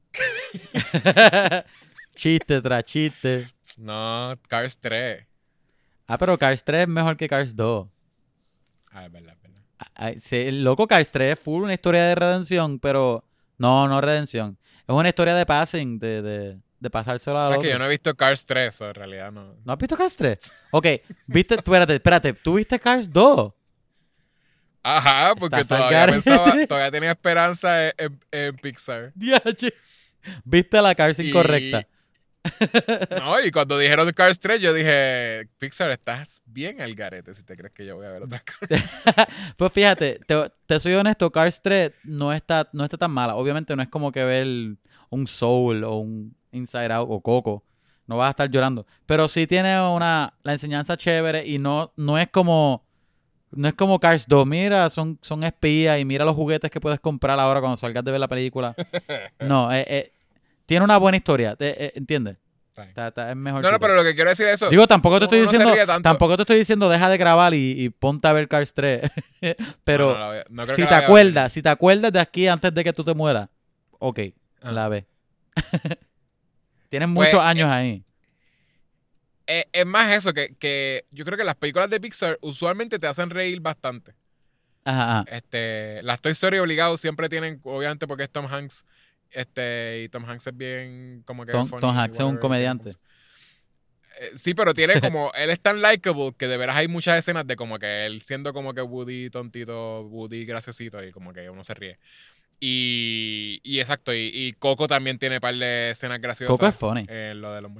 chiste tras chiste. No, Cars 3. Pero Cars 3 es mejor que Cars 2. Es verdad, es verdad. Sí, el loco Cars 3 es full una historia de redención, pero no redención. Es una historia de passing, de pasárselo a O sea, otro. que yo no he visto Cars 3, o en realidad no. ¿No has visto Cars 3? Ok, espérate, ¿tú viste Cars 2? Ajá, porque Estás al todavía tenía esperanza en Pixar. Diache. Viste la Cars incorrecta. No, y cuando dijeron Cars 3, yo dije, Pixar, estás bien al garete si te crees que yo voy a ver otras cosas. Pues fíjate, te soy honesto, Cars 3 no está tan mala. Obviamente no es como que ver un Soul o un Inside Out o Coco. No vas a estar llorando. Pero sí tiene la enseñanza chévere y no es como Cars 2. Mira, son espías y mira los juguetes que puedes comprar ahora cuando salgas de ver la película. No, tiene una buena historia, ¿entiendes? Es mejor. No, pero lo que quiero decir es eso. Digo, tampoco te estoy uno se diciendo, ríe tanto. deja de grabar y ponte a ver Cars 3. Pero no creo si que te la vaya a ver. si te acuerdas de aquí antes de que tú te mueras, ok, la ves. Tienes Pues, muchos años ahí. Es más eso, que yo creo que las películas de Pixar usualmente te hacen reír bastante. Ajá. Las Toy Story obligados siempre tienen, obviamente porque es Tom Hanks, y Tom Hanks es bien como que Tom funny. Hanks es un whatever, comediante. Sí, pero tiene como, él es tan likable que de veras hay muchas escenas de como que él siendo como que Woody tontito, Woody graciosito y como que uno se ríe. Y exacto, y Coco también tiene un par de escenas graciosas. Coco es funny. Lo de los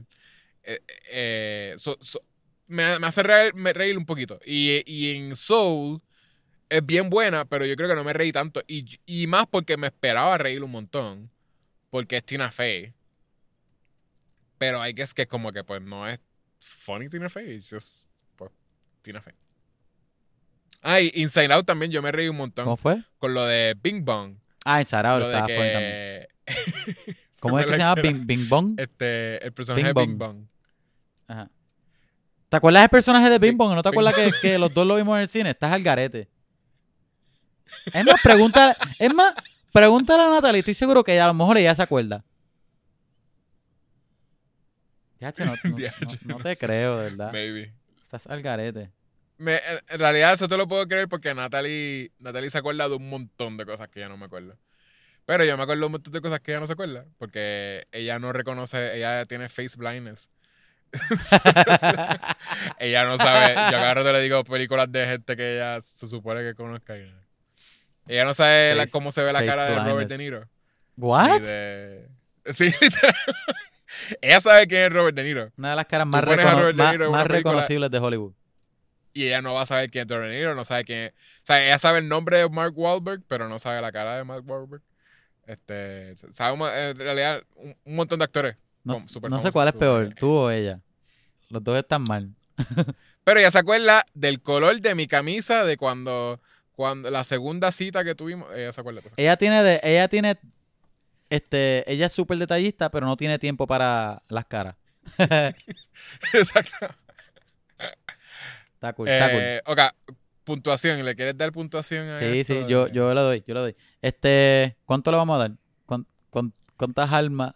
me hace reír un poquito. Y en Soul es bien buena, pero yo creo que no me reí tanto. Y más porque me esperaba reír un montón. Porque es Tina Fey. Pero hay que es que como que pues no es funny Tina Fey. Es just pues, Tina Fey. Y Inside Out también yo me reí un montón. ¿Cómo fue? Con lo de Bing Bong. Inside Out Lo de estaba funny también. que... ¿Cómo es que se llama? Bing Bong. El personaje de Bing Bong. Ajá. ¿Te acuerdas del personaje de Bing Bong? ¿No te Bing acuerdas que los dos lo vimos en el cine? Estás al garete. Es más, pregúntale a Natalie. Estoy seguro que a lo mejor ella se acuerda. Yache, no te creo, de verdad. Maybe. Estás al garete. En realidad eso te lo puedo creer porque Natalie se acuerda de un montón de cosas que ya no me acuerdo. Pero yo me acuerdo de un montón de cosas que ella no se acuerda. Porque ella no reconoce, ella tiene face blindness. Ella no sabe. Yo cada rato le digo películas de gente que ella se supone que conozca. Ella no sabe cómo se ve la cara de Robert De Niro. ¿What? Sí, literal. Ella sabe quién es Robert De Niro. Una de las caras más reconocibles de Hollywood. Y ella no va a saber quién es Robert De Niro, no sabe quién es. O sea, ella sabe el nombre de Mark Wahlberg, pero no sabe la cara de Mark Wahlberg. Sabe en realidad un montón de actores. No sé cuál es peor, tú o ella. Los dos están mal. Pero ella se acuerda del color de mi camisa de cuando la segunda cita que tuvimos. Ella se acuerda de eso. Ella es súper detallista, pero no tiene tiempo para las caras. Exacto. Está cool, está cool. Ok, puntuación. ¿Le quieres dar puntuación a esto? Sí, yo le doy. ¿Cuánto le vamos a dar? ¿Cuántas almas?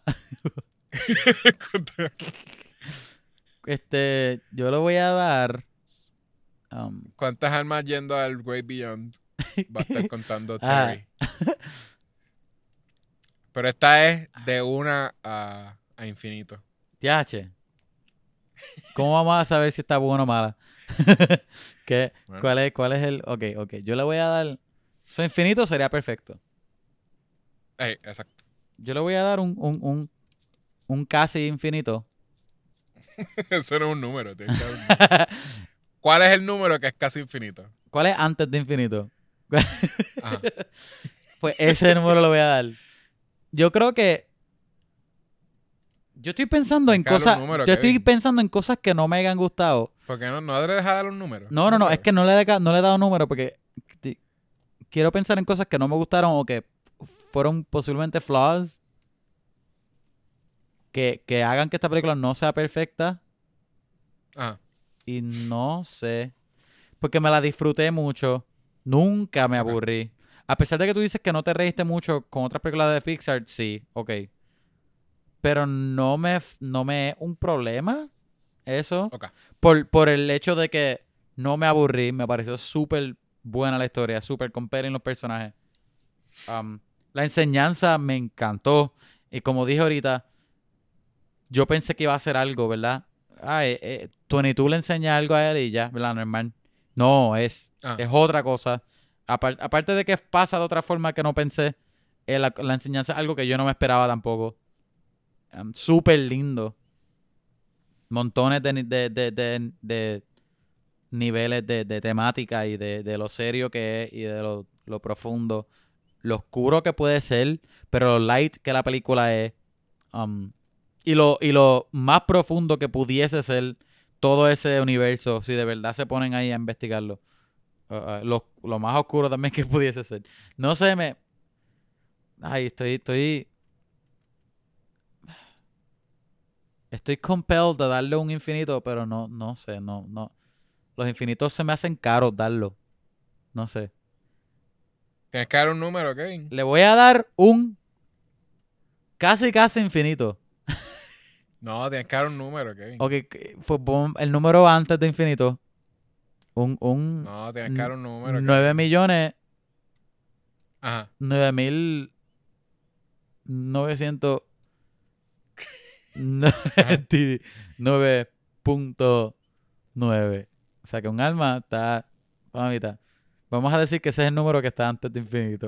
Yo le voy a dar... ¿Cuántas almas yendo al Great Beyond? Va a estar contando Terry. Pero esta es de 1 a infinito. Tiache. ¿Cómo vamos a saber si está buena o mala? Bueno. ¿Cuál es el...? Ok. Yo le voy a dar... Su infinito sería perfecto. Exacto. Yo le voy a dar un casi infinito. Eso no es un número. ¿Cuál es el número que es casi infinito? ¿Cuál es antes de infinito? Ajá. Pues ese número lo voy a dar. Yo creo que... Yo estoy pensando en cosas... estoy pensando en cosas que no me hayan gustado. ¿Por qué no le dejas dar un número? No, es que no le he dado número porque quiero pensar en cosas que no me gustaron o que fueron posiblemente flaws que hagan que esta película no sea perfecta. Y no sé. Porque me la disfruté mucho. Nunca me aburrí. A pesar de que tú dices que no te reíste mucho con otras películas de Pixar, sí, ok. Pero no me es un problema eso. Okay. Por el hecho de que no me aburrí. Me pareció súper buena la historia, súper compelling los personajes. La enseñanza me encantó. Y como dije ahorita, yo pensé que iba a hacer algo, ¿verdad? 22 le enseña algo a él y ya, ¿verdad? Normal. No, es otra cosa. Aparte de que pasa de otra forma que no pensé, la enseñanza es algo que yo no me esperaba tampoco. Súper lindo. Montones de niveles de temática y de lo serio que es y de lo profundo. Lo oscuro que puede ser, pero lo light que la película es. Y lo más profundo que pudiese ser todo ese universo, si de verdad se ponen ahí a investigarlo. Lo más oscuro también que pudiese ser. No sé, estoy compelled de darle un infinito, pero no sé, no. Los infinitos se me hacen caros darlo. No sé. Tienes que dar un número, Kevin. Le voy a dar un casi infinito. No, tienes que dar un número, Kevin. Ok, pues el número antes de infinito. No, tienes que dar un número. 9 millones. Ajá. 9,000. 999.9. O sea que un alma está a la mitad. Vamos a decir que ese es el número que está antes de infinito.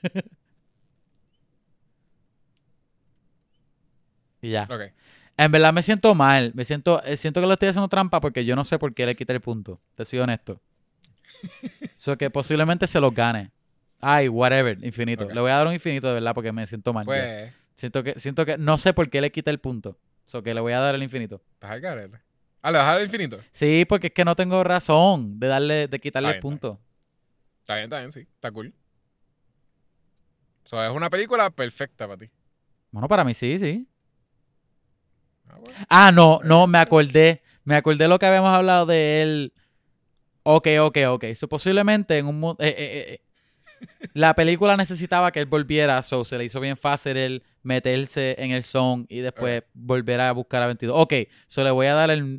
Y ya. Ok. En verdad me siento mal. Siento que lo estoy haciendo trampa porque yo no sé por qué le quité el punto. Te soy honesto. So que posiblemente se los gane. Ay, whatever, infinito. Ok. Le voy a dar un infinito de verdad porque me siento mal yo. Pues, Siento que no sé por qué le quité el punto. So que le voy a dar el infinito. estás al garete. Ah, ¿le vas a dar infinito? Sí, porque es que no tengo razón de quitarle el Está bien. punto. Está bien, sí. Está cool. So, es una película perfecta para ti. Bueno, para mí sí, sí. Ah, bueno. Ah, no, Está bien, me sí. acordé. Me acordé lo que habíamos hablado de él. Ok. So, posiblemente en un la película necesitaba que él volviera, so se le hizo bien fácil el meterse en el song y después volver a buscar a 22. Ok, so le voy a dar el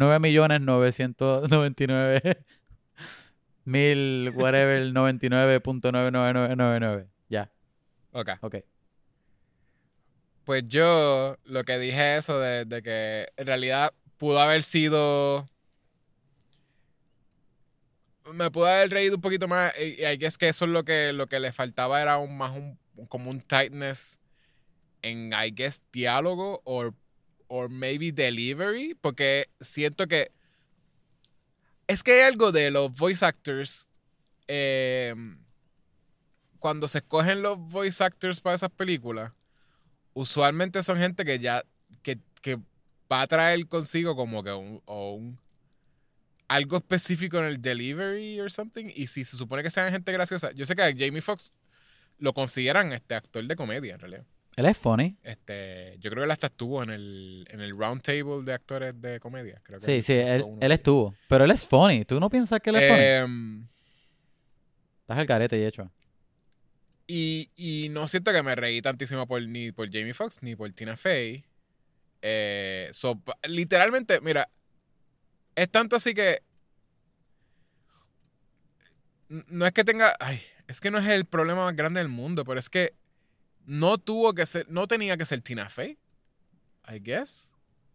9.999.000 whatever 99.99999. Ya, Ok. ok. Pues yo lo que dije eso de que en realidad pudo haber sido... Me pudo haber reído un poquito más y I guess que eso es lo que le faltaba era como un tightness en, I guess, diálogo or maybe delivery, porque siento que es que hay algo de los voice actors eh, cuando se escogen los voice actors para esas películas, usualmente son gente que ya que va a traer consigo como que algo específico en el delivery or something, y si se supone que sean gente graciosa, yo sé que a Jamie Foxx lo consideran actor de comedia en realidad. Él es funny. Yo creo que él hasta estuvo en el round table de actores de comedia. Creo que Sí, sí, fue uno él de ellos. estuvo. Pero él es funny. ¿Tú no piensas que él es funny? Em, Estás al carete y hecho. y no siento que me reí tantísimo ni por Jamie Foxx ni por Tina Fey. Literalmente, mira, es tanto así que no es que tenga, ay, es que no es el problema más grande del mundo, pero es que no tenía que ser Tina Fey, I guess.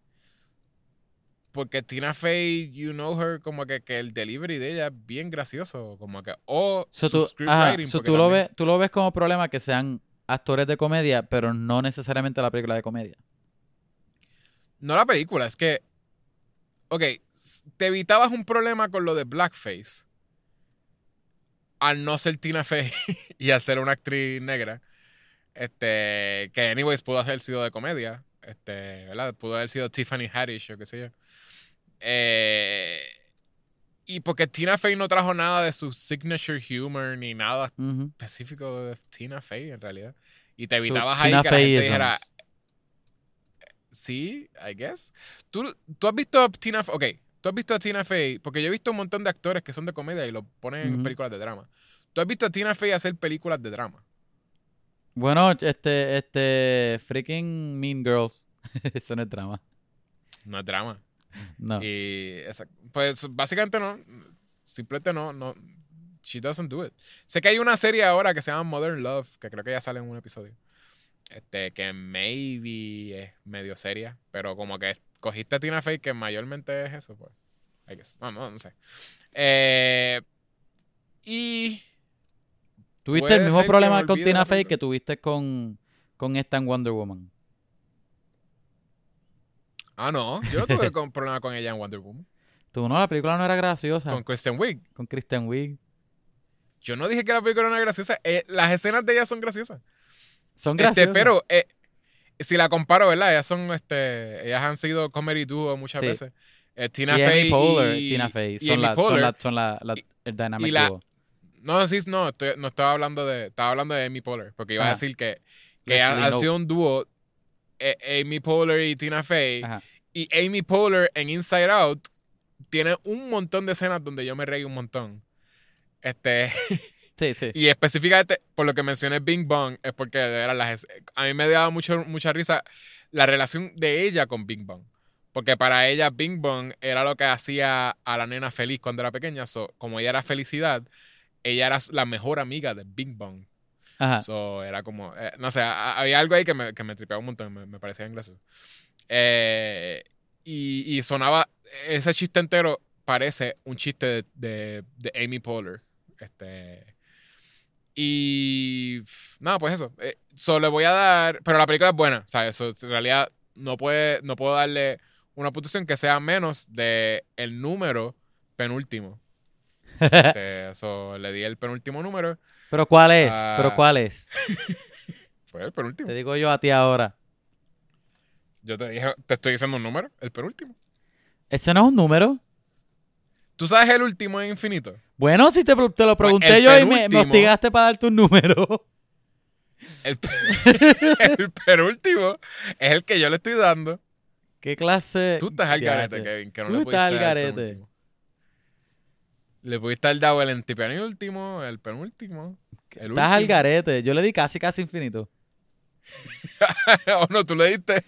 Porque Tina Fey, you know her, como que el delivery de ella es bien gracioso, como que, o su scriptwriting, porque también, Tú lo ves como problema que sean actores de comedia, pero no necesariamente la película de comedia. no la película, es que, ok, te evitabas un problema con lo de blackface al no ser Tina Fey y al ser una actriz negra, que anyways pudo haber sido de comedia, ¿verdad? Pudo haber sido Tiffany Haddish o qué sé yo. Y porque Tina Fey no trajo nada de su signature humor ni nada Ujú. específico de Tina Fey en realidad. Y te So, evitabas ahí Tina que la gente Fey dijera, sí, I guess. Tú has visto a Tina Fey, ok, tú has visto a Tina Fey, porque yo he visto un montón de actores que son de comedia y los ponen en películas de drama. Tú has visto a Tina Fey hacer películas de drama. Bueno, freaking Mean Girls. Eso no es drama. No es drama. No. Pues básicamente no. Simplemente no. She doesn't do it. Sé que hay una serie ahora que se llama Modern Love, que creo que ya sale en un episodio. Que maybe es medio seria, pero como que cogiste a Tina Fey, que mayormente es eso, pues. I guess. No sé. Y Tuviste el puede mismo ser que me problema con olvide de Tina la Fey película. que tuviste con esta en Wonder Woman. Ah, no. Yo no tuve problema con ella en Wonder Woman. Tú no, la película no era graciosa. Con Kristen Wiig. Con Kristen Wiig. Yo no dije que la película no era graciosa. Las escenas de ella son graciosas. Son graciosas. Pero si la comparo, ¿verdad? Ellas han sido comedy duo muchas Sí. veces. Tina Y Amy Fey Poehler, Tina Fey. y Amy Poehler. El Y dynamic la... duo. No, sí, no, no estaba hablando de... Estaba hablando de Amy Poehler. Porque iba a Ajá. decir que Leslie han Knope. sido un dúo Amy Poehler y Tina Fey. Ajá. Y Amy Poehler en Inside Out tiene un montón de escenas donde yo me reí un montón. Sí, sí. Y específicamente, por lo que mencioné Bing Bong, es porque de verdad a mí me daba mucha risa la relación de ella con Bing Bong. Porque para ella Bing Bong era lo que hacía a la nena feliz cuando era pequeña. Como ella era felicidad, ella era la mejor amiga de Bing Bong. Ajá. So, era como, no sé, había algo ahí que me tripeaba un montón, me parecía gracioso. Y sonaba, ese chiste entero parece un chiste de Amy Poehler. Nada, pues eso. So, le voy a dar, pero la película es buena, ¿sabes? So, en realidad no puedo darle una puntuación que sea menos de el número penúltimo. So, le di el penúltimo número. ¿Pero cuál es? ¿Pero cuál es? Fue el penúltimo. Te digo yo a ti ahora. Yo te estoy diciendo un número, el penúltimo. ¿Ese no es un número? ¿Tú sabes el último en infinito? Bueno, si te lo pregunté el yo y me penúltimo. hostigaste para darte un número. El penúltimo es el que yo le estoy dando. ¿Qué clase? Tú estás al garete, Diache. Kevin, que no Tú le estás pudiste al dar el garete. penúltimo. Le pudiste haber dado el antepenúltimo, el penúltimo, el Estás al último. garete. Yo le di casi infinito. O no, tú le diste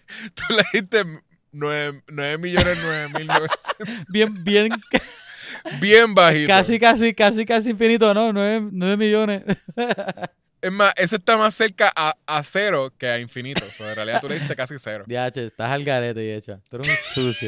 9.009.900. Bien, Bien bajito. casi infinito, no, 9 millones. Es más, eso está más cerca a cero que a infinito. O sea, en realidad tú le diste casi cero. Diache, estás al garete, Yecha. Tú eres un sucio.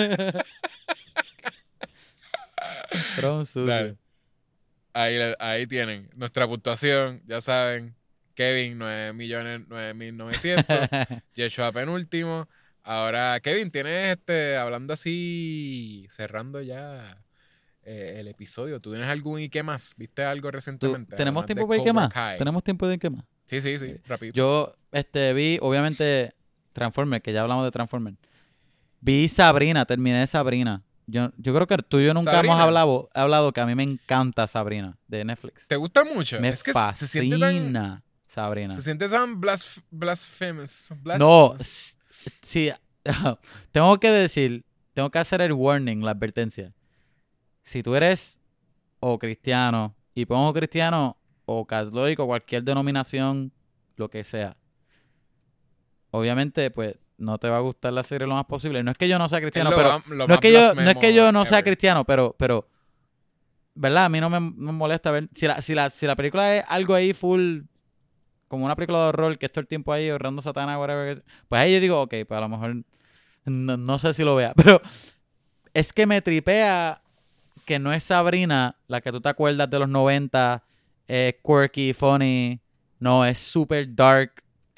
Tú eres un sucio. Dale. Ahí tienen nuestra puntuación. Ya saben, Kevin, 9.009.900. Yeshua penúltimo. Ahora, Kevin, tienes hablando así, cerrando ya el episodio. ¿Tú tienes algún y qué más? ¿Viste algo recientemente? ¿Tenemos Además tiempo de para ir qué Cobra más? Kai. ¿Tenemos tiempo de ir qué más? Sí, rápido. Yo vi, obviamente, Transformers, que ya hablamos de Transformers. Vi Sabrina, terminé Sabrina. Yo creo que tú y yo nunca Sabrina. hemos hablado que a mí me encanta Sabrina, de Netflix. ¿Te gusta mucho? Me es que fascina se siente tan... Sabrina. Se siente tan blasphemous. No, sí, tengo que hacer el warning, la advertencia. Si tú eres o cristiano, y pongo cristiano o católico, cualquier denominación, lo que sea, obviamente, pues, no te va a gustar la serie lo más posible. No es que yo no sea cristiano, pero no es que yo no sea cristiano, pero ¿verdad? A mí no me molesta ver si la película es algo ahí full como una película de horror que es todo el tiempo ahí ahorrando Satanás, whatever, pues ahí yo digo, ok, pues a lo mejor no sé si lo vea, pero es que me tripea que no es Sabrina la que tú te acuerdas de los 90, quirky, funny, no, es super dark.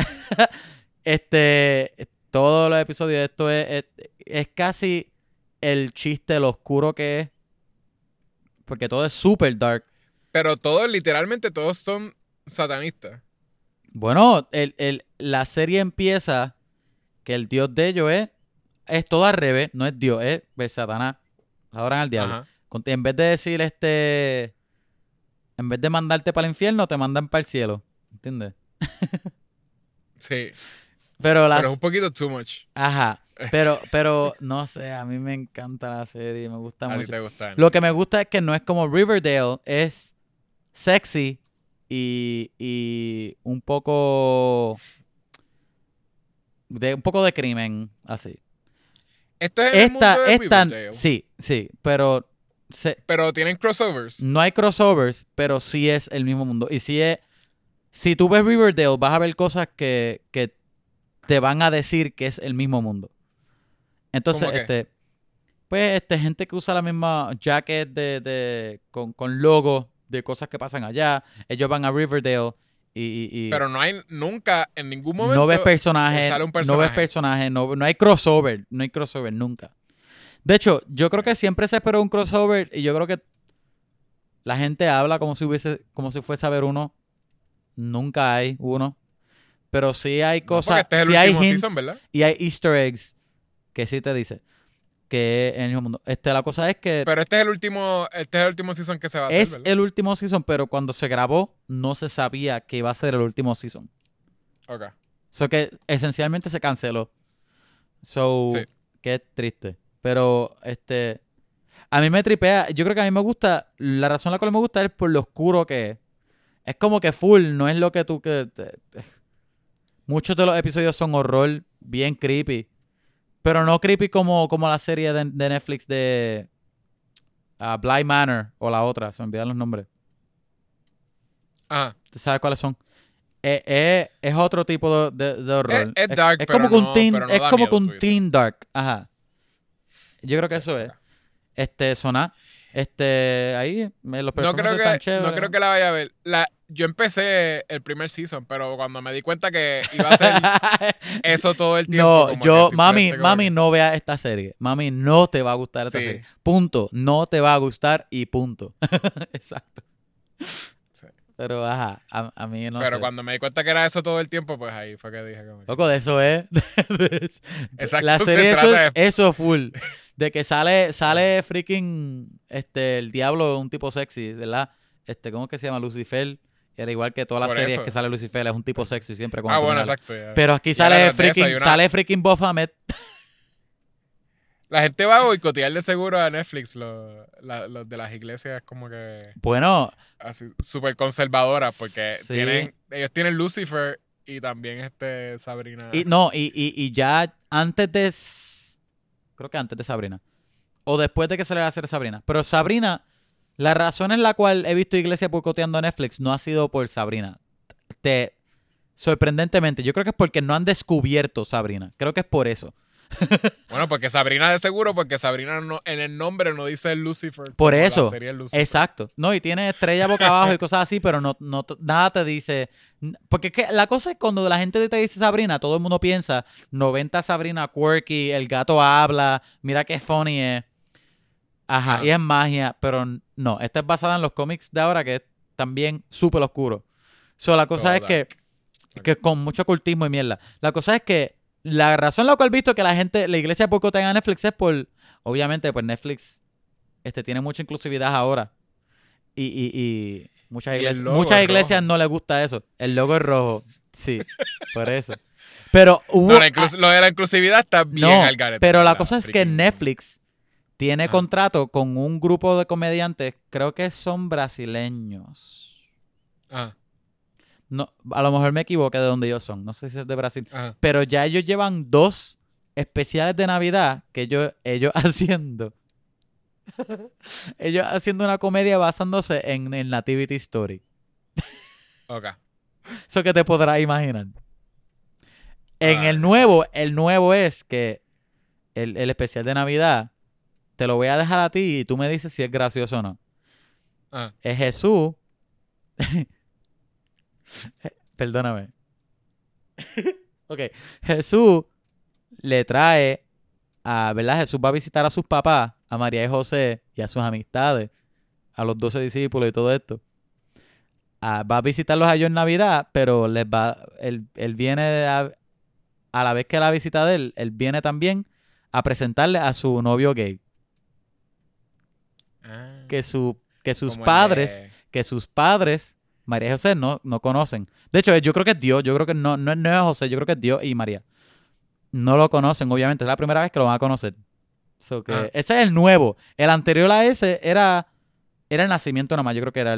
Todos los episodios de esto es casi el chiste, lo oscuro que es, porque todo es super dark. Pero literalmente todos son satanistas. Bueno, la serie empieza que el dios de ellos es todo al revés, no es Dios, es Satanás. Adoran al diablo. Ajá. En vez de decir en vez de mandarte para el infierno, te mandan para el cielo. ¿Entiendes? Sí. Pero es un poquito too much. Ajá. Pero no sé, a mí me encanta la serie, me gusta A ti mucho. te gusta. Lo que me gusta es que no es como Riverdale, es sexy y un poco de crimen, así. Esto es en el mundo de Riverdale. Sí, pero pero tienen crossovers. No hay crossovers, pero sí es el mismo mundo. Y si tú ves Riverdale, vas a ver cosas que te van a decir que es el mismo mundo. Entonces, pues gente que usa la misma jacket con logo de cosas que pasan allá. Ellos van a Riverdale y pero no hay nunca, en ningún momento, no ves personajes, sale un personaje. no hay crossover, nunca. De hecho, yo creo que siempre se esperó un crossover y yo creo que la gente habla como si fuese a haber uno. Nunca hay uno. Pero sí hay cosas, este es el sí hay último hints season, ¿verdad? y hay easter eggs que sí te dice que es en el mismo mundo. La cosa es que Pero este es el último season que se va a hacer, es ¿verdad? el último season, pero cuando se grabó no se sabía que iba a ser el último season. Ok. So que esencialmente se canceló. So, Sí. qué triste. Pero, a mí me tripea. Yo creo que a mí me gusta, la razón por la cual me gusta es por lo oscuro que es. Es como que full, no es lo que tú... Muchos de los episodios son horror, bien creepy. Pero no creepy como la serie de Netflix de Bly Manor o la otra. Se me olvidan los nombres. Ajá. ¿Tú sabes cuáles son? Es otro tipo de horror. Es dark, es pero como que un no, teen, pero no es da como miedo, que un tú dices. teen dark. Ajá. Yo creo que Ok, eso es. ok. Sonar. Ahí, los No personajes creo están que, no chéveres. creo que la vaya a ver. Yo empecé el primer season, pero cuando me di cuenta que iba a ser eso todo el tiempo, No, como que simplemente como mami, que... no vea esta serie. Mami, no te va a gustar esta Sí, serie. Punto. No te va a gustar y punto. Exacto. sí. Pero, ajá, a mí no Pero sé. cuando me di cuenta que era eso todo el tiempo, pues ahí fue que dije como que... Loco, de eso es. La Exacto, se serie trata de... eso full. De que sale freaking el diablo, un tipo sexy, ¿verdad? ¿Cómo es que se llama? Lucifer. Era igual que todas las Por series que eso. sale Lucifer, es un tipo sexy siempre con Ah, bueno, abdominales. exacto. Ya. Pero aquí Y ahora tras de eso hay una... sale freaking Baphomet. La gente va a boicotear de seguro a Netflix, los de las iglesias como que Bueno, así súper conservadoras, porque sí. ellos tienen Lucifer y también Sabrina. Y no, y ya antes de. Creo que antes de Sabrina. O después de que saliera la serie Sabrina. Pero Sabrina, la razón en la cual he visto Iglesia boicoteando a Netflix no ha sido por Sabrina. Sorprendentemente, yo creo que es porque no han descubierto Sabrina. Creo que es por eso. Bueno, porque Sabrina de seguro, porque Sabrina no, en el nombre no dice Lucifer Por como la eso. serie Lucifer. Exacto. No, y tiene estrella boca abajo y cosas así, pero nada te dice. Porque es que la cosa es cuando la gente te dice Sabrina, todo el mundo piensa 90 Sabrina quirky, el gato habla, mira qué funny es. Ajá, y es magia, pero no, esta es basada en los cómics de ahora que es también súper oscuro. La cosa Todo es dark. que con mucho ocultismo y mierda. La cosa es que la razón la cual he visto que la iglesia boicotea a Netflix es obviamente, pues Netflix tiene mucha inclusividad ahora. Y Y el logo muchas es iglesias rojo. no les gusta eso. El logo es rojo. Sí, por eso. Pero No, lo de la inclusividad está bien al garete. pero la ¿verdad? cosa es que Freaking- Netflix tiene Ajá. contrato con un grupo de comediantes, creo que son brasileños. Ajá. No, a lo mejor me equivoqué de donde ellos son. No sé si es de Brasil. Ajá. Pero ya ellos llevan 2 especiales de Navidad que ellos haciendo. Ellos haciendo una comedia basándose en el Nativity Story. Ok. Eso que te podrás imaginar. En Ah, el nuevo es que el especial de Navidad te lo voy a dejar a ti y tú me dices si es gracioso o no. ajá. Es Jesús. Perdóname. Ok. Jesús le trae ¿verdad? Jesús va a visitar a sus papás, a María y José y a sus amistades, a los 12 discípulos y todo esto. Va a visitarlos a ellos en Navidad, pero él viene a la vez que la visita de él viene también a presentarle a su novio gay. Ah, Que sus como el padres, de... María y José no conocen. De hecho, yo creo que es Dios, yo creo que no es José, yo creo que es Dios y María. No lo conocen, obviamente, es la primera vez que lo van a conocer. Ah, Ese es el nuevo. El anterior a ese era el nacimiento nomás, yo creo que era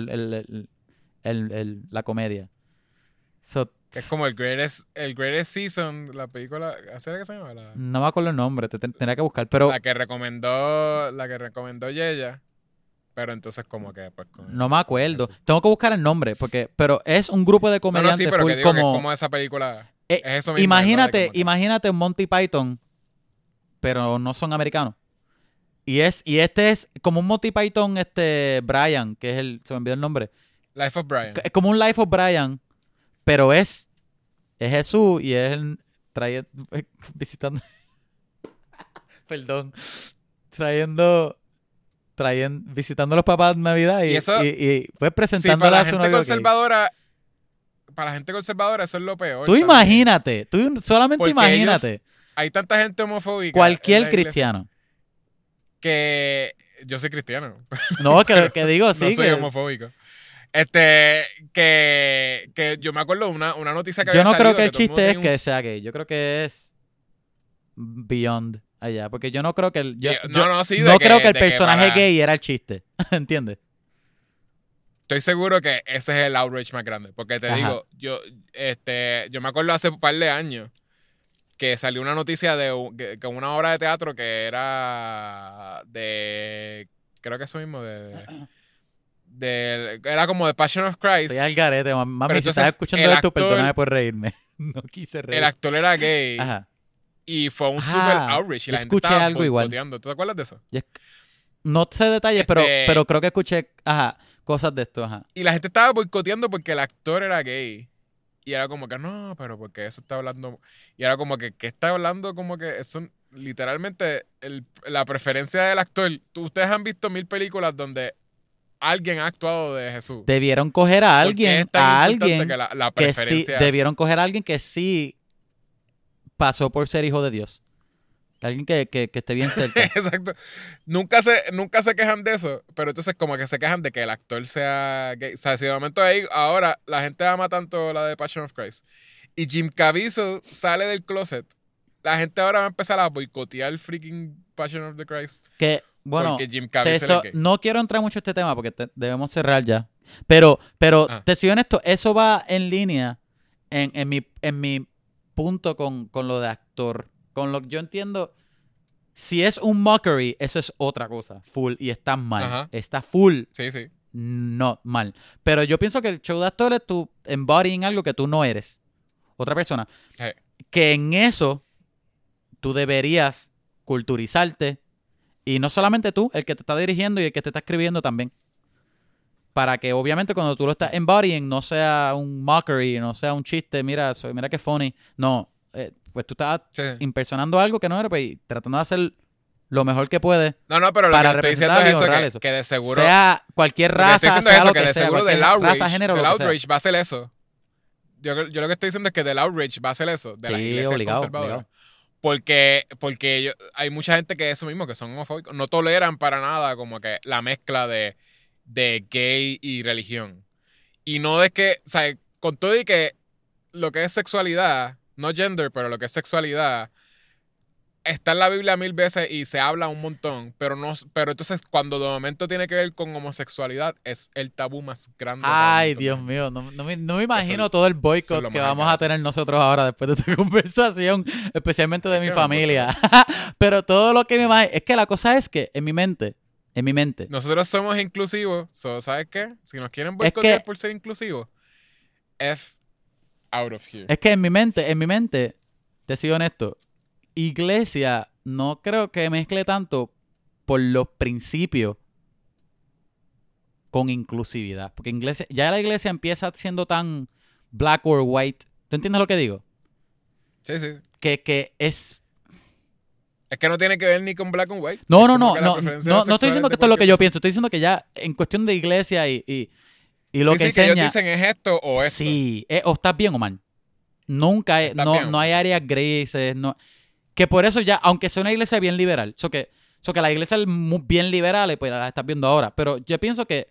la comedia. que es como el greatest season, la película, ¿así era que se llama? No me acuerdo el nombre, tendría que buscar, pero La que recomendó Yeya, pero entonces como que pues no me con acuerdo. Jesús. Tengo que buscar el nombre, pero es un grupo de No, no, sí, comediantes pero full que digo que es como... como esa película, es eso mismo. imagínate, Como que- imagínate un Monty Python, pero no son americanos. Y este es como un Monty Python, Brian, que es se me olvidó el nombre. Life of Brian. Es como un Life of Brian, pero es Jesús y es él visitando, perdón, visitando a los papás de Navidad Y eso, y pues sí, presentándole a su novio gay. para la gente conservadora eso es lo peor Tú también. imagínate, solamente Porque imagínate, Hay tanta gente homofóbica en cualquier la iglesia cristiano. que yo soy cristiano, No, que digo, no sí, soy que homofóbico. Que yo me acuerdo de una noticia que yo había no creo salido que el todo el mundo chiste es tenía que sea gay. Yo creo que es beyond allá, porque yo no creo que sí, no creo que el de que personaje para... gay era el chiste, ¿entiendes? Estoy seguro que ese es el outrage más grande. Porque te Ajá. digo, yo me acuerdo hace un par de años que salió una noticia que una obra de teatro que era creo que eso mismo, Era como The Passion of Christ. Estoy al garete, mami. Pero Si estás entonces, escuchando el esto, actor- perdóname por reírme. No quise reír. El actor era gay Ajá. y fue un super Ah, outrage y yo la gente escuché estaba algo igual. boicoteando. ¿Tú te acuerdas de eso? No sé detalles, pero Este- creo que escuché, ajá, cosas de esto, ajá. Y la gente estaba boicoteando porque el actor era gay. Y era como que, no, pero porque eso está hablando. Y era como que, ¿qué está hablando? Como que eso, literalmente, la preferencia del actor. Ustedes han visto 1000 películas donde alguien ha actuado de Jesús. Debieron coger a ¿Por qué alguien, es tan importante que la que sí, preferencia debieron coger a alguien que sí pasó por ser hijo de Dios. Alguien que esté bien cerca. Exacto. Nunca se quejan de eso, pero entonces como que se quejan de que el actor sea gay. O sea, si de momento ahí, ahora la gente ama tanto la de Passion of Christ y Jim Caviezel sale del closet, la gente ahora va a empezar a boicotear el freaking Passion of the Christ Que, bueno, porque Jim Caviezel es gay. no quiero entrar mucho en este tema porque debemos cerrar ya. Pero Ah. te soy honesto, eso va en línea en mi punto con lo de actor. Con lo que yo entiendo, si es un mockery, eso es otra cosa. Full. Y está mal. Ajá. Está full. Sí, sí. No, mal. Pero yo pienso que el show de actores, tú embodying algo que tú no eres. Otra persona. Hey. Que en eso tú deberías culturizarte. Y no solamente tú, el que te está dirigiendo y el que te está escribiendo también. Para que obviamente cuando tú lo estás embodying no sea un mockery, no sea un chiste, mira qué funny. No, pues tú estás Sí. impersonando algo que no eres, pues, y tratando de hacer lo mejor que puedes No, pero lo para que estoy diciendo representar es y eso, honrar que, eso. que de seguro... Sea cualquier Lo que estoy raza, diciendo es sea eso, lo que de sea, seguro cualquier raza, género, del lo que sea. outrage va a ser eso. Yo lo que estoy diciendo es que del outrage va a ser eso, de las Sí, iglesias obligado, conservadoras. obligado. Porque hay mucha gente que eso mismo, que son homofóbicos, no toleran para nada como que la mezcla de gay y religión. Y no de que, o sea, con todo y que lo que es sexualidad, no gender, pero lo que es sexualidad, está en la Biblia 1000 veces y se habla un montón, pero entonces cuando de momento tiene que ver con homosexualidad, es el tabú más grande. Ay, Dios mío, no me imagino todo el eso es boicot lo que más vamos a algarete. tener nosotros ahora después de esta conversación, especialmente de Es mi que no importa. familia. Pero todo lo que me imagino, es que la cosa es que en mi mente, Nosotros somos inclusivos, ¿sabes qué? Si nos quieren boicotear por ser inclusivos, F out of here. es que en mi mente, te soy honesto, iglesia no creo que mezcle tanto por los principios con inclusividad. Porque ya la iglesia empieza siendo tan black or white. ¿Tú entiendes lo que digo? Sí, sí. Que es... Es que no tiene que ver ni con black and white. No, Es no, como no, que la no, preferencia no, no sexual estoy diciendo de que esto es lo que cualquier yo persona. pienso. Estoy diciendo que ya en cuestión de iglesia y lo Sí, que sí, que enseña... ellos dicen es esto o esto. Sí, o estás bien o mal. Nunca, Estás bien o no hay mal, áreas grises, no... Que por eso ya, aunque sea una iglesia bien liberal, que la iglesia es bien liberal, pues la estás viendo ahora. Pero yo pienso que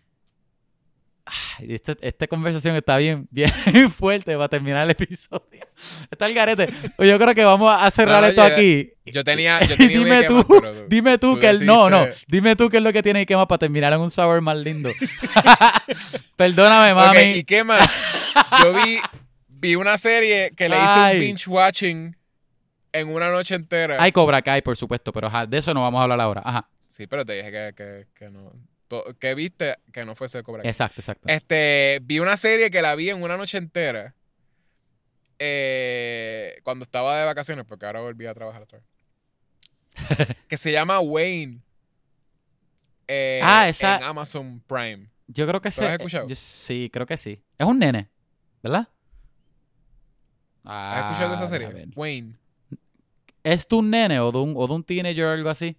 esta conversación está bien fuerte para terminar el episodio. Está el garete. Pues yo creo que vamos a cerrar No, esto aquí. Yo tenía Dime un tú, esquema, pero dime tú tú que no, decidiste- dime tú qué es lo que tiene que más para terminar en un sour más lindo. Perdóname, mami. Ok, ¿y qué más? Yo vi una serie que le hice Ay. un binge watching en una noche entera. Hay Cobra Kai, por supuesto, pero ajá, de eso no vamos a hablar ahora. Ajá. Sí, pero te dije que no. Que viste que no fuese Cobra Kai. Exacto. Vi una serie que la vi en una noche entera. Cuando estaba de vacaciones, porque ahora volví a trabajar otra vez. Que se llama Wayne. Esa... En Amazon Prime. Yo creo que ¿Lo has escuchado? sí, creo que sí. Es un nene, ¿verdad? ¿Has escuchado de esa A serie? ver. Wayne. ¿Es de un nene o de un teenager o algo así?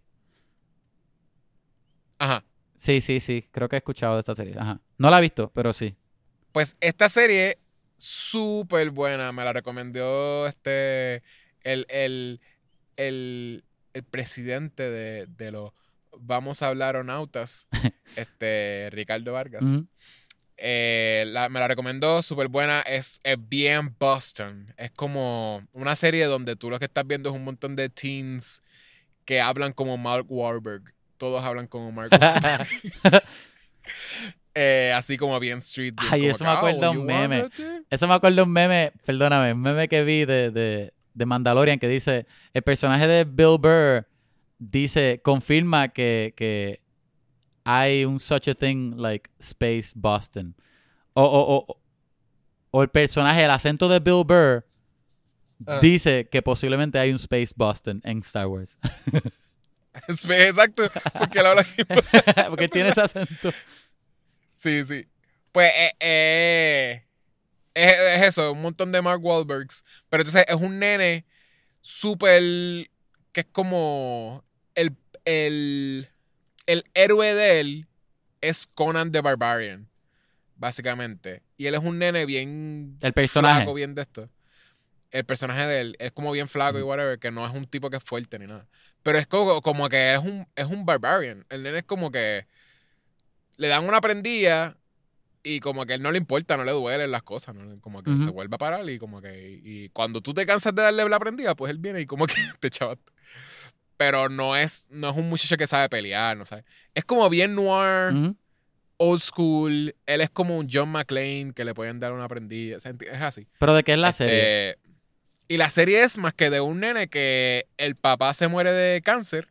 Ajá. Sí, creo que he escuchado de esta serie. Ajá. No la he visto, pero sí. Pues esta serie, súper buena. Me la recomendó el, el, el presidente de los Vamos a hablar onautas, Ricardo Vargas. Ujú. Me la recomendó, súper buena. Es bien Boston. Es como una serie donde tú lo que estás viendo es un montón de teens que hablan como Mark Wahlberg. Todos hablan como Mark Wahlberg. Así como bien street. Bien Ay, como eso que, me acuerda "Oh, un you meme. want it?" Eso me acuerda un meme, perdóname, un meme que vi de Mandalorian que dice, el personaje de Bill Burr confirma que hay un such a thing like Space Boston. O el personaje, el acento de Bill Burr dice que posiblemente hay un Space Boston en Star Wars. Exacto, porque él habla Porque tiene ese acento. Sí, sí. Pues es eso, un montón de Mark Wahlbergs. Pero entonces es un nene súper... que es como... El héroe de él es Conan the Barbarian, básicamente. Y él es un nene bien... El personaje. Flaco, bien de esto. El personaje de él es como bien flaco y whatever, que no es un tipo que es fuerte ni nada. Pero es como que es un barbarian. El nene es como que le dan una prendida y como que a él no le importa, no le duelen las cosas, ¿no? Como que se vuelve a parar y como que... Y cuando tú te cansas de darle la prendida, pues él viene y como que te chavaste. Pero no es un muchacho que sabe pelear, no sabe. Es como bien noir, old school. Él es como un John McClane que le pueden dar una prendida. Es así. ¿Pero de qué es la serie? Y la serie es más que de un nene que el papá se muere de cáncer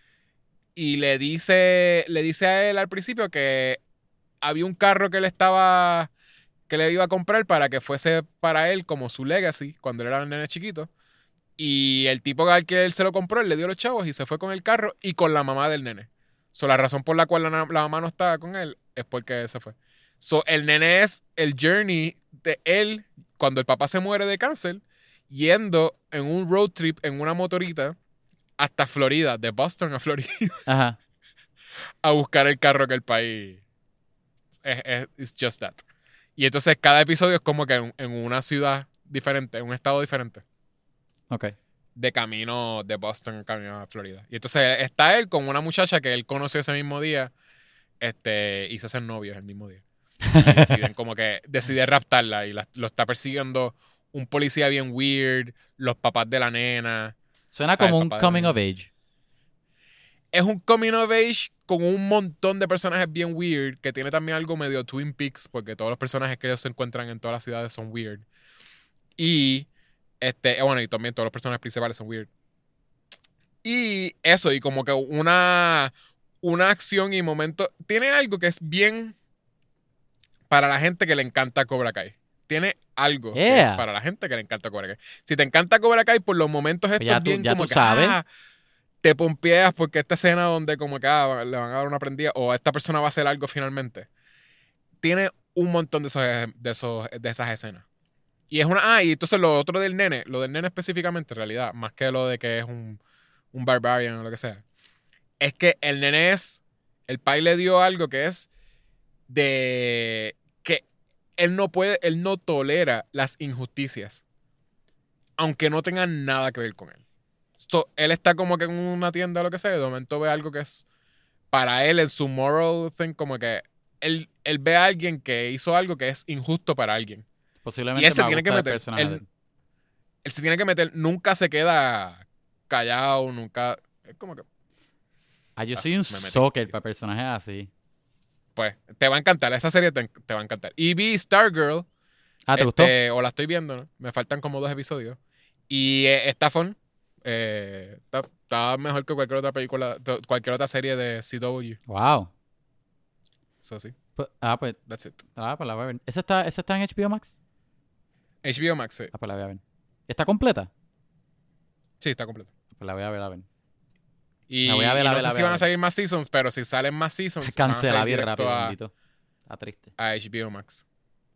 y le dice a él al principio que había un carro que le iba a comprar para que fuese para él como su legacy cuando él era un nene chiquito. Y el tipo al que él se lo compró, él le dio los chavos y se fue con el carro y con la mamá del nene. La razón por la cual la mamá no estaba con él es porque se fue. El nene es el journey de él cuando el papá se muere de cáncer, yendo en un road trip en una motorita hasta Florida, de Boston a Florida, Ajá. a buscar el carro que el país it's just that. Y entonces cada episodio es como que en una ciudad diferente, en un estado diferente. Ok. De camino de Boston, camino a Florida. Y entonces está él con una muchacha que él conoció ese mismo día, y se hacen novios el mismo día. Y decide raptarla y lo está persiguiendo un policía bien weird, los papás de la nena. Suena como un coming of age. Es un coming of age con un montón de personajes bien weird, que tiene también algo medio Twin Peaks, porque todos los personajes que ellos se encuentran en todas las ciudades son weird. Y bueno, y también todos los personajes principales son weird. Y eso, y como que una acción y momento. Tiene algo que es bien para la gente que le encanta Cobra Kai. Tiene algo que es para la gente que le encanta Cobra Kai. Si te encanta Cobra Kai, por los momentos estos bien ya como tú que sabes. te pompeas porque esta escena donde como que le van a dar una prendida o esta persona va a hacer algo finalmente. Tiene un montón de esas escenas. Y es y entonces lo otro del nene, lo del nene específicamente en realidad, más que lo de que es un barbarian o lo que sea, es que el nene el pai le dio algo que es de que él no tolera las injusticias, aunque no tengan nada que ver con él. Él está como que en una tienda o lo que sea, y de momento ve algo que es para él en su moral thing, como que él ve a alguien que hizo algo que es injusto para alguien. Posiblemente y él se tiene que meter. Él se tiene que meter, nunca se queda callado, nunca. Es como que. yo soy un stalker para personajes así. Pues, te va a encantar, esa serie te va a encantar. Y vi Stargirl. ¿Te gustó? O la estoy viendo, ¿no? Me faltan como 2 episodios. Y está fun. Está mejor que cualquier otra película, cualquier otra serie de CW. Wow. Eso sí. Pues. That's it. Pues la voy a ver. ¿Esa está en HBO Max? HBO Max, sí. Pues la voy a ver. ¿Está completa? Sí, está completa. Pues la voy a ver. Y no sé si van a salir más seasons, pero si salen más seasons, cancela bien rápido, bendito. Está triste. A HBO Max.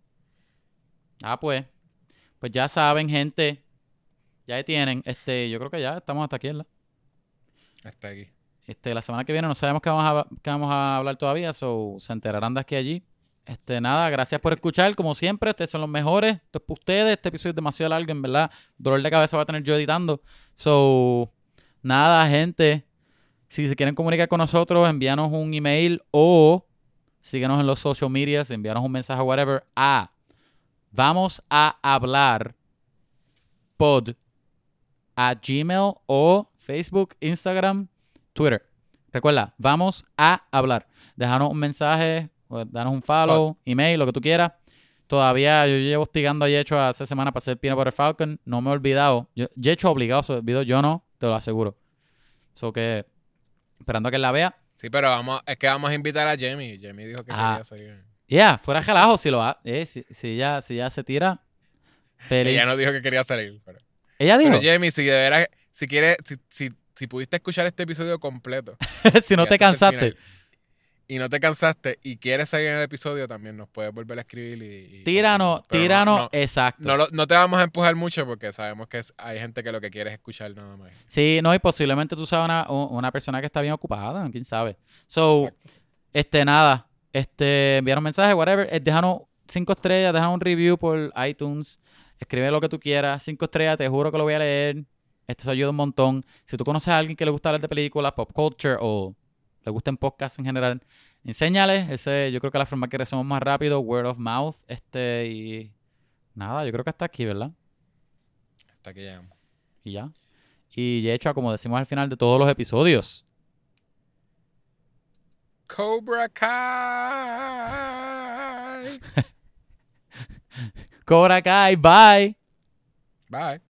Pues ya saben, gente. Ya tienen. Yo creo que ya estamos hasta aquí, ¿verdad? Hasta aquí. La semana que viene no sabemos qué vamos a hablar todavía, se enterarán de aquí a allí. Nada, gracias por escuchar, como siempre, ustedes son los mejores. Esto es para ustedes, este episodio es demasiado largo, en verdad. Dolor de cabeza va a tener yo editando. Nada, gente. Si se quieren comunicar con nosotros, envíanos un email o síguenos en los social medias, envíanos un mensaje, whatever, vamos a hablar pod a Gmail o Facebook, Instagram, Twitter. Recuerda, vamos a hablar. Déjanos un mensaje, danos un follow, email, lo que tú quieras. Todavía yo llevo hostigando a Yecho hace semana para hacer Peanut Butter Falcon. No me he olvidado. Yecho obligado se olvidó, yo no, te lo aseguro. Que esperando a que la vea. Sí, pero es que vamos a invitar a Jamie. Jamie dijo que quería salir. Fuera relajo si lo si ella se tira, feliz. Ella no dijo que quería salir. Ella dijo. Pero Jamie, si de veras, si quieres, si pudiste escuchar este episodio completo. Si no te cansaste. Y no te cansaste y quieres seguir en el episodio, también nos puedes volver a escribir Tíranos, exacto. No te vamos a empujar mucho porque sabemos que hay gente que lo que quiere es escuchar nada más. Sí, no, y posiblemente tú seas una persona que está bien ocupada, quién sabe. So, nada, enviaron mensaje, whatever, déjanos 5 estrellas, déjanos un review por iTunes, escribe lo que tú quieras, 5 estrellas, te juro que lo voy a leer. Esto ayuda un montón. Si tú conoces a alguien que le gusta hablar de películas, pop culture o le gusten podcasts en general, enséñale. Yo creo que la forma que crecemos más rápido, word of mouth, y nada, yo creo que hasta aquí, ¿verdad? Hasta aquí llegamos. Y ya. Y de hecho, como decimos al final de todos los episodios, Cobra Kai. Cobra Kai, bye. Bye.